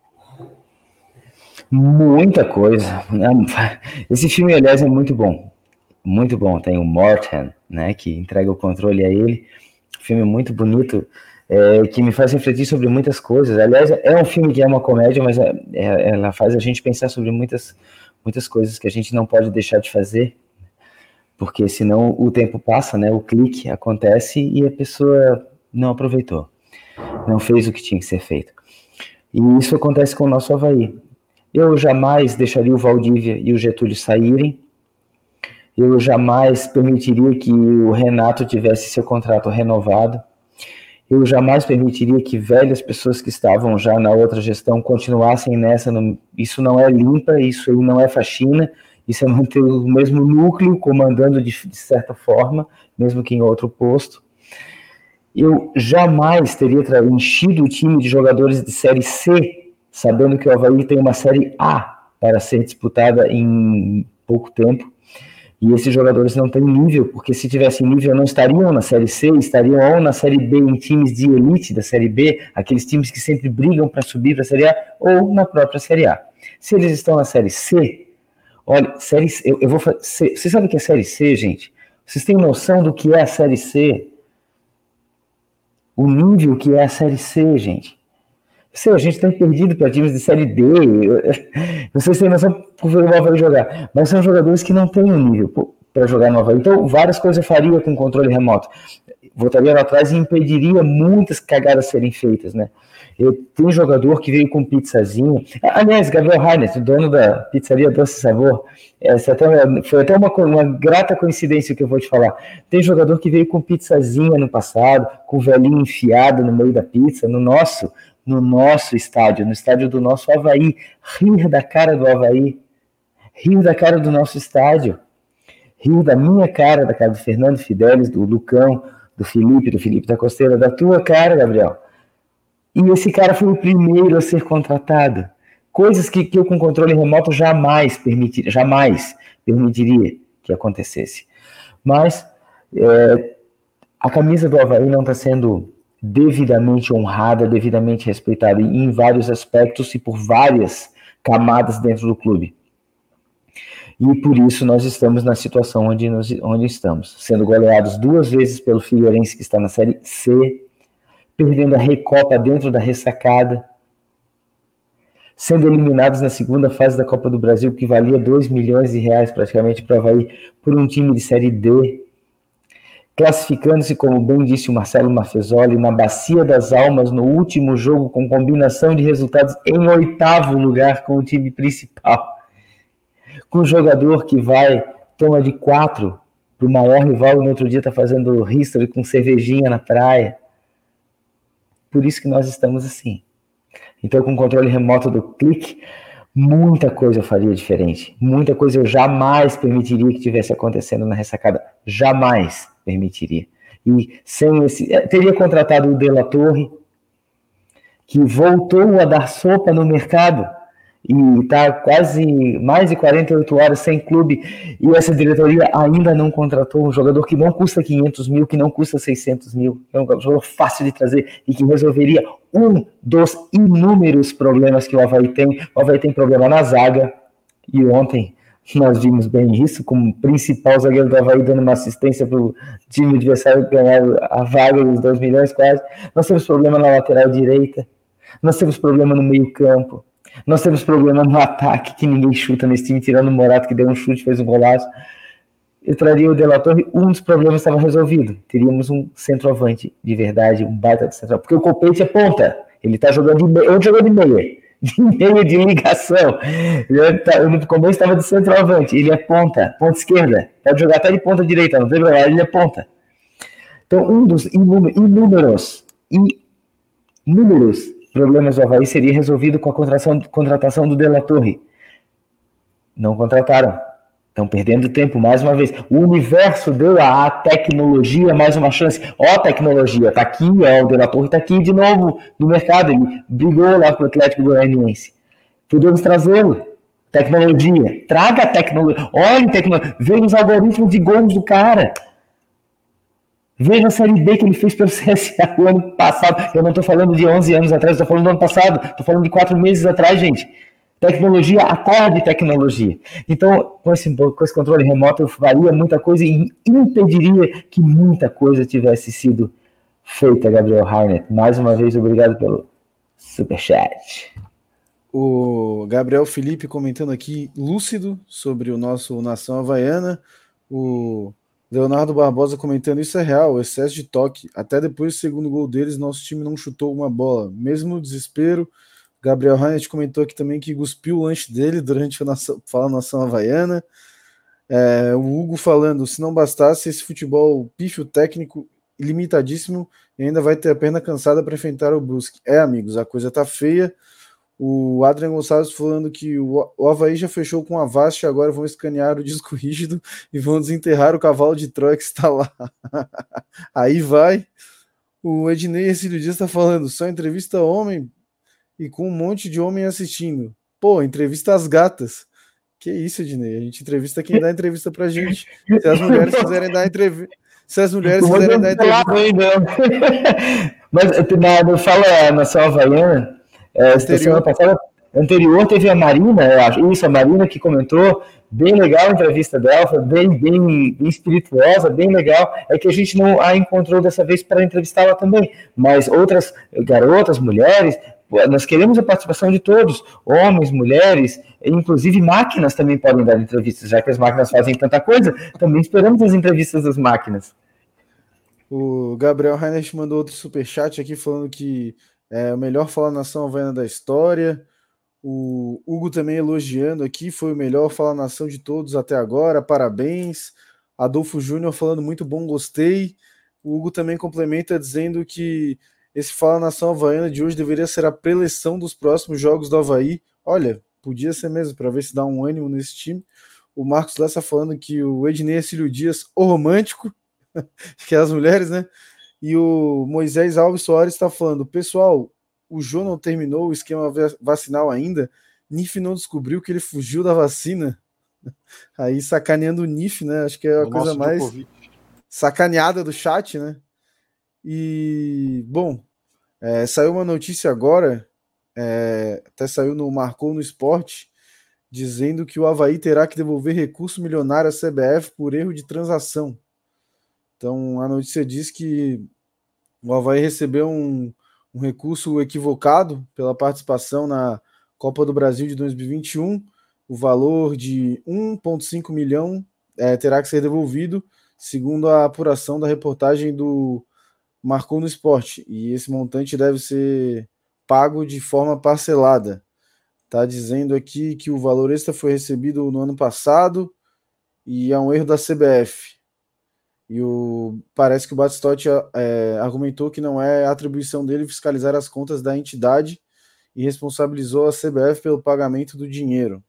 Muita coisa. Esse filme, aliás, é muito bom. Muito bom. Tem o Morten, né, que entrega o controle a ele. Um filme muito bonito, que me faz refletir sobre muitas coisas. Aliás, é um filme que é uma comédia, mas ela faz a gente pensar sobre muitas coisas que a gente não pode deixar de fazer, porque senão o tempo passa, né? O clique acontece e a pessoa não aproveitou, não fez o que tinha que ser feito. E isso acontece com o nosso Avaí. Eu jamais deixaria o Valdívia e o Getúlio saírem. Eu jamais permitiria que o Renato tivesse seu contrato renovado. Eu jamais permitiria que velhas pessoas que estavam já na outra gestão continuassem nessa. Isso não é limpa, isso aí não é faxina, isso é manter o mesmo núcleo comandando de certa forma, mesmo que em outro posto. Eu jamais teria enchido o time de jogadores de Série C, sabendo que o Avaí tem uma Série A para ser disputada em pouco tempo. E esses jogadores não têm nível, porque se tivessem nível não estariam na Série C, estariam ou na Série B, em times de elite da Série B, aqueles times que sempre brigam para subir para a Série A, ou na própria Série A. Se eles estão na Série C, olha, Série C, eu vou fazer. Vocês sabem o que é Série C, gente? Vocês têm noção do que é a Série C? O nível que é a Série C, gente? A gente tem perdido para times de Série D. Vocês têm noção por ver o Avaí jogar. Mas são jogadores que não têm um nível para jogar no Avaí. Então, várias coisas eu faria com controle remoto. Voltaria lá atrás e impediria muitas cagadas serem feitas, né? Tem jogador que veio com pizzazinha. Aliás, Gabriel Heinert, o dono da pizzaria Doce Sabor, foi até uma grata coincidência que eu vou te falar. Tem jogador que veio com pizzazinha no passado, com o velhinho enfiado no meio da pizza, no nosso estádio, no estádio do nosso Avaí, rir da cara do Avaí, rir da cara do nosso estádio, rir da minha cara, da cara do Fernando Fidelis, do Lucão, do Felipe da Costeira, da tua cara, Gabriel. E esse cara foi o primeiro a ser contratado. Coisas que eu com controle remoto jamais permitiria que acontecesse. Mas a camisa do Avaí não está sendo devidamente honrada, devidamente respeitada em vários aspectos e por várias camadas dentro do clube. E por isso nós estamos na situação onde estamos, sendo goleados 2 vezes pelo Figueirense, que está na Série C, perdendo a Recopa dentro da ressacada, sendo eliminados na segunda fase da Copa do Brasil, que valia R$2 milhões praticamente para o Avaí, por um time de Série D, classificando-se, como bem disse o Marcelo Maffezoli, na Bacia das Almas, no último jogo, com combinação de resultados em 8º lugar com o time principal. Com um jogador que toma de 4 para o maior rival, e no outro dia está fazendo history com cervejinha na praia. Por isso que nós estamos assim. Então, com o controle remoto do clique, muita coisa eu faria diferente. Muita coisa eu jamais permitiria que tivesse acontecendo na ressacada. Jamais permitiria. E teria contratado o De La Torre, que voltou a dar sopa no mercado e está quase mais de 48 horas sem clube, e essa diretoria ainda não contratou um jogador que não custa 500 mil, que não custa 600 mil, é um jogador fácil de trazer e que resolveria um dos inúmeros problemas que o Avaí tem. O Avaí tem problema na zaga, e ontem nós vimos bem isso, como principal zagueiro do Avaí dando uma assistência para o time adversário ganhar a vaga dos 2 milhões quase. Nós temos problema na lateral direita, nós temos problema no meio campo, nós temos problema no ataque, que ninguém chuta nesse time, tirando o Morato, que deu um chute, fez um golaço. Eu traria o De La Torre, um dos problemas estava resolvido. Teríamos um centroavante de verdade, um baita de centroavante, porque o Copete é ponta, ele está jogando de meia, onde jogou de meia de ligação. No começo estava de centroavante, ele é ponta esquerda, pode jogar até de ponta direita, não tem problema, ele é ponta. Então, um dos inúmeros problemas do Avaí seria resolvido com a contratação do De La Torre. Não contrataram. Estão perdendo tempo mais uma vez. O universo deu à tecnologia mais uma chance. A tecnologia está aqui, o De La Torre está aqui de novo no mercado. Ele brigou lá com o Atlético Goianiense. Podemos trazê-lo. Tecnologia. Traga a tecnologia. Olha a tecnologia. Veja os algoritmos de gols do cara. Veja a Série B que ele fez pelo CSA o ano passado. Eu não estou falando de 11 anos atrás, estou falando do ano passado. Estou falando de 4 meses atrás, gente. Tecnologia, acorde tecnologia. Então, com esse controle remoto, eu faria muita coisa e impediria que muita coisa tivesse sido feita, Gabriel Heinert. Mais uma vez, obrigado pelo superchat. O Gabriel Felipe comentando aqui, lúcido, sobre o nosso Nação Havaiana. O Leonardo Barbosa comentando, isso é real, excesso de toque. Até depois do segundo gol deles, nosso time não chutou uma bola. Mesmo no desespero, Gabriel Heinert comentou aqui também que cuspiu o lanche dele durante a Nação Havaiana. O Hugo falando, se não bastasse esse futebol pífio técnico limitadíssimo e ainda vai ter a perna cansada para enfrentar o Brusque. Amigos, a coisa tá feia. O Adrian Gonçalves falando que o Avaí já fechou com a Avast, agora vão escanear o disco rígido e vão desenterrar o cavalo de Troia que está lá. Aí vai. O Ednei Ercílio Dias está falando, só entrevista homem e com um monte de homem assistindo. Pô, entrevista às gatas. Que isso, Ednei? A gente entrevista quem dá entrevista pra gente. Se as mulheres quiserem dar entrevista... Se as mulheres quiserem dar entrevista... Mas no Fala Nação Havaiana, semana passada, anterior teve a Marina, eu acho. Isso, a Marina que comentou, bem legal a entrevista dela, foi bem espirituosa, bem legal. É que a gente não a encontrou dessa vez para entrevistá-la também. Mas outras garotas, mulheres, nós queremos a participação de todos, homens, mulheres, inclusive máquinas também podem dar entrevistas, já que as máquinas fazem tanta coisa, também esperamos as entrevistas das máquinas. O Gabriel Reinert mandou outro superchat aqui falando que é o melhor Fala Nação Havaiana da história. O Hugo também elogiando aqui, foi o melhor Fala Nação de todos até agora, parabéns. Adolfo Júnior falando muito bom, gostei. O Hugo também complementa dizendo que esse Fala Nação Havaiana de hoje deveria ser a preleção dos próximos jogos do Avaí. Olha, podia ser mesmo, para ver se dá um ânimo nesse time. O Marcos Lessa falando que o Ednei Ercílio Dias, o romântico, que é as mulheres, né? E o Moisés Alves Soares está falando, pessoal, o Jô não terminou o esquema vacinal ainda, NIF não descobriu que ele fugiu da vacina. Aí sacaneando o NIF, né? Acho que é a coisa mais sacaneada do chat, né? E, bom, saiu uma notícia agora, até saiu no Marcou no Esporte, dizendo que o Avaí terá que devolver recurso milionário à CBF por erro de transação. Então, a notícia diz que o Avaí recebeu um recurso equivocado pela participação na Copa do Brasil de 2021. O valor de 1,5 milhão terá que ser devolvido, segundo a apuração da reportagem do Marcou no Esporte. E esse montante deve ser pago de forma parcelada. Está dizendo aqui que o valor extra foi recebido no ano passado e é um erro da CBF. E parece que o Batistotti argumentou que não é atribuição dele fiscalizar as contas da entidade e responsabilizou a CBF pelo pagamento do dinheiro.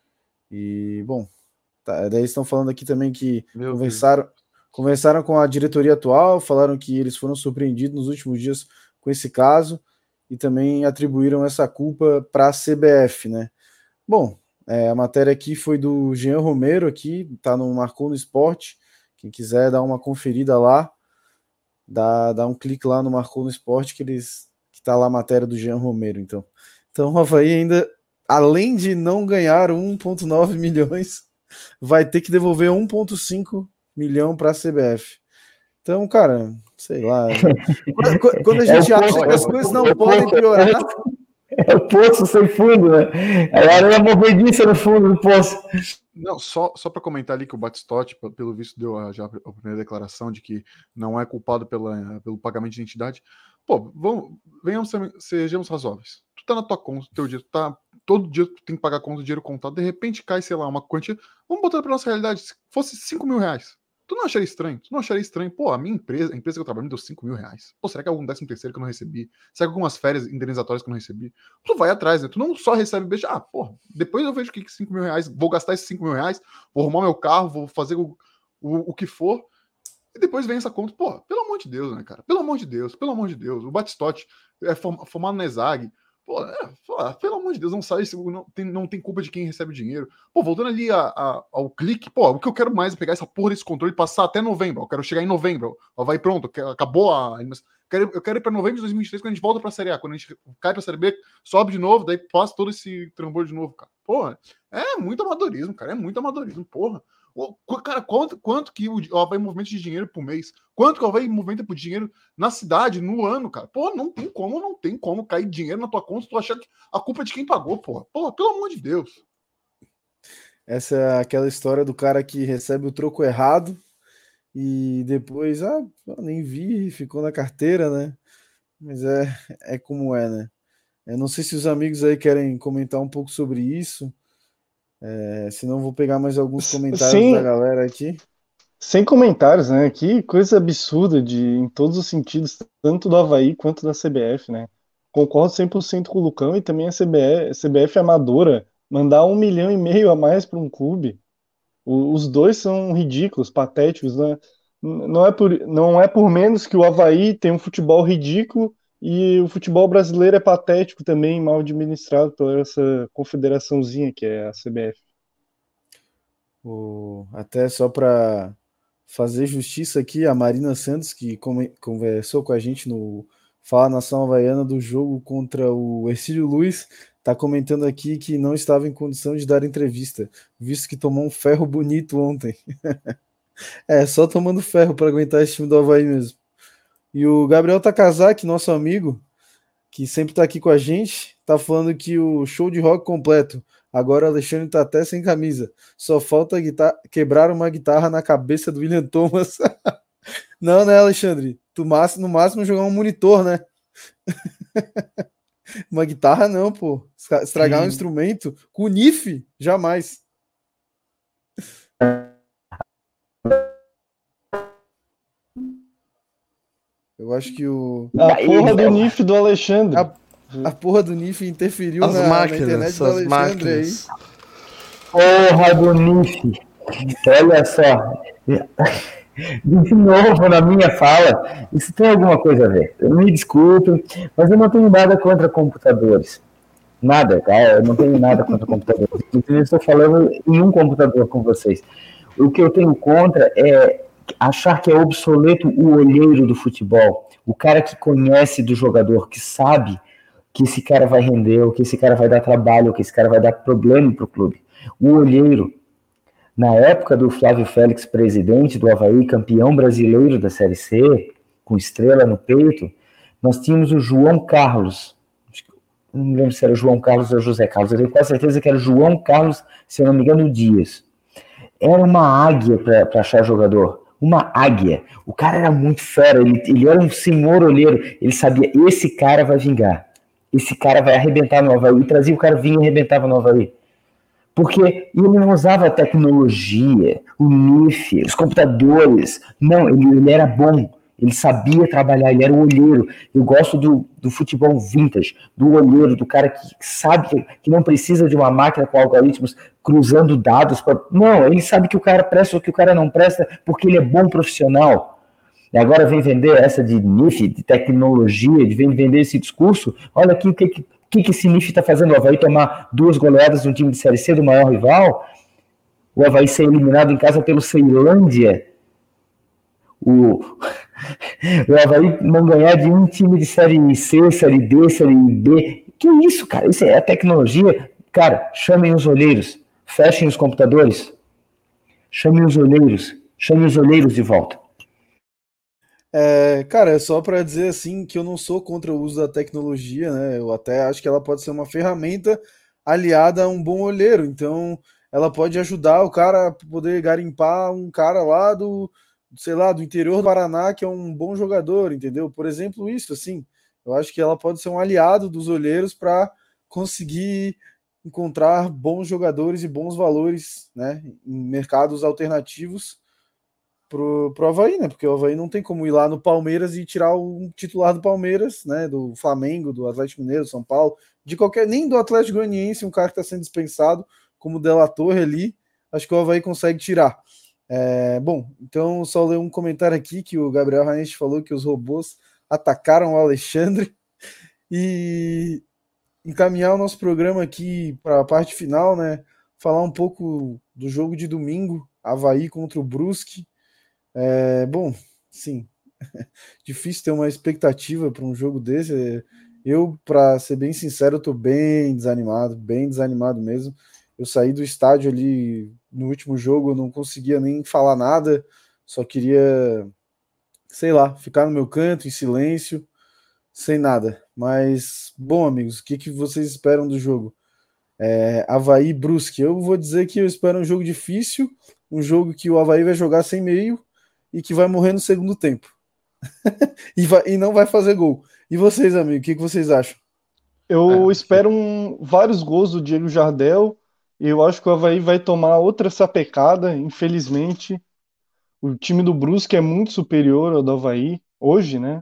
E, bom, daí estão falando aqui também que conversaram com a diretoria atual, falaram que eles foram surpreendidos nos últimos dias com esse caso e também atribuíram essa culpa para a CBF, né? Bom, a matéria aqui foi do Jean Romero, aqui, tá no Marcou no Esporte. Quem quiser dar uma conferida lá, dá um clique lá no Marcou no Esporte, que tá lá a matéria do Jean Romero. Então o Avaí ainda, além de não ganhar 1,9 milhões, vai ter que devolver 1,5 milhão para a CBF. Então, cara, sei lá. Quando a gente acha que as coisas não podem piorar... É o poço sem fundo, né? É a areia movediça no fundo do poço. Não, só para comentar ali que o Batistotti, pelo visto, deu já a primeira declaração de que não é culpado pelo pagamento de identidade. Pô, sejamos razoáveis. Tu tá na tua conta, teu dia, todo dia tu tem que pagar a conta do dinheiro contado, de repente cai, sei lá, uma quantia. Vamos botar pra nossa realidade, se fosse 5 mil reais. Tu não acharia estranho? Pô, a empresa que eu trabalho me deu 5 mil reais. Pô, será que é algum 13º que eu não recebi? Será que algumas férias indenizatórias que eu não recebi? Tu vai atrás, né? Tu não só recebe beijo. Depois eu vejo que 5 mil reais, vou gastar esses 5 mil reais, vou arrumar meu carro, vou fazer o que for. E depois vem essa conta. Pô, pelo amor de Deus, né, cara? Pelo amor de Deus. O Batistotti é formado na ESAG. Pô, pelo amor de Deus, não tem culpa de quem recebe o dinheiro. Pô, voltando ali ao clique, pô, o que eu quero mais é pegar essa porra desse controle e passar até novembro. Eu quero chegar em novembro. Vai pronto, acabou eu quero ir pra novembro de 2023 quando a gente volta pra Série A. Quando a gente cai pra Série B, sobe de novo, daí passa todo esse trambolho de novo, cara. Porra, é muito amadorismo, cara. É muito amadorismo, porra. Cara, quanto que o Avaí movimenta de dinheiro por mês? Quanto que o Avaí movimenta por dinheiro na cidade, no ano, cara? Pô, não tem como cair dinheiro na tua conta e tu achar que a culpa é de quem pagou, porra. Pô, pelo amor de Deus. Essa é aquela história do cara que recebe o troco errado e depois, eu nem vi, ficou na carteira, né? Mas é como é, né? Eu não sei se os amigos aí querem comentar um pouco sobre isso. Senão vou pegar mais alguns comentários da galera aqui. Sem comentários, né? Que coisa absurda em todos os sentidos, tanto do Avaí quanto da CBF, né? Concordo 100% com o Lucão e também a CBF amadora mandar 1,5 milhão a mais para um clube. Os dois são ridículos, patéticos, né? Não é por menos que o Avaí tem um futebol ridículo e o futebol brasileiro é patético também, mal administrado por essa confederaçãozinha que é a CBF. Até só para fazer justiça aqui, a Marina Santos, que conversou com a gente no Fala Nação Havaiana do jogo contra o Ercílio Luz, está comentando aqui que não estava em condição de dar entrevista, visto que tomou um ferro bonito ontem. Só tomando ferro para aguentar esse time do Avaí mesmo. E o Gabriel Takazaki, nosso amigo, que sempre está aqui com a gente, está falando que o show de rock completo. Agora o Alexandre tá até sem camisa. Só falta quebrar uma guitarra na cabeça do William Thomas. Não, né, Alexandre? No máximo jogar um monitor, né? Uma guitarra não, pô. Estragar um instrumento com NIF, jamais. Eu acho que a porra do NIF do Alexandre. A porra do NIF interferiu na internet do Alexandre aí. Porra do NIF. Olha só. De novo na minha fala, isso tem alguma coisa a ver. Me desculpem, mas eu não tenho nada contra computadores. Nada, tá? Eu não tenho nada contra computadores. Eu estou falando em um computador com vocês. O que eu tenho contra é achar que é obsoleto o olheiro do futebol. O cara que conhece do jogador, que sabe que esse cara vai render, ou que esse cara vai dar trabalho, ou que esse cara vai dar problema para o clube. O olheiro, na época do Flávio Félix, presidente do Avaí, campeão brasileiro da Série C, com estrela no peito, nós tínhamos o João Carlos. Não me lembro se era o João Carlos ou o José Carlos, eu tenho quase certeza que era o João Carlos, se eu não me engano, Dias. Era uma águia para achar jogador. Uma águia. O cara era muito fera, ele era um senhor olheiro, ele sabia, esse cara vai vingar. Esse cara vai arrebentar no Avaí. E trazia o cara, vinha e arrebentava no Avaí. Porque ele não usava a tecnologia, o NIF, os computadores. Não, ele era bom. Ele sabia trabalhar, ele era o olheiro. Eu gosto do futebol vintage, do olheiro, do cara que sabe que não precisa de uma máquina com algoritmos cruzando dados. Não, ele sabe que o cara presta ou que o cara não presta porque ele é bom profissional. E agora vem vender essa de NIF, de tecnologia, vem vender esse discurso. Olha aqui o que esse NIF está fazendo. O Avaí tomar 2 goleadas de um time de Série C do maior rival. O Avaí ser eliminado em casa pelo Ceilândia. O Avaí não ganhar de um time de Série C, Série D, Série B. Que isso, cara? Isso é a tecnologia. Cara, chamem os olheiros. Fechem os computadores. Chamem os olheiros de volta. Cara, é só para dizer assim que eu não sou contra o uso da tecnologia, né? Eu até acho que ela pode ser uma ferramenta aliada a um bom olheiro. Então, ela pode ajudar o cara a poder garimpar um cara lá do interior do Paraná que é um bom jogador, entendeu? Por exemplo, isso, assim, eu acho que ela pode ser um aliado dos olheiros para conseguir encontrar bons jogadores e bons valores, né, em mercados alternativos pro Avaí, né? Porque o Avaí não tem como ir lá no Palmeiras e tirar um titular do Palmeiras, né? Do Flamengo, do Atlético Mineiro, do São Paulo, nem do Atlético Goianiense, um cara que está sendo dispensado, como o De La Torre ali, acho que o Avaí consegue tirar. Bom, então só ler um comentário aqui que o Gabriel Reis falou que os robôs atacaram o Alexandre e encaminhar o nosso programa aqui para a parte final, né? Falar um pouco do jogo de domingo, Avaí contra o Brusque. Bom, sim, difícil ter uma expectativa para um jogo desse. Eu, para ser bem sincero, eu tô bem desanimado mesmo. Eu saí do estádio ali no último jogo, eu não conseguia nem falar nada, só queria, sei lá, ficar no meu canto, em silêncio, sem nada. Mas, bom, amigos, o que vocês esperam do jogo? Avaí Brusque. Eu vou dizer que eu espero um jogo difícil, um jogo que o Avaí vai jogar sem meio e que vai morrer no segundo tempo. e não vai fazer gol. E vocês, amigos, o que vocês acham? Eu espero vários gols do Diego Jardel. Eu acho que o Avaí vai tomar outra sapecada, infelizmente. O time do Brusque é muito superior ao do Avaí hoje, né?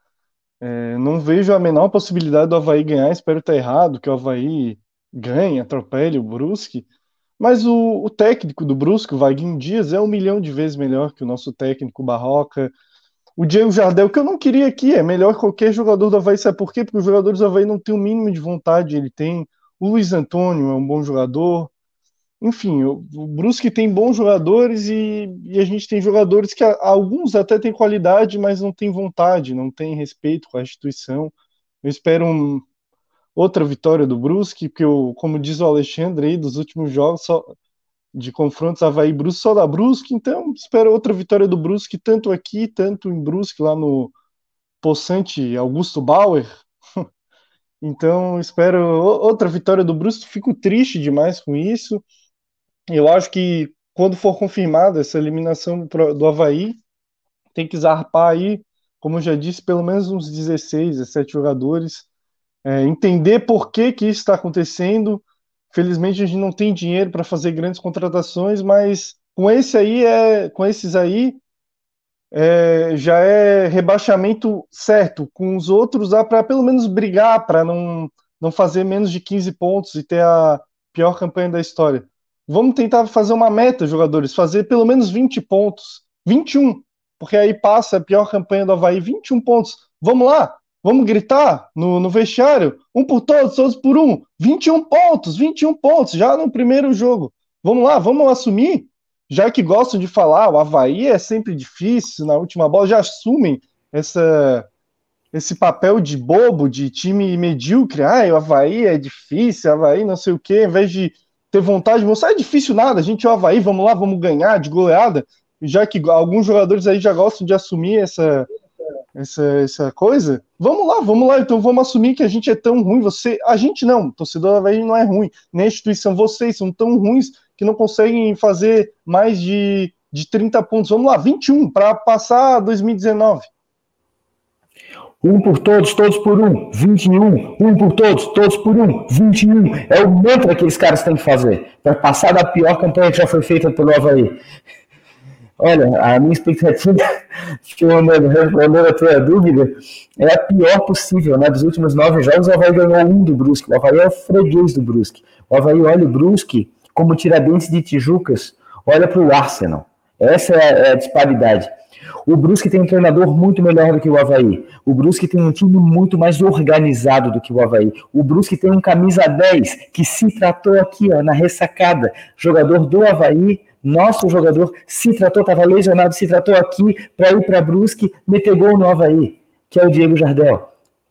Não vejo a menor possibilidade do Avaí ganhar, espero estar errado, que o Avaí ganhe, atropele o Brusque. Mas o técnico do Brusque, o Vaguinho Dias, é 1 milhão de vezes melhor que o nosso técnico Barroca. O Diego Jardel, que eu não queria aqui, é melhor que qualquer jogador do Avaí. Sabe por quê? Porque os jogadores do Avaí não têm o mínimo de vontade. Ele tem. O Luiz Antônio é um bom jogador. Enfim, o Brusque tem bons jogadores e a gente tem jogadores que alguns até têm qualidade, mas não têm vontade, não têm respeito com a instituição. Eu espero outra vitória do Brusque, porque, como diz o Alexandre aí, dos últimos jogos de confrontos Avaí e Brusque, só da Brusque, então espero outra vitória do Brusque, tanto aqui, tanto em Brusque, lá no Poçante Augusto Bauer. Então espero outra vitória do Brusque, fico triste demais com isso. Eu acho que quando for confirmada essa eliminação do Avaí, tem que zarpar aí, como eu já disse, pelo menos uns 16, 17 jogadores, entender por que isso está acontecendo. Felizmente a gente não tem dinheiro para fazer grandes contratações, mas com esses aí já é rebaixamento certo. Com os outros dá para pelo menos brigar, para não fazer menos de 15 pontos e ter a pior campanha da história. Vamos tentar fazer uma meta, jogadores, fazer pelo menos 20 pontos, 21, porque aí passa a pior campanha do Avaí, 21 pontos. Vamos lá, vamos gritar no vestiário, um por todos, todos por um, 21 pontos, já no primeiro jogo. Vamos lá, vamos assumir, já que gostam de falar, o Avaí é sempre difícil na última bola, já assumem esse papel de bobo, de time medíocre. O Avaí é difícil, o Avaí não sei o quê, ao invés de ter vontade de mostrar, é difícil nada, a gente é o Avaí, vamos lá, vamos ganhar de goleada, já que alguns jogadores aí já gostam de assumir essa coisa, vamos lá, então vamos assumir que a gente é tão ruim, a gente não, torcedor do Avaí não é ruim, nem a instituição, vocês são tão ruins que não conseguem fazer mais de 30 pontos, vamos lá, 21, para passar 2019. Um por todos, todos por um, 21. Um por todos, todos por um, 21. É o mantra que esses caras têm que fazer para passar da pior campanha que já foi feita pelo Avaí. Olha, a minha expectativa, respondendo a tua dúvida, é a pior possível, né? Dos últimos 9 jogos, o Avaí ganhou 1 do Brusque. O Avaí é o freguês do Brusque. O Avaí olha o Brusque como Tiradentes de Tijucas, olha para o Arsenal. Essa é a disparidade. O Brusque tem um treinador muito melhor do que o Avaí. O Brusque tem um time muito mais organizado do que o Avaí. O Brusque tem um camisa 10 que se tratou aqui, na ressacada. Jogador do Avaí, nosso jogador se tratou, estava lesionado, se tratou aqui para ir para Brusque, meter gol no Avaí, que é o Diego Jardel.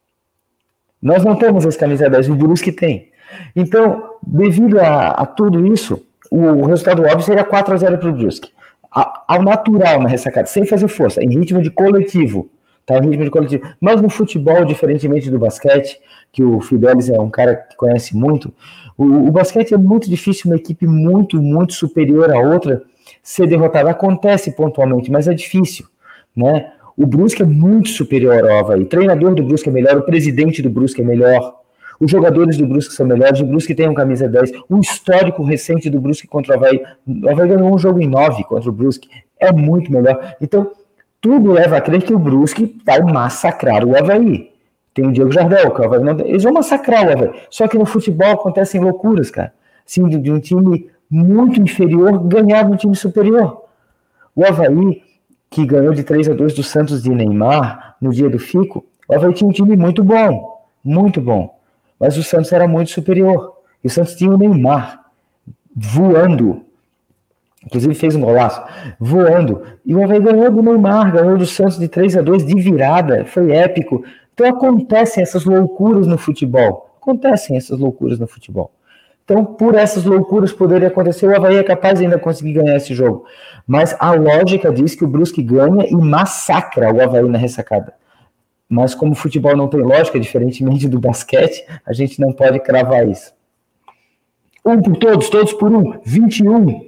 Nós não temos esse camisa 10, o Brusque tem. Então, devido a tudo isso, o resultado óbvio seria 4-0 para o Brusque. Ao natural na ressacada, sem fazer força, em ritmo de coletivo. Tá, em ritmo de coletivo. Mas no futebol, diferentemente do basquete, que o Fidelis é um cara que conhece muito, o basquete é muito difícil, uma equipe muito, muito superior à outra ser derrotada. Acontece pontualmente, mas é difícil, né? O Brusque é muito superior ao Avaí. O treinador do Brusque é melhor, o presidente do Brusque é melhor. Os jogadores do Brusque são melhores, o Brusque tem um camisa 10, o histórico recente do Brusque contra o Avaí. O Avaí ganhou um jogo em 9 contra o Brusque, é muito melhor. Então, tudo leva a crer que o Brusque vai massacrar o Avaí. Tem o Diego Jardel, que o Avaí não tem. Eles vão massacrar o Avaí. Só que no futebol acontecem loucuras, cara. Assim, de um time muito inferior ganhar de um time superior. O Avaí, que ganhou de 3-2 do Santos de Neymar no dia do Fico, o Avaí tinha um time muito bom, muito bom. Mas o Santos era muito superior. E o Santos tinha o Neymar voando. Inclusive fez um golaço. Voando. E o Avaí ganhou do Neymar, ganhou do Santos de 3-2 de virada. Foi épico. Então acontecem essas loucuras no futebol. Então, por essas loucuras poderia acontecer, o Avaí é capaz de ainda conseguir ganhar esse jogo. Mas a lógica diz que o Brusque ganha e massacra o Avaí na ressacada. Mas como o futebol não tem lógica, diferentemente do basquete, a gente não pode cravar isso. Um por todos, todos por um, 21.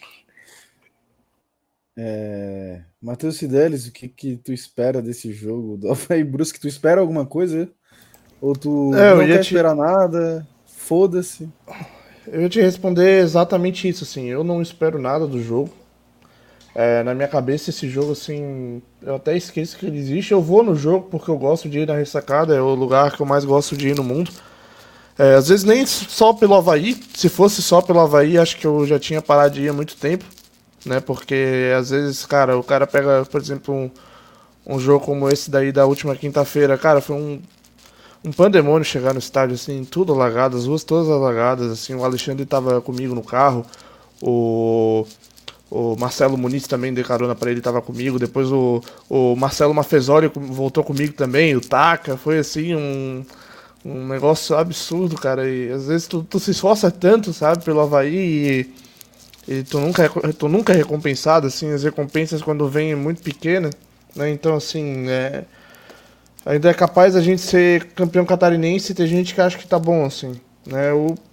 Matheus Fidelis, o que tu espera desse jogo do Avaí Brusque? Tu espera alguma coisa? Ou tu não quer esperar nada? Foda-se. Eu ia te responder exatamente isso, assim. Eu não espero nada do jogo. Na minha cabeça, esse jogo, assim, eu até esqueço que ele existe. Eu vou no jogo porque eu gosto de ir na ressacada, é o lugar que eu mais gosto de ir no mundo. Às vezes nem só pelo Avaí, se fosse só pelo Avaí, acho que eu já tinha parado de ir há muito tempo, né? Porque às vezes, cara, o cara pega, por exemplo, um jogo como esse daí da última quinta-feira, cara, foi um pandemônio chegar no estádio, assim, tudo alagado, as ruas todas alagadas, assim, o Alexandre tava comigo no carro, o Marcelo Muniz também deu carona pra ele, tava comigo, depois o Marcelo Mafezoli voltou comigo também, o Taka, foi assim, um negócio absurdo, cara, e às vezes tu se esforça tanto, sabe, pelo Avaí e tu nunca é recompensado, assim, as recompensas quando vêm é muito pequena, né, então assim, ainda é capaz a gente ser campeão catarinense e ter gente que acha que tá bom, assim, né,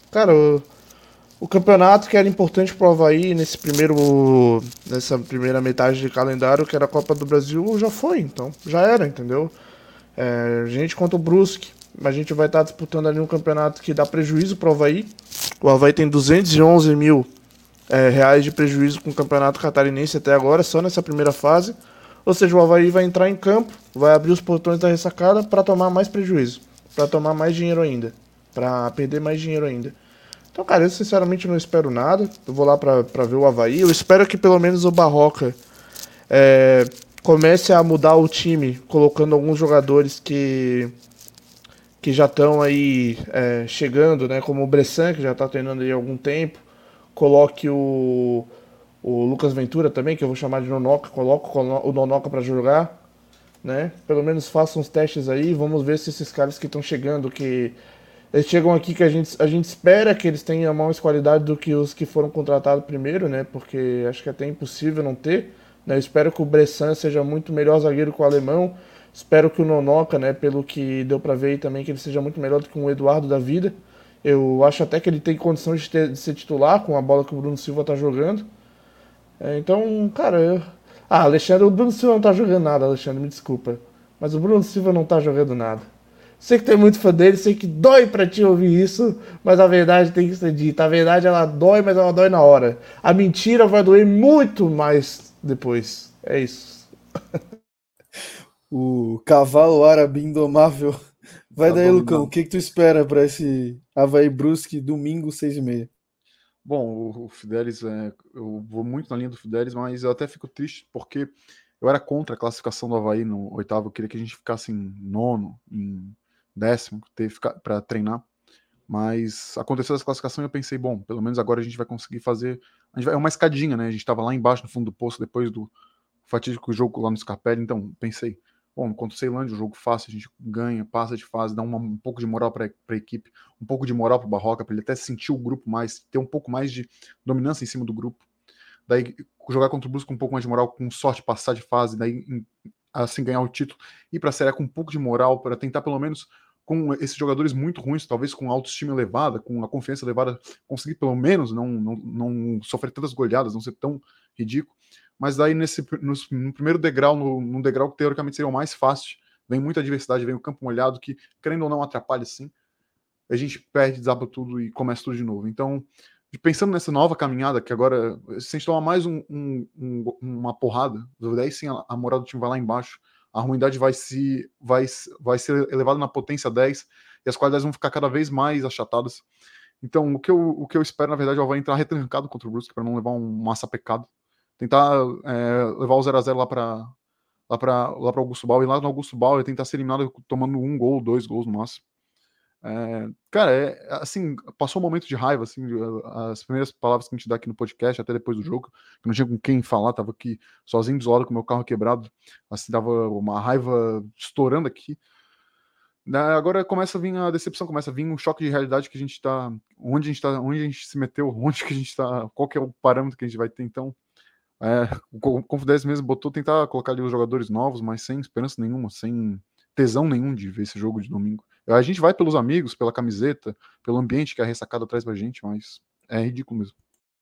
o campeonato que era importante pro Avaí nessa primeira metade de calendário, que era a Copa do Brasil, já foi, então, já era, entendeu? A gente contra o Brusque, a gente vai estar disputando ali um campeonato que dá prejuízo pro Avaí. O Avaí tem 211 mil reais de prejuízo com o campeonato catarinense até agora, só nessa primeira fase. Ou seja, o Avaí vai entrar em campo, vai abrir os portões da ressacada para tomar mais prejuízo, para tomar mais dinheiro ainda, para perder mais dinheiro ainda. Então, cara, eu sinceramente não espero nada. Eu vou lá pra ver o Avaí. Eu espero que pelo menos o Barroca comece a mudar o time, colocando alguns jogadores que já estão aí chegando, né? Como o Bressan, que já está treinando aí há algum tempo. Coloque o Lucas Ventura também, que eu vou chamar de Nonoca. Coloque o Nonoca para jogar, né? Pelo menos faça uns testes aí. Vamos ver se esses caras que estão chegando, que eles chegam aqui, que a gente espera que eles tenham mais qualidade do que os que foram contratados primeiro, né? Porque acho que é até impossível não ter, né? Eu espero que o Bressan seja muito melhor zagueiro que o alemão. Espero que o Nonoca, né, pelo que deu pra ver aí também, que ele seja muito melhor do que o Eduardo da vida. Eu acho até que ele tem condição de ser titular com a bola que o Bruno Silva tá jogando. Então, cara, Alexandre, o Bruno Silva não tá jogando nada, Alexandre, me desculpa. Mas o Bruno Silva não tá jogando nada. Sei que tem muito fã dele, sei que dói pra ti ouvir isso, mas a verdade tem que ser dita. A verdade, ela dói, mas ela dói na hora. A mentira vai doer muito mais depois. É isso. O cavalo árabe indomável. Vai daí, Lucão. O que tu espera para esse Avaí Brusque domingo, 6h30? Bom, o Fidelis, eu vou muito na linha do Fidelis, mas eu até fico triste porque eu era contra a classificação do Avaí no oitavo. Eu queria que a gente ficasse em nono, em décimo, para treinar. Mas aconteceu essa classificação e eu pensei, bom, pelo menos agora a gente vai conseguir fazer. É uma escadinha, né? A gente estava lá embaixo no fundo do poço depois do fatídico jogo lá no Scarpelli. Então pensei, bom, contra o Ceilândia, o jogo fácil, a gente ganha, passa de fase, dá um pouco de moral para a equipe, um pouco de moral para o Barroca, para ele até sentir o grupo mais, ter um pouco mais de dominância em cima do grupo. Daí jogar contra o Brusque com um pouco mais de moral, com sorte passar de fase, daí assim ganhar o título, ir para a Série A com um pouco de moral para tentar pelo menos com esses jogadores muito ruins, talvez com autoestima elevada, com a confiança elevada, conseguir pelo menos não sofrer tantas goleadas, não ser tão ridículo. Mas daí no primeiro degrau, num degrau que teoricamente seria o mais fácil, vem muita adversidade, vem o campo molhado, que querendo ou não atrapalha sim, a gente perde, desaba tudo e começa tudo de novo. Então, pensando nessa nova caminhada, que agora, se a gente tomar mais uma porrada, daí sim a moral do time vai lá embaixo, a ruindade vai ser elevada na potência 10 e as qualidades vão ficar cada vez mais achatadas. Então, o que eu espero, na verdade, é vai entrar retrancado contra o Brusque para não levar uma sapecada. Tentar levar o 0x0 lá para Augusto Bauer, e lá no Augusto Bauer tentar ser eliminado tomando 1 gol, 2 gols no máximo. Cara, assim, passou um momento de raiva, assim, as primeiras palavras que a gente dá aqui no podcast, até depois do jogo, que não tinha com quem falar, tava aqui sozinho, isolado, com o meu carro quebrado, assim, dava uma raiva estourando aqui. Agora começa a vir a decepção, começa a vir um choque de realidade que a gente tá, onde a gente se meteu, onde que a gente tá, qual que é o parâmetro que a gente vai ter, então, o Confidência mesmo botou tentar colocar ali os jogadores novos, mas sem esperança nenhuma, sem tesão nenhum de ver esse jogo de domingo. A gente vai pelos amigos, pela camiseta, pelo ambiente que a ressacada traz pra gente, mas é ridículo mesmo.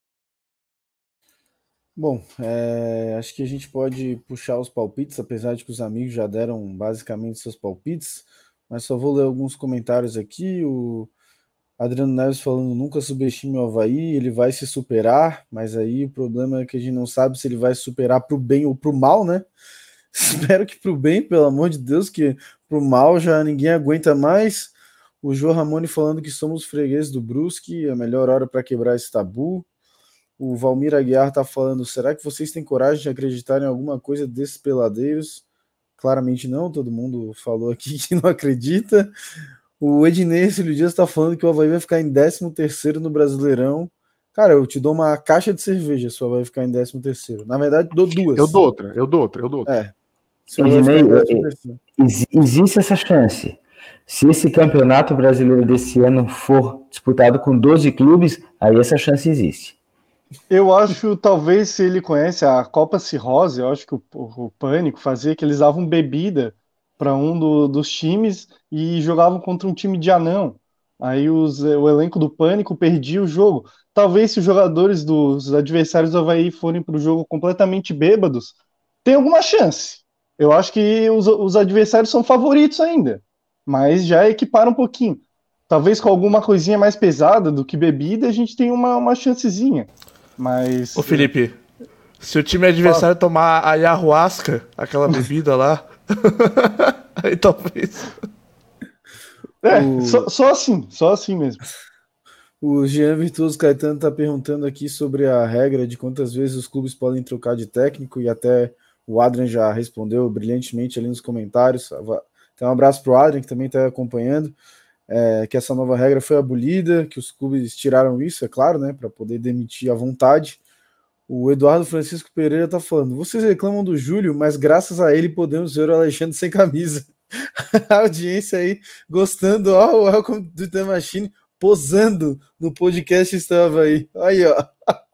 Bom, acho que a gente pode puxar os palpites, apesar de que os amigos já deram basicamente seus palpites, mas só vou ler alguns comentários aqui. Adriano Neves falando, nunca subestime o Avaí, ele vai se superar, mas aí o problema é que a gente não sabe se ele vai se superar pro bem ou pro mal, né? Espero que pro bem, pelo amor de Deus, que pro mal já ninguém aguenta mais. O João Ramone falando que somos fregueses do Brusque, a melhor hora para quebrar esse tabu. O Valmir Aguiar tá falando, será que vocês têm coragem de acreditar em alguma coisa desses peladeiros? Claramente não, todo mundo falou aqui que não acredita. O Ednei Cílio Dias tá falando que o Avaí vai ficar em 13º no Brasileirão. Cara, eu te dou uma caixa de cerveja se o Avaí ficar em 13º. Na verdade, dou 2. Eu dou outra. É. Ednei, existe essa chance. Se esse campeonato brasileiro desse ano for disputado com 12 clubes, aí essa chance existe. Eu acho, talvez, se ele conhece a Copa Cirrose, eu acho que o Pânico fazia que eles davam bebida para dos times e jogavam contra um time de anão. Aí o elenco do Pânico perdia o jogo. Talvez se os jogadores dos adversários do Avaí forem para o jogo completamente bêbados, tem alguma chance. Eu acho que os adversários são favoritos ainda, mas já equipara um pouquinho. Talvez com alguma coisinha mais pesada do que bebida, a gente tenha uma chancezinha. Mas... Ô Felipe, se o time adversário tomar a ayahuasca, aquela bebida lá, aí talvez... Só assim mesmo. O Jean Virtuoso Caetano tá perguntando aqui sobre a regra de quantas vezes os clubes podem trocar de técnico, e até o Adrian já respondeu brilhantemente ali nos comentários. Então, um abraço pro Adrian, que também está acompanhando, que essa nova regra foi abolida, que os clubes tiraram isso, é claro, né, para poder demitir à vontade. O Eduardo Francisco Pereira tá falando, vocês reclamam do Júlio, mas graças a ele podemos ver o Alexandre sem camisa. A audiência aí gostando, ó, o Welcome to the Machine posando no podcast estava aí. Aí, ó.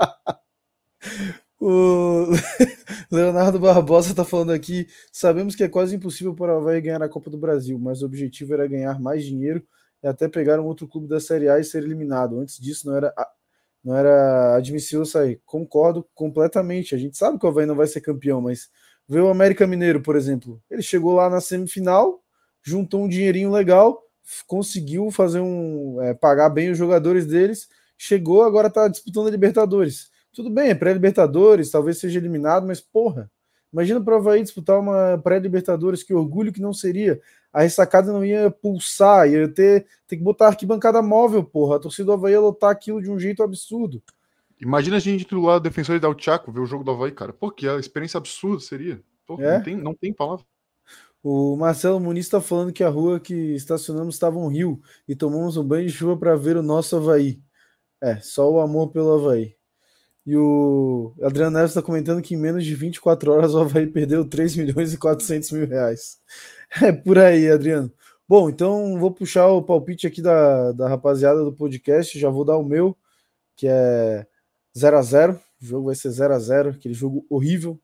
O Leonardo Barbosa tá falando aqui, sabemos que é quase impossível para o Avaí ganhar a Copa do Brasil, mas o objetivo era ganhar mais dinheiro e até pegar um outro clube da Série A e ser eliminado. Antes disso não era admissível sair. Concordo completamente. A gente sabe que o Avaí não vai ser campeão, mas vê o América Mineiro, por exemplo. Ele chegou lá na semifinal, juntou um dinheirinho legal, conseguiu fazer pagar bem os jogadores deles, chegou, agora tá disputando a Libertadores. Tudo bem, é pré-Libertadores, talvez seja eliminado, mas porra, imagina para o Avaí disputar uma pré-Libertadores, que orgulho que não seria. A ressacada não ia pulsar, ia ter que botar arquibancada móvel, porra. A torcida do Avaí ia lotar aquilo de um jeito absurdo. Imagina a gente do lado do defensor e dar o Tchaco ver o jogo do Avaí, cara. Pô, que a experiência absurda seria. Porra, não tem palavra. O Marcelo Muniz está falando que a rua que estacionamos estava um rio e tomamos um banho de chuva para ver o nosso Avaí. Só o amor pelo Avaí. E o Adriano Neves está comentando que em menos de 24 horas o Avaí perdeu 3.400.000 reais. É por aí, Adriano. Bom, então vou puxar o palpite aqui da rapaziada do podcast, já vou dar o meu, que é 0-0. O jogo vai ser 0-0, aquele jogo horrível.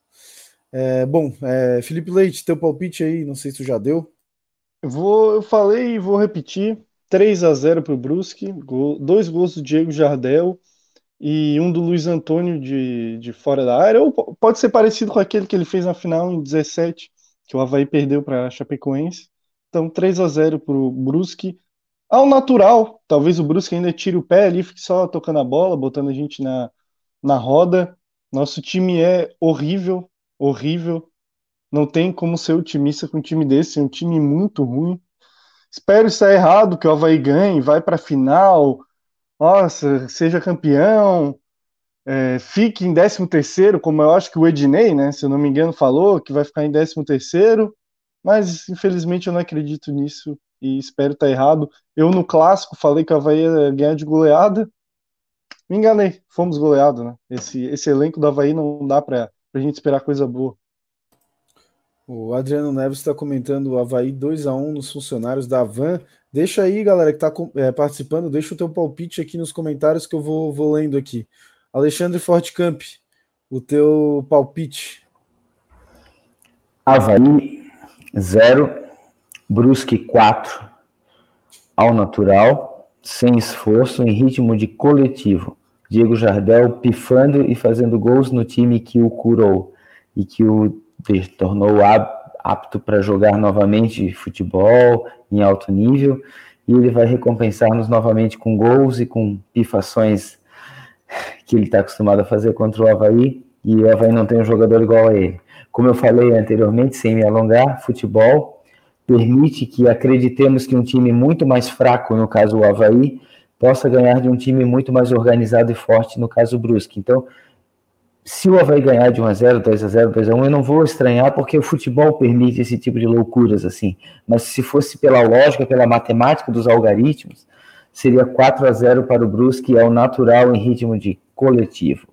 Felipe Leite, teu palpite aí, não sei se tu já deu. Eu falei e vou repetir, 3-0 para o Brusque, 2 gols do Diego Jardel e um do Luiz Antônio de fora da área, ou pode ser parecido com aquele que ele fez na final em 17, que o Avaí perdeu para a Chapecoense. Então 3-0 para o Brusque. Ao natural, talvez o Brusque ainda tire o pé ali, fique só tocando a bola, botando a gente na roda. Nosso time é horrível. Não tem como ser otimista com um time desse, é um time muito ruim. Espero estar errado, que o Avaí ganhe, vai para a final, nossa, seja campeão, fique em 13º, como eu acho que o Ednei, né, se eu não me engano, falou que vai ficar em 13º, mas infelizmente eu não acredito nisso e espero estar errado. Eu no clássico falei que o Avaí ia ganhar de goleada, me enganei, fomos goleados, né? Esse elenco do Avaí não dá para a gente esperar coisa boa. O Adriano Neves está comentando o Avaí 2-1 nos funcionários da Van. Deixa aí, galera, que está participando, deixa o teu palpite aqui nos comentários que eu vou lendo aqui. Alexandre Fortcamp, o teu palpite. Avaí 0, Brusque 4, ao natural, sem esforço, em ritmo de coletivo. Diego Jardel pifando e fazendo gols no time que o curou e que o tornou apto para jogar novamente futebol em alto nível, e ele vai recompensar-nos novamente com gols e com pifações que ele está acostumado a fazer contra o Avaí, e o Avaí não tem um jogador igual a ele. Como eu falei anteriormente, sem me alongar, futebol permite que acreditemos que um time muito mais fraco, no caso o Avaí, possa ganhar de um time muito mais organizado e forte, no caso o Brusque. Então, se o Avaí ganhar de 1-0, 2-0, 2-1, eu não vou estranhar, porque o futebol permite esse tipo de loucuras assim. Mas se fosse pela lógica, pela matemática dos algoritmos, seria 4-0 para o Brusque, é o natural em ritmo de coletivo.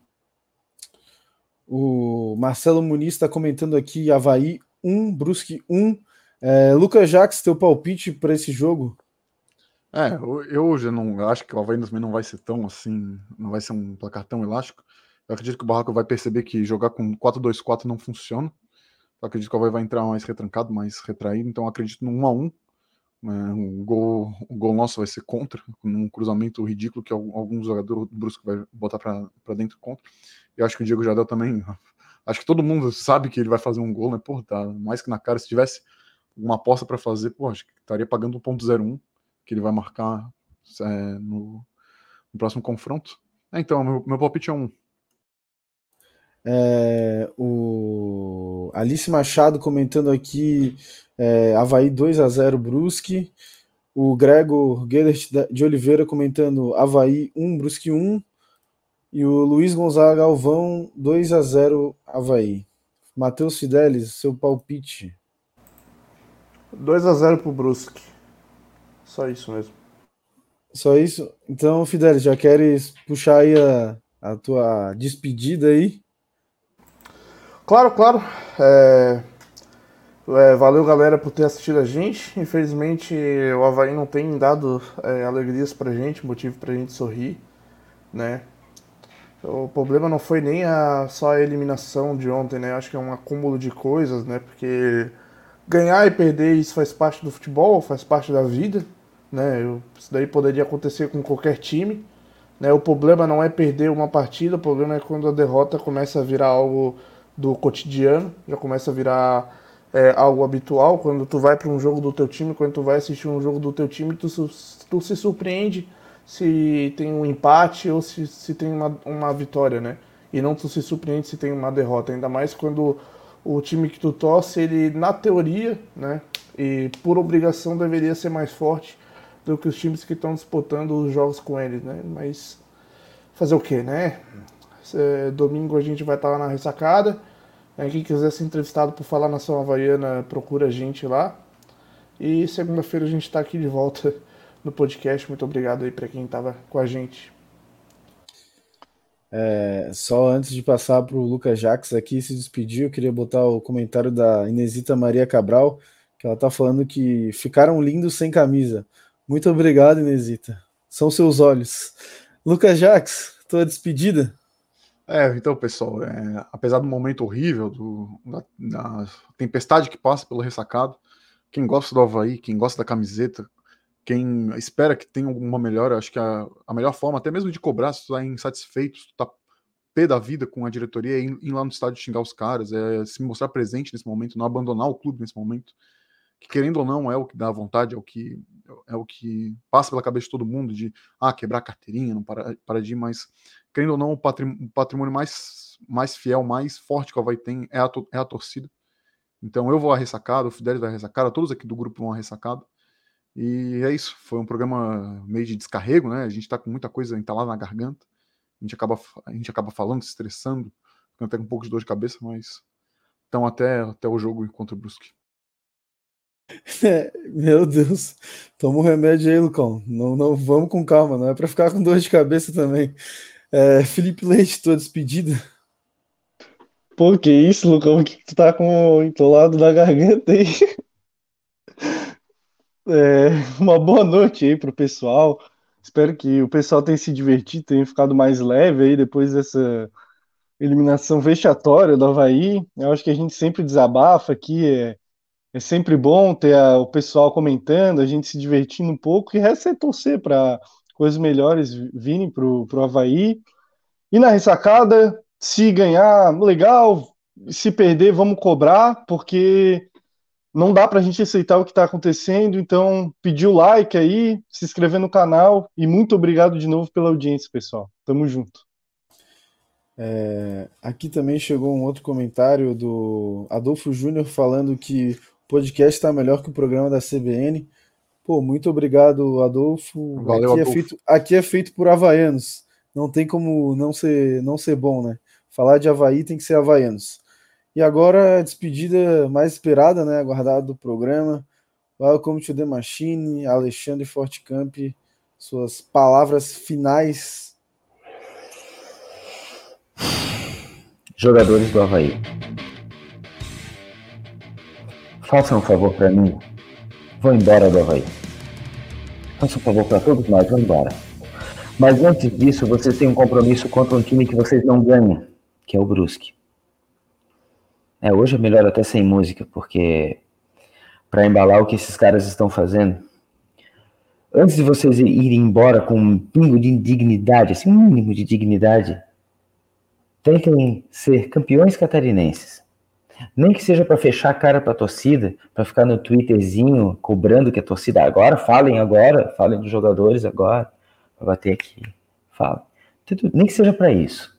O Marcelo Muniz está comentando aqui, Avaí 1, Brusque 1. Lucas Jacques, teu palpite para esse jogo? Eu já não acho que o Avaí também não vai ser tão assim, não vai ser um placar tão elástico. Eu acredito que o Barroca vai perceber que jogar com 4-2-4 não funciona. Eu acredito que o Avaí vai entrar mais retrancado, mais retraído. Então eu acredito no 1-1. O gol nosso vai ser contra, num cruzamento ridículo que alguns jogadores do Brusque vai botar para dentro contra. Eu acho que o Diego Jardel também. Acho que todo mundo sabe que ele vai fazer um gol, né? Pô, tá mais que na cara. Se tivesse uma aposta para fazer, pô, acho que estaria pagando 1.01 que ele vai marcar no próximo confronto. Então, meu palpite é 1. O Alice Machado comentando aqui, Avaí 2-0 Brusque. O Gregor Guedert de Oliveira comentando Avaí 1, Brusque 1. E o Luiz Gonzaga Galvão 2-0 Avaí. Matheus Fidelis, seu palpite? 2-0 pro Brusque. Só isso mesmo. Só isso? Então, Fidelis, já queres puxar aí a tua despedida aí? Claro. Valeu, galera, por ter assistido a gente. Infelizmente, o Avaí não tem dado alegrias pra gente, motivo pra gente sorrir, né? O problema não foi nem só a eliminação de ontem, né? Acho que é um acúmulo de coisas, né? Porque ganhar e perder, isso faz parte do futebol, faz parte da vida, né? Isso daí poderia acontecer com qualquer time, né? O problema não é perder uma partida, o problema é quando a derrota começa a virar algo do cotidiano, já começa a virar algo habitual. Quando tu vai para um jogo do teu time, quando tu vai assistir um jogo do teu time, tu se surpreende se tem um empate ou se tem uma vitória, né? E não tu se surpreende se tem uma derrota, ainda mais quando o time que tu torce, ele na teoria, né, e por obrigação deveria ser mais forte do que os times que estão disputando os jogos com eles, né? Mas fazer o quê, né? Domingo a gente vai estar lá na ressacada. Quem quiser ser entrevistado por Falar Nação Havaiana, procura a gente lá. E segunda-feira a gente está aqui de volta no podcast. Muito obrigado aí para quem estava com a gente. Só antes de passar para o Lucas Jacques aqui se despedir, eu queria botar o comentário da Inesita Maria Cabral, que ela está falando que ficaram lindos sem camisa. Muito obrigado, Inesita. São seus olhos. Lucas Jacques, tua despedida? Então, pessoal, apesar do momento horrível, da tempestade que passa pelo ressacado, quem gosta do Avaí, quem gosta da camiseta, quem espera que tenha alguma melhora, acho que a melhor forma, até mesmo de cobrar, se tu tá insatisfeito, se tu tá pé da vida com a diretoria, é ir lá no estádio xingar os caras, se mostrar presente nesse momento, não abandonar o clube nesse momento, que querendo ou não é o que dá vontade, é o que passa pela cabeça de todo mundo, de quebrar a carteirinha, não para de ir, mas querendo ou não, o patrimônio mais fiel, mais forte que o Avaí tem é a torcida. Então eu vou à ressacada, o Fidelis vai à ressacada, todos aqui do grupo vão à ressacada. E é isso, foi um programa meio de descarrego, né? A gente tá com muita coisa entalada na garganta, a gente acaba falando, se estressando, ficando até com um pouco de dor de cabeça, mas então até o jogo contra o Brusque. Meu Deus, toma um remédio aí, Lucão. Não, vamos com calma, não é para ficar com dor de cabeça também. Felipe Leite, tua despedida. Pô, que isso, Lucão? Que tu tá com o entolado na garganta aí? Uma boa noite aí pro pessoal. Espero que o pessoal tenha se divertido, tenha ficado mais leve aí depois dessa eliminação vexatória do Avaí. Eu acho que a gente sempre desabafa aqui, é sempre bom ter o pessoal comentando, a gente se divertindo um pouco, e resta é torcer para coisas melhores virem pro Avaí. E na ressacada, se ganhar, legal, se perder, vamos cobrar, porque não dá pra gente aceitar o que tá acontecendo, então pedir o like aí, se inscrever no canal e muito obrigado de novo pela audiência, pessoal. Tamo junto. Aqui também chegou um outro comentário do Adolfo Júnior falando que o podcast está melhor que o programa da CBN. Pô, muito obrigado, Adolfo. Valeu, Adolfo. Aqui é feito por havaianos. Não tem como não ser bom, né? Falar de Avaí tem que ser havaianos. E agora a despedida mais esperada, né? Aguardada do programa. Welcome to the Machine, Alexandre Fortcamp. Suas palavras finais. Jogadores do Avaí, façam um favor para mim, vão embora do Avaí. Façam um favor para todos nós, vão embora. Mas antes disso, vocês têm um compromisso contra um time que vocês não ganham, que é o Brusque. Hoje é melhor até sem música, porque para embalar o que esses caras estão fazendo, antes de vocês irem embora com um pingo de dignidade, assim, um mínimo de dignidade, tentem ser campeões catarinenses. Nem que seja para fechar a cara para a torcida, para ficar no Twitterzinho cobrando que a torcida agora, falem dos jogadores agora, para bater aqui, falem. Nem que seja para isso.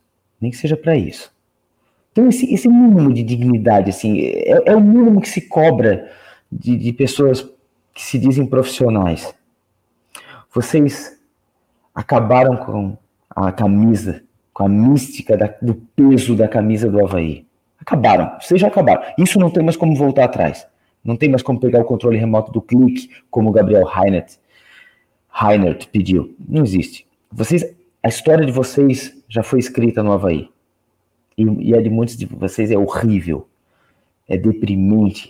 Então esse mínimo de dignidade, assim, é o mínimo que se cobra de pessoas que se dizem profissionais. Vocês acabaram com a camisa, com a mística do peso da camisa do Avaí. Vocês já acabaram. Isso não tem mais como voltar atrás. Não tem mais como pegar o controle remoto do clique, como o Gabriel Reinert pediu. Não existe. A história de vocês já foi escrita no Avaí. E a de muitos de vocês é horrível. É deprimente.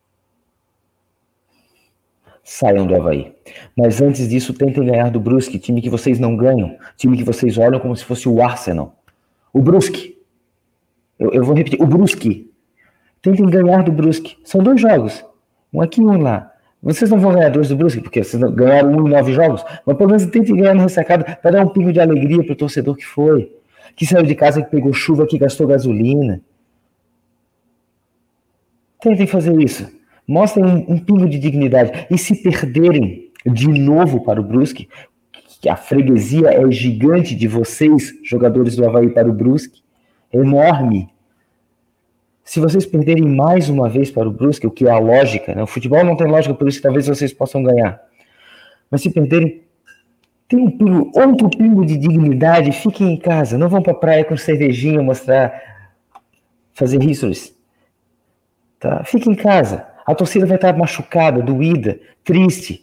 Saiam do Avaí. Mas antes disso, tentem ganhar do Brusque, time que vocês não ganham, time que vocês olham como se fosse o Arsenal. O Brusque. Eu vou repetir, o Brusque. Tentem ganhar do Brusque. São 2 jogos. Um aqui e um lá. Vocês não vão ganhar 2 do Brusque, porque vocês ganharam 1 em 9 jogos, mas pelo menos tentem ganhar no ressacado para dar um pingo de alegria pro torcedor que foi. Que saiu de casa, que pegou chuva, que gastou gasolina. Tentem fazer isso. Mostrem um pingo de dignidade. E se perderem de novo para o Brusque, que a freguesia é gigante de vocês, jogadores do Avaí, para o Brusque, é enorme. Se vocês perderem mais uma vez para o Brusque, o que é a lógica, né? O futebol não tem lógica, por isso que talvez vocês possam ganhar. Mas se perderem, tem outro pingo de dignidade, fiquem em casa, não vão para a praia com cervejinha, fazer histories. Tá? Fiquem em casa. A torcida vai estar machucada, doída, triste.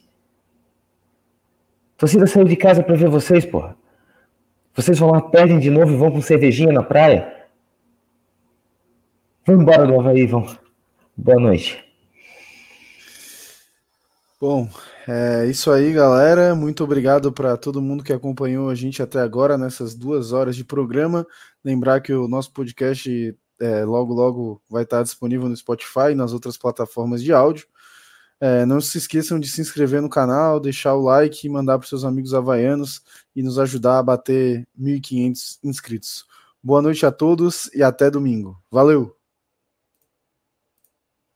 A torcida saiu de casa para ver vocês, porra. Vocês vão lá, perdem de novo e vão com cervejinha na praia. Vão embora do Avaí, vão. Boa noite. Bom, é isso aí, galera. Muito obrigado para todo mundo que acompanhou a gente até agora nessas 2 horas de programa. Lembrar que o nosso podcast logo vai estar disponível no Spotify e nas outras plataformas de áudio. Não se esqueçam de se inscrever no canal, deixar o like, mandar para os seus amigos havaianos e nos ajudar a bater 1.500 inscritos. Boa noite a todos e até domingo. Valeu!